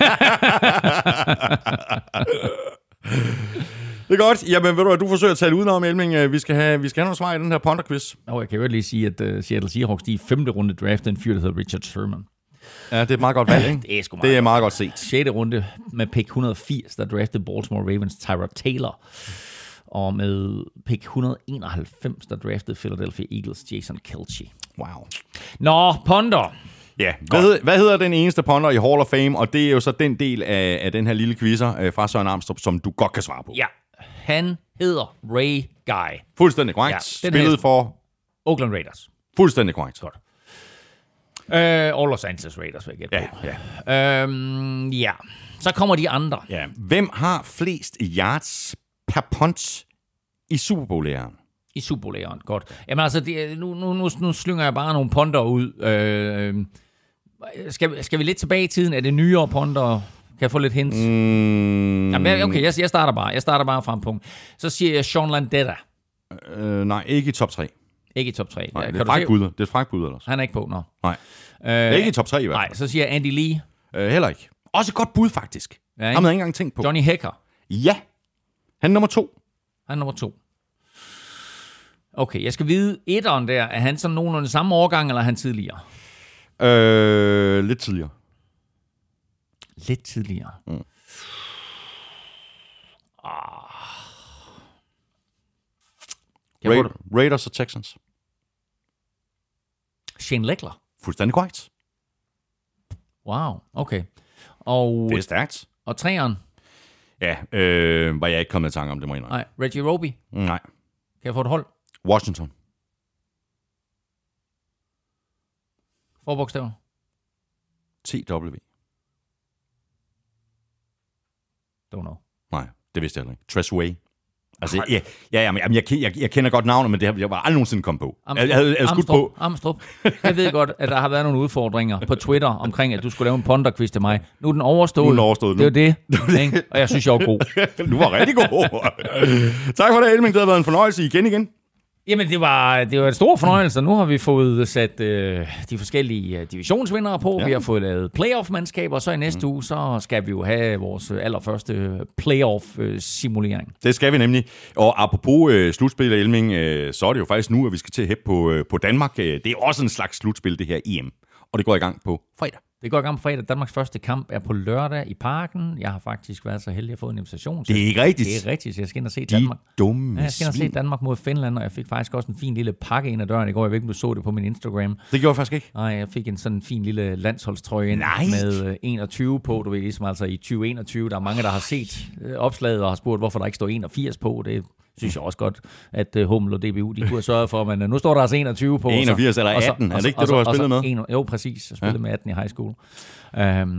Det er godt. Jamen, ved du hvad, du forsøger at tale udenom, Elming. Vi skal have, vi skal have noget svar i den her Ponder-quiz. Og jeg kan jo lige sige, at uh, Seattle Seahawks, de i femte runde draftede en fyr, der hedder Richard Sherman. Ja, det er et meget godt valg, ikke? Det er sgu meget, det er meget godt set. sjette runde med pick et hundrede og firs, der draftede Baltimore Ravens Tyrod Taylor. Og med pick et hundrede og enoghalvfems, der draftede Philadelphia Eagles Jason Kelce. Wow. Nå, Ponder. Ja, hvad hedder, hvad hedder den eneste Ponder i Hall of Fame? Og det er jo så den del af, af den her lille quizzer øh, fra Søren Armstrong, som du godt kan svare på. Ja, han hedder Ray Guy. Fuldstændig korrekt. Ja, spillet for Oakland Raiders. Fuldstændig korrekt. Godt. Uh, All Los Angeles Raiders, vil jeg gætte på. Ja, ja. Øhm, ja, så kommer de andre. Ja. Hvem har flest yards per punt i Super Bowl-æren? I Super Bowl-æren, godt. Jamen altså, det, nu, nu, nu, nu slynger jeg bare nogle punter ud. Øh, skal, skal vi lidt tilbage i tiden? Er det nyere punter? Kan jeg få lidt hints? Mm. Jamen, okay, jeg, jeg starter bare. Jeg starter bare fra en punkt. Så siger jeg Sean Landetta. Øh, nej, ikke i top tre. Ikke i top tre. Nej, ja, det er fragtbud. Det er et fragtbud ellers. Han er ikke på, nå. Nej. Øh, ikke i top tre i hvert fald. Nej, så siger jeg Andy Lee. Øh, heller ikke. Også et godt bud, faktisk. Ja, Ham havde jeg ikke engang tænkt på. Johnny Hecker. Ja. Han er nummer to. Han er nummer to. Okay, jeg skal vide, etteren der, er han sådan nogenlunde samme årgang, eller er han tidligere? Øh, lidt tidligere. Lidt tidligere. Mm. Ah. Ra- Raiders og Texans. Shane Leckler. Fuldstændig korrekt. Wow, okay. Og, det er stærkt. Og treeren? Ja, øh, var jeg ikke kommet i tanke om, det må jeg indrømme. Nej, Reggie Roby? Nej. Kan jeg få et hold? Washington. Forbogstaver? T W. Don't know. Nej, det vidste jeg heller ikke. Tressway. Altså, ja, ja, ja, men jeg, jeg, jeg kender godt navnet, men det har jeg var aldrig nogensinde kommet på. Amstrup, jeg, jeg, jeg, jeg skudt på. Amstrup. Jeg ved godt, at der har været nogle udfordringer på Twitter omkring, at du skulle lave en Ponder-quiz til mig. Nu er den overstået. Nu er den overstået. Det er det, det. Og jeg synes, jeg var god. Du var rigtig god. Tak for det, Elming. Det har været en fornøjelse igen igen. Jamen, det var, det var en stor fornøjelse. Nu har vi fået sat øh, de forskellige øh, divisionsvindere på. Ja. Vi har fået lavet playoff-mandskaber, og så i næste mm. uge, så skal vi jo have vores allerførste playoff-simulering. Det skal vi nemlig. Og apropos øh, slutspil, Elming, øh, så er det jo faktisk nu, at vi skal til at hæppe på, øh, på Danmark. Det er også en slags slutspil, det her E M. Og det går i gang på fredag. Det går i gang på fredag. Danmarks første kamp er på lørdag i Parken. Jeg har faktisk været så heldig at få en invitation. Det er ikke rigtigt. Det er rigtigt, så jeg skal ind og se De Danmark. dumme ja, jeg skal ind og se Danmark mod Finland, og jeg fik faktisk også en fin lille pakke ind ad døren i går. Jeg ved ikke, om du så det på min Instagram. Det gjorde jeg faktisk ikke. Nej, jeg fik en sådan fin lille landsholdstrøje ind Nej. med enogtyve på. Du ved ligesom altså i tyve enogtyve. Der er mange, der har set opslaget og har spurgt, hvorfor der ikke står enogfirs på. Det synes jeg også godt, at uh, Hummel og D B U, de kunne have sørget for, men uh, nu står der altså enogtyve på. enogfirs eller atten, er det ikke det, du har spillet med? En, jo, præcis. Jeg spillede ja. med atten i high school. Um,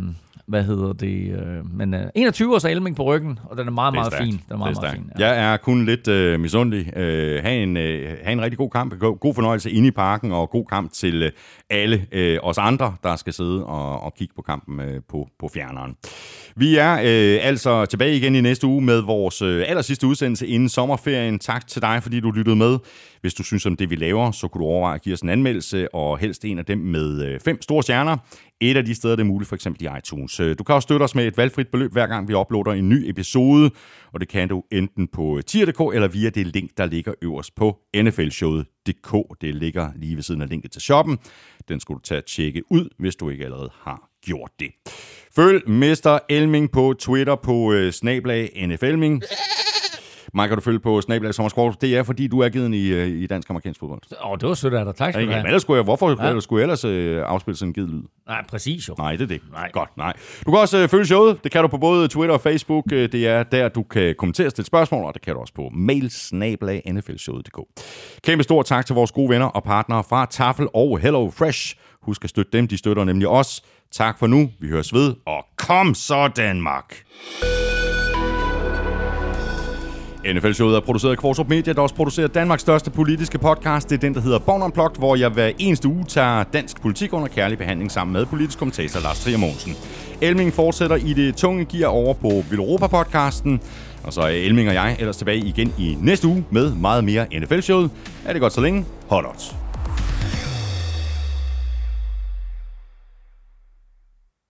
Hvad hedder det? Øh, men øh, enogtyve års Elming på ryggen, og den er meget, meget fin. Den er meget, er meget fin. Ja. Jeg er kun lidt øh, misundelig. Øh, ha, en, øh, ha' en rigtig god kamp. God, god fornøjelse inde i parken, og god kamp til øh, alle øh, os andre, der skal sidde og, og kigge på kampen øh, på, på fjerneren. Vi er øh, altså tilbage igen i næste uge med vores øh, aller sidste udsendelse inden sommerferien. Tak til dig, fordi du lyttede med. Hvis du synes om det, vi laver, så kunne du overveje at give os en anmeldelse, og helst en af dem med øh, fem store stjerner. Et af de steder, det er muligt, for eksempel i iTunes. Du kan også støtte os med et valgfrit beløb, hver gang vi uploader en ny episode, og det kan du enten på tier punktum d k eller via det link, der ligger øverst på N F L showet punktum d k. Det ligger lige ved siden af linket til shoppen. Den skal du tage og tjekke ud, hvis du ikke allerede har gjort det. Følg mister Elming på Twitter på øh, snablag N F Elming. Mig kan du følge på snablag Sommerskov. Det er, fordi du er givet i, i dansk-amerikansk fodbold. Åh, oh, det var sødt af dig. Tak skal du have. Men ellers skulle jeg, hvorfor ja. skulle jeg ellers øh, afspille sådan en givet lyd? Nej, præcis jo. Nej, det er det. Nej. Godt, nej. Du kan også øh, følge showet. Det kan du på både Twitter og Facebook. Det er der, du kan kommentere og stille spørgsmål, og det kan du også på mail snablag n f l showet punktum d k. Kæmpe stor tak til vores gode venner og partnere fra Tafel og Hello Fresh. Husk at støtte dem. De støtter nemlig os. Tak for nu. Vi høres ved. Og kom så, Danmark! N F L-showet er produceret af Kvartrup Media, der også producerer Danmarks største politiske podcast. Det er den, der hedder Born Unplugged, hvor jeg hver eneste uge tager dansk politik under kærlig behandling sammen med politisk kommentator Lars Trier Mogensen. Elming fortsætter i det tunge gear over på Villeuropa-podcasten. Og så er Elming og jeg ellers tilbage igen i næste uge med meget mere N F L-showet. Er det godt så længe? Hold os.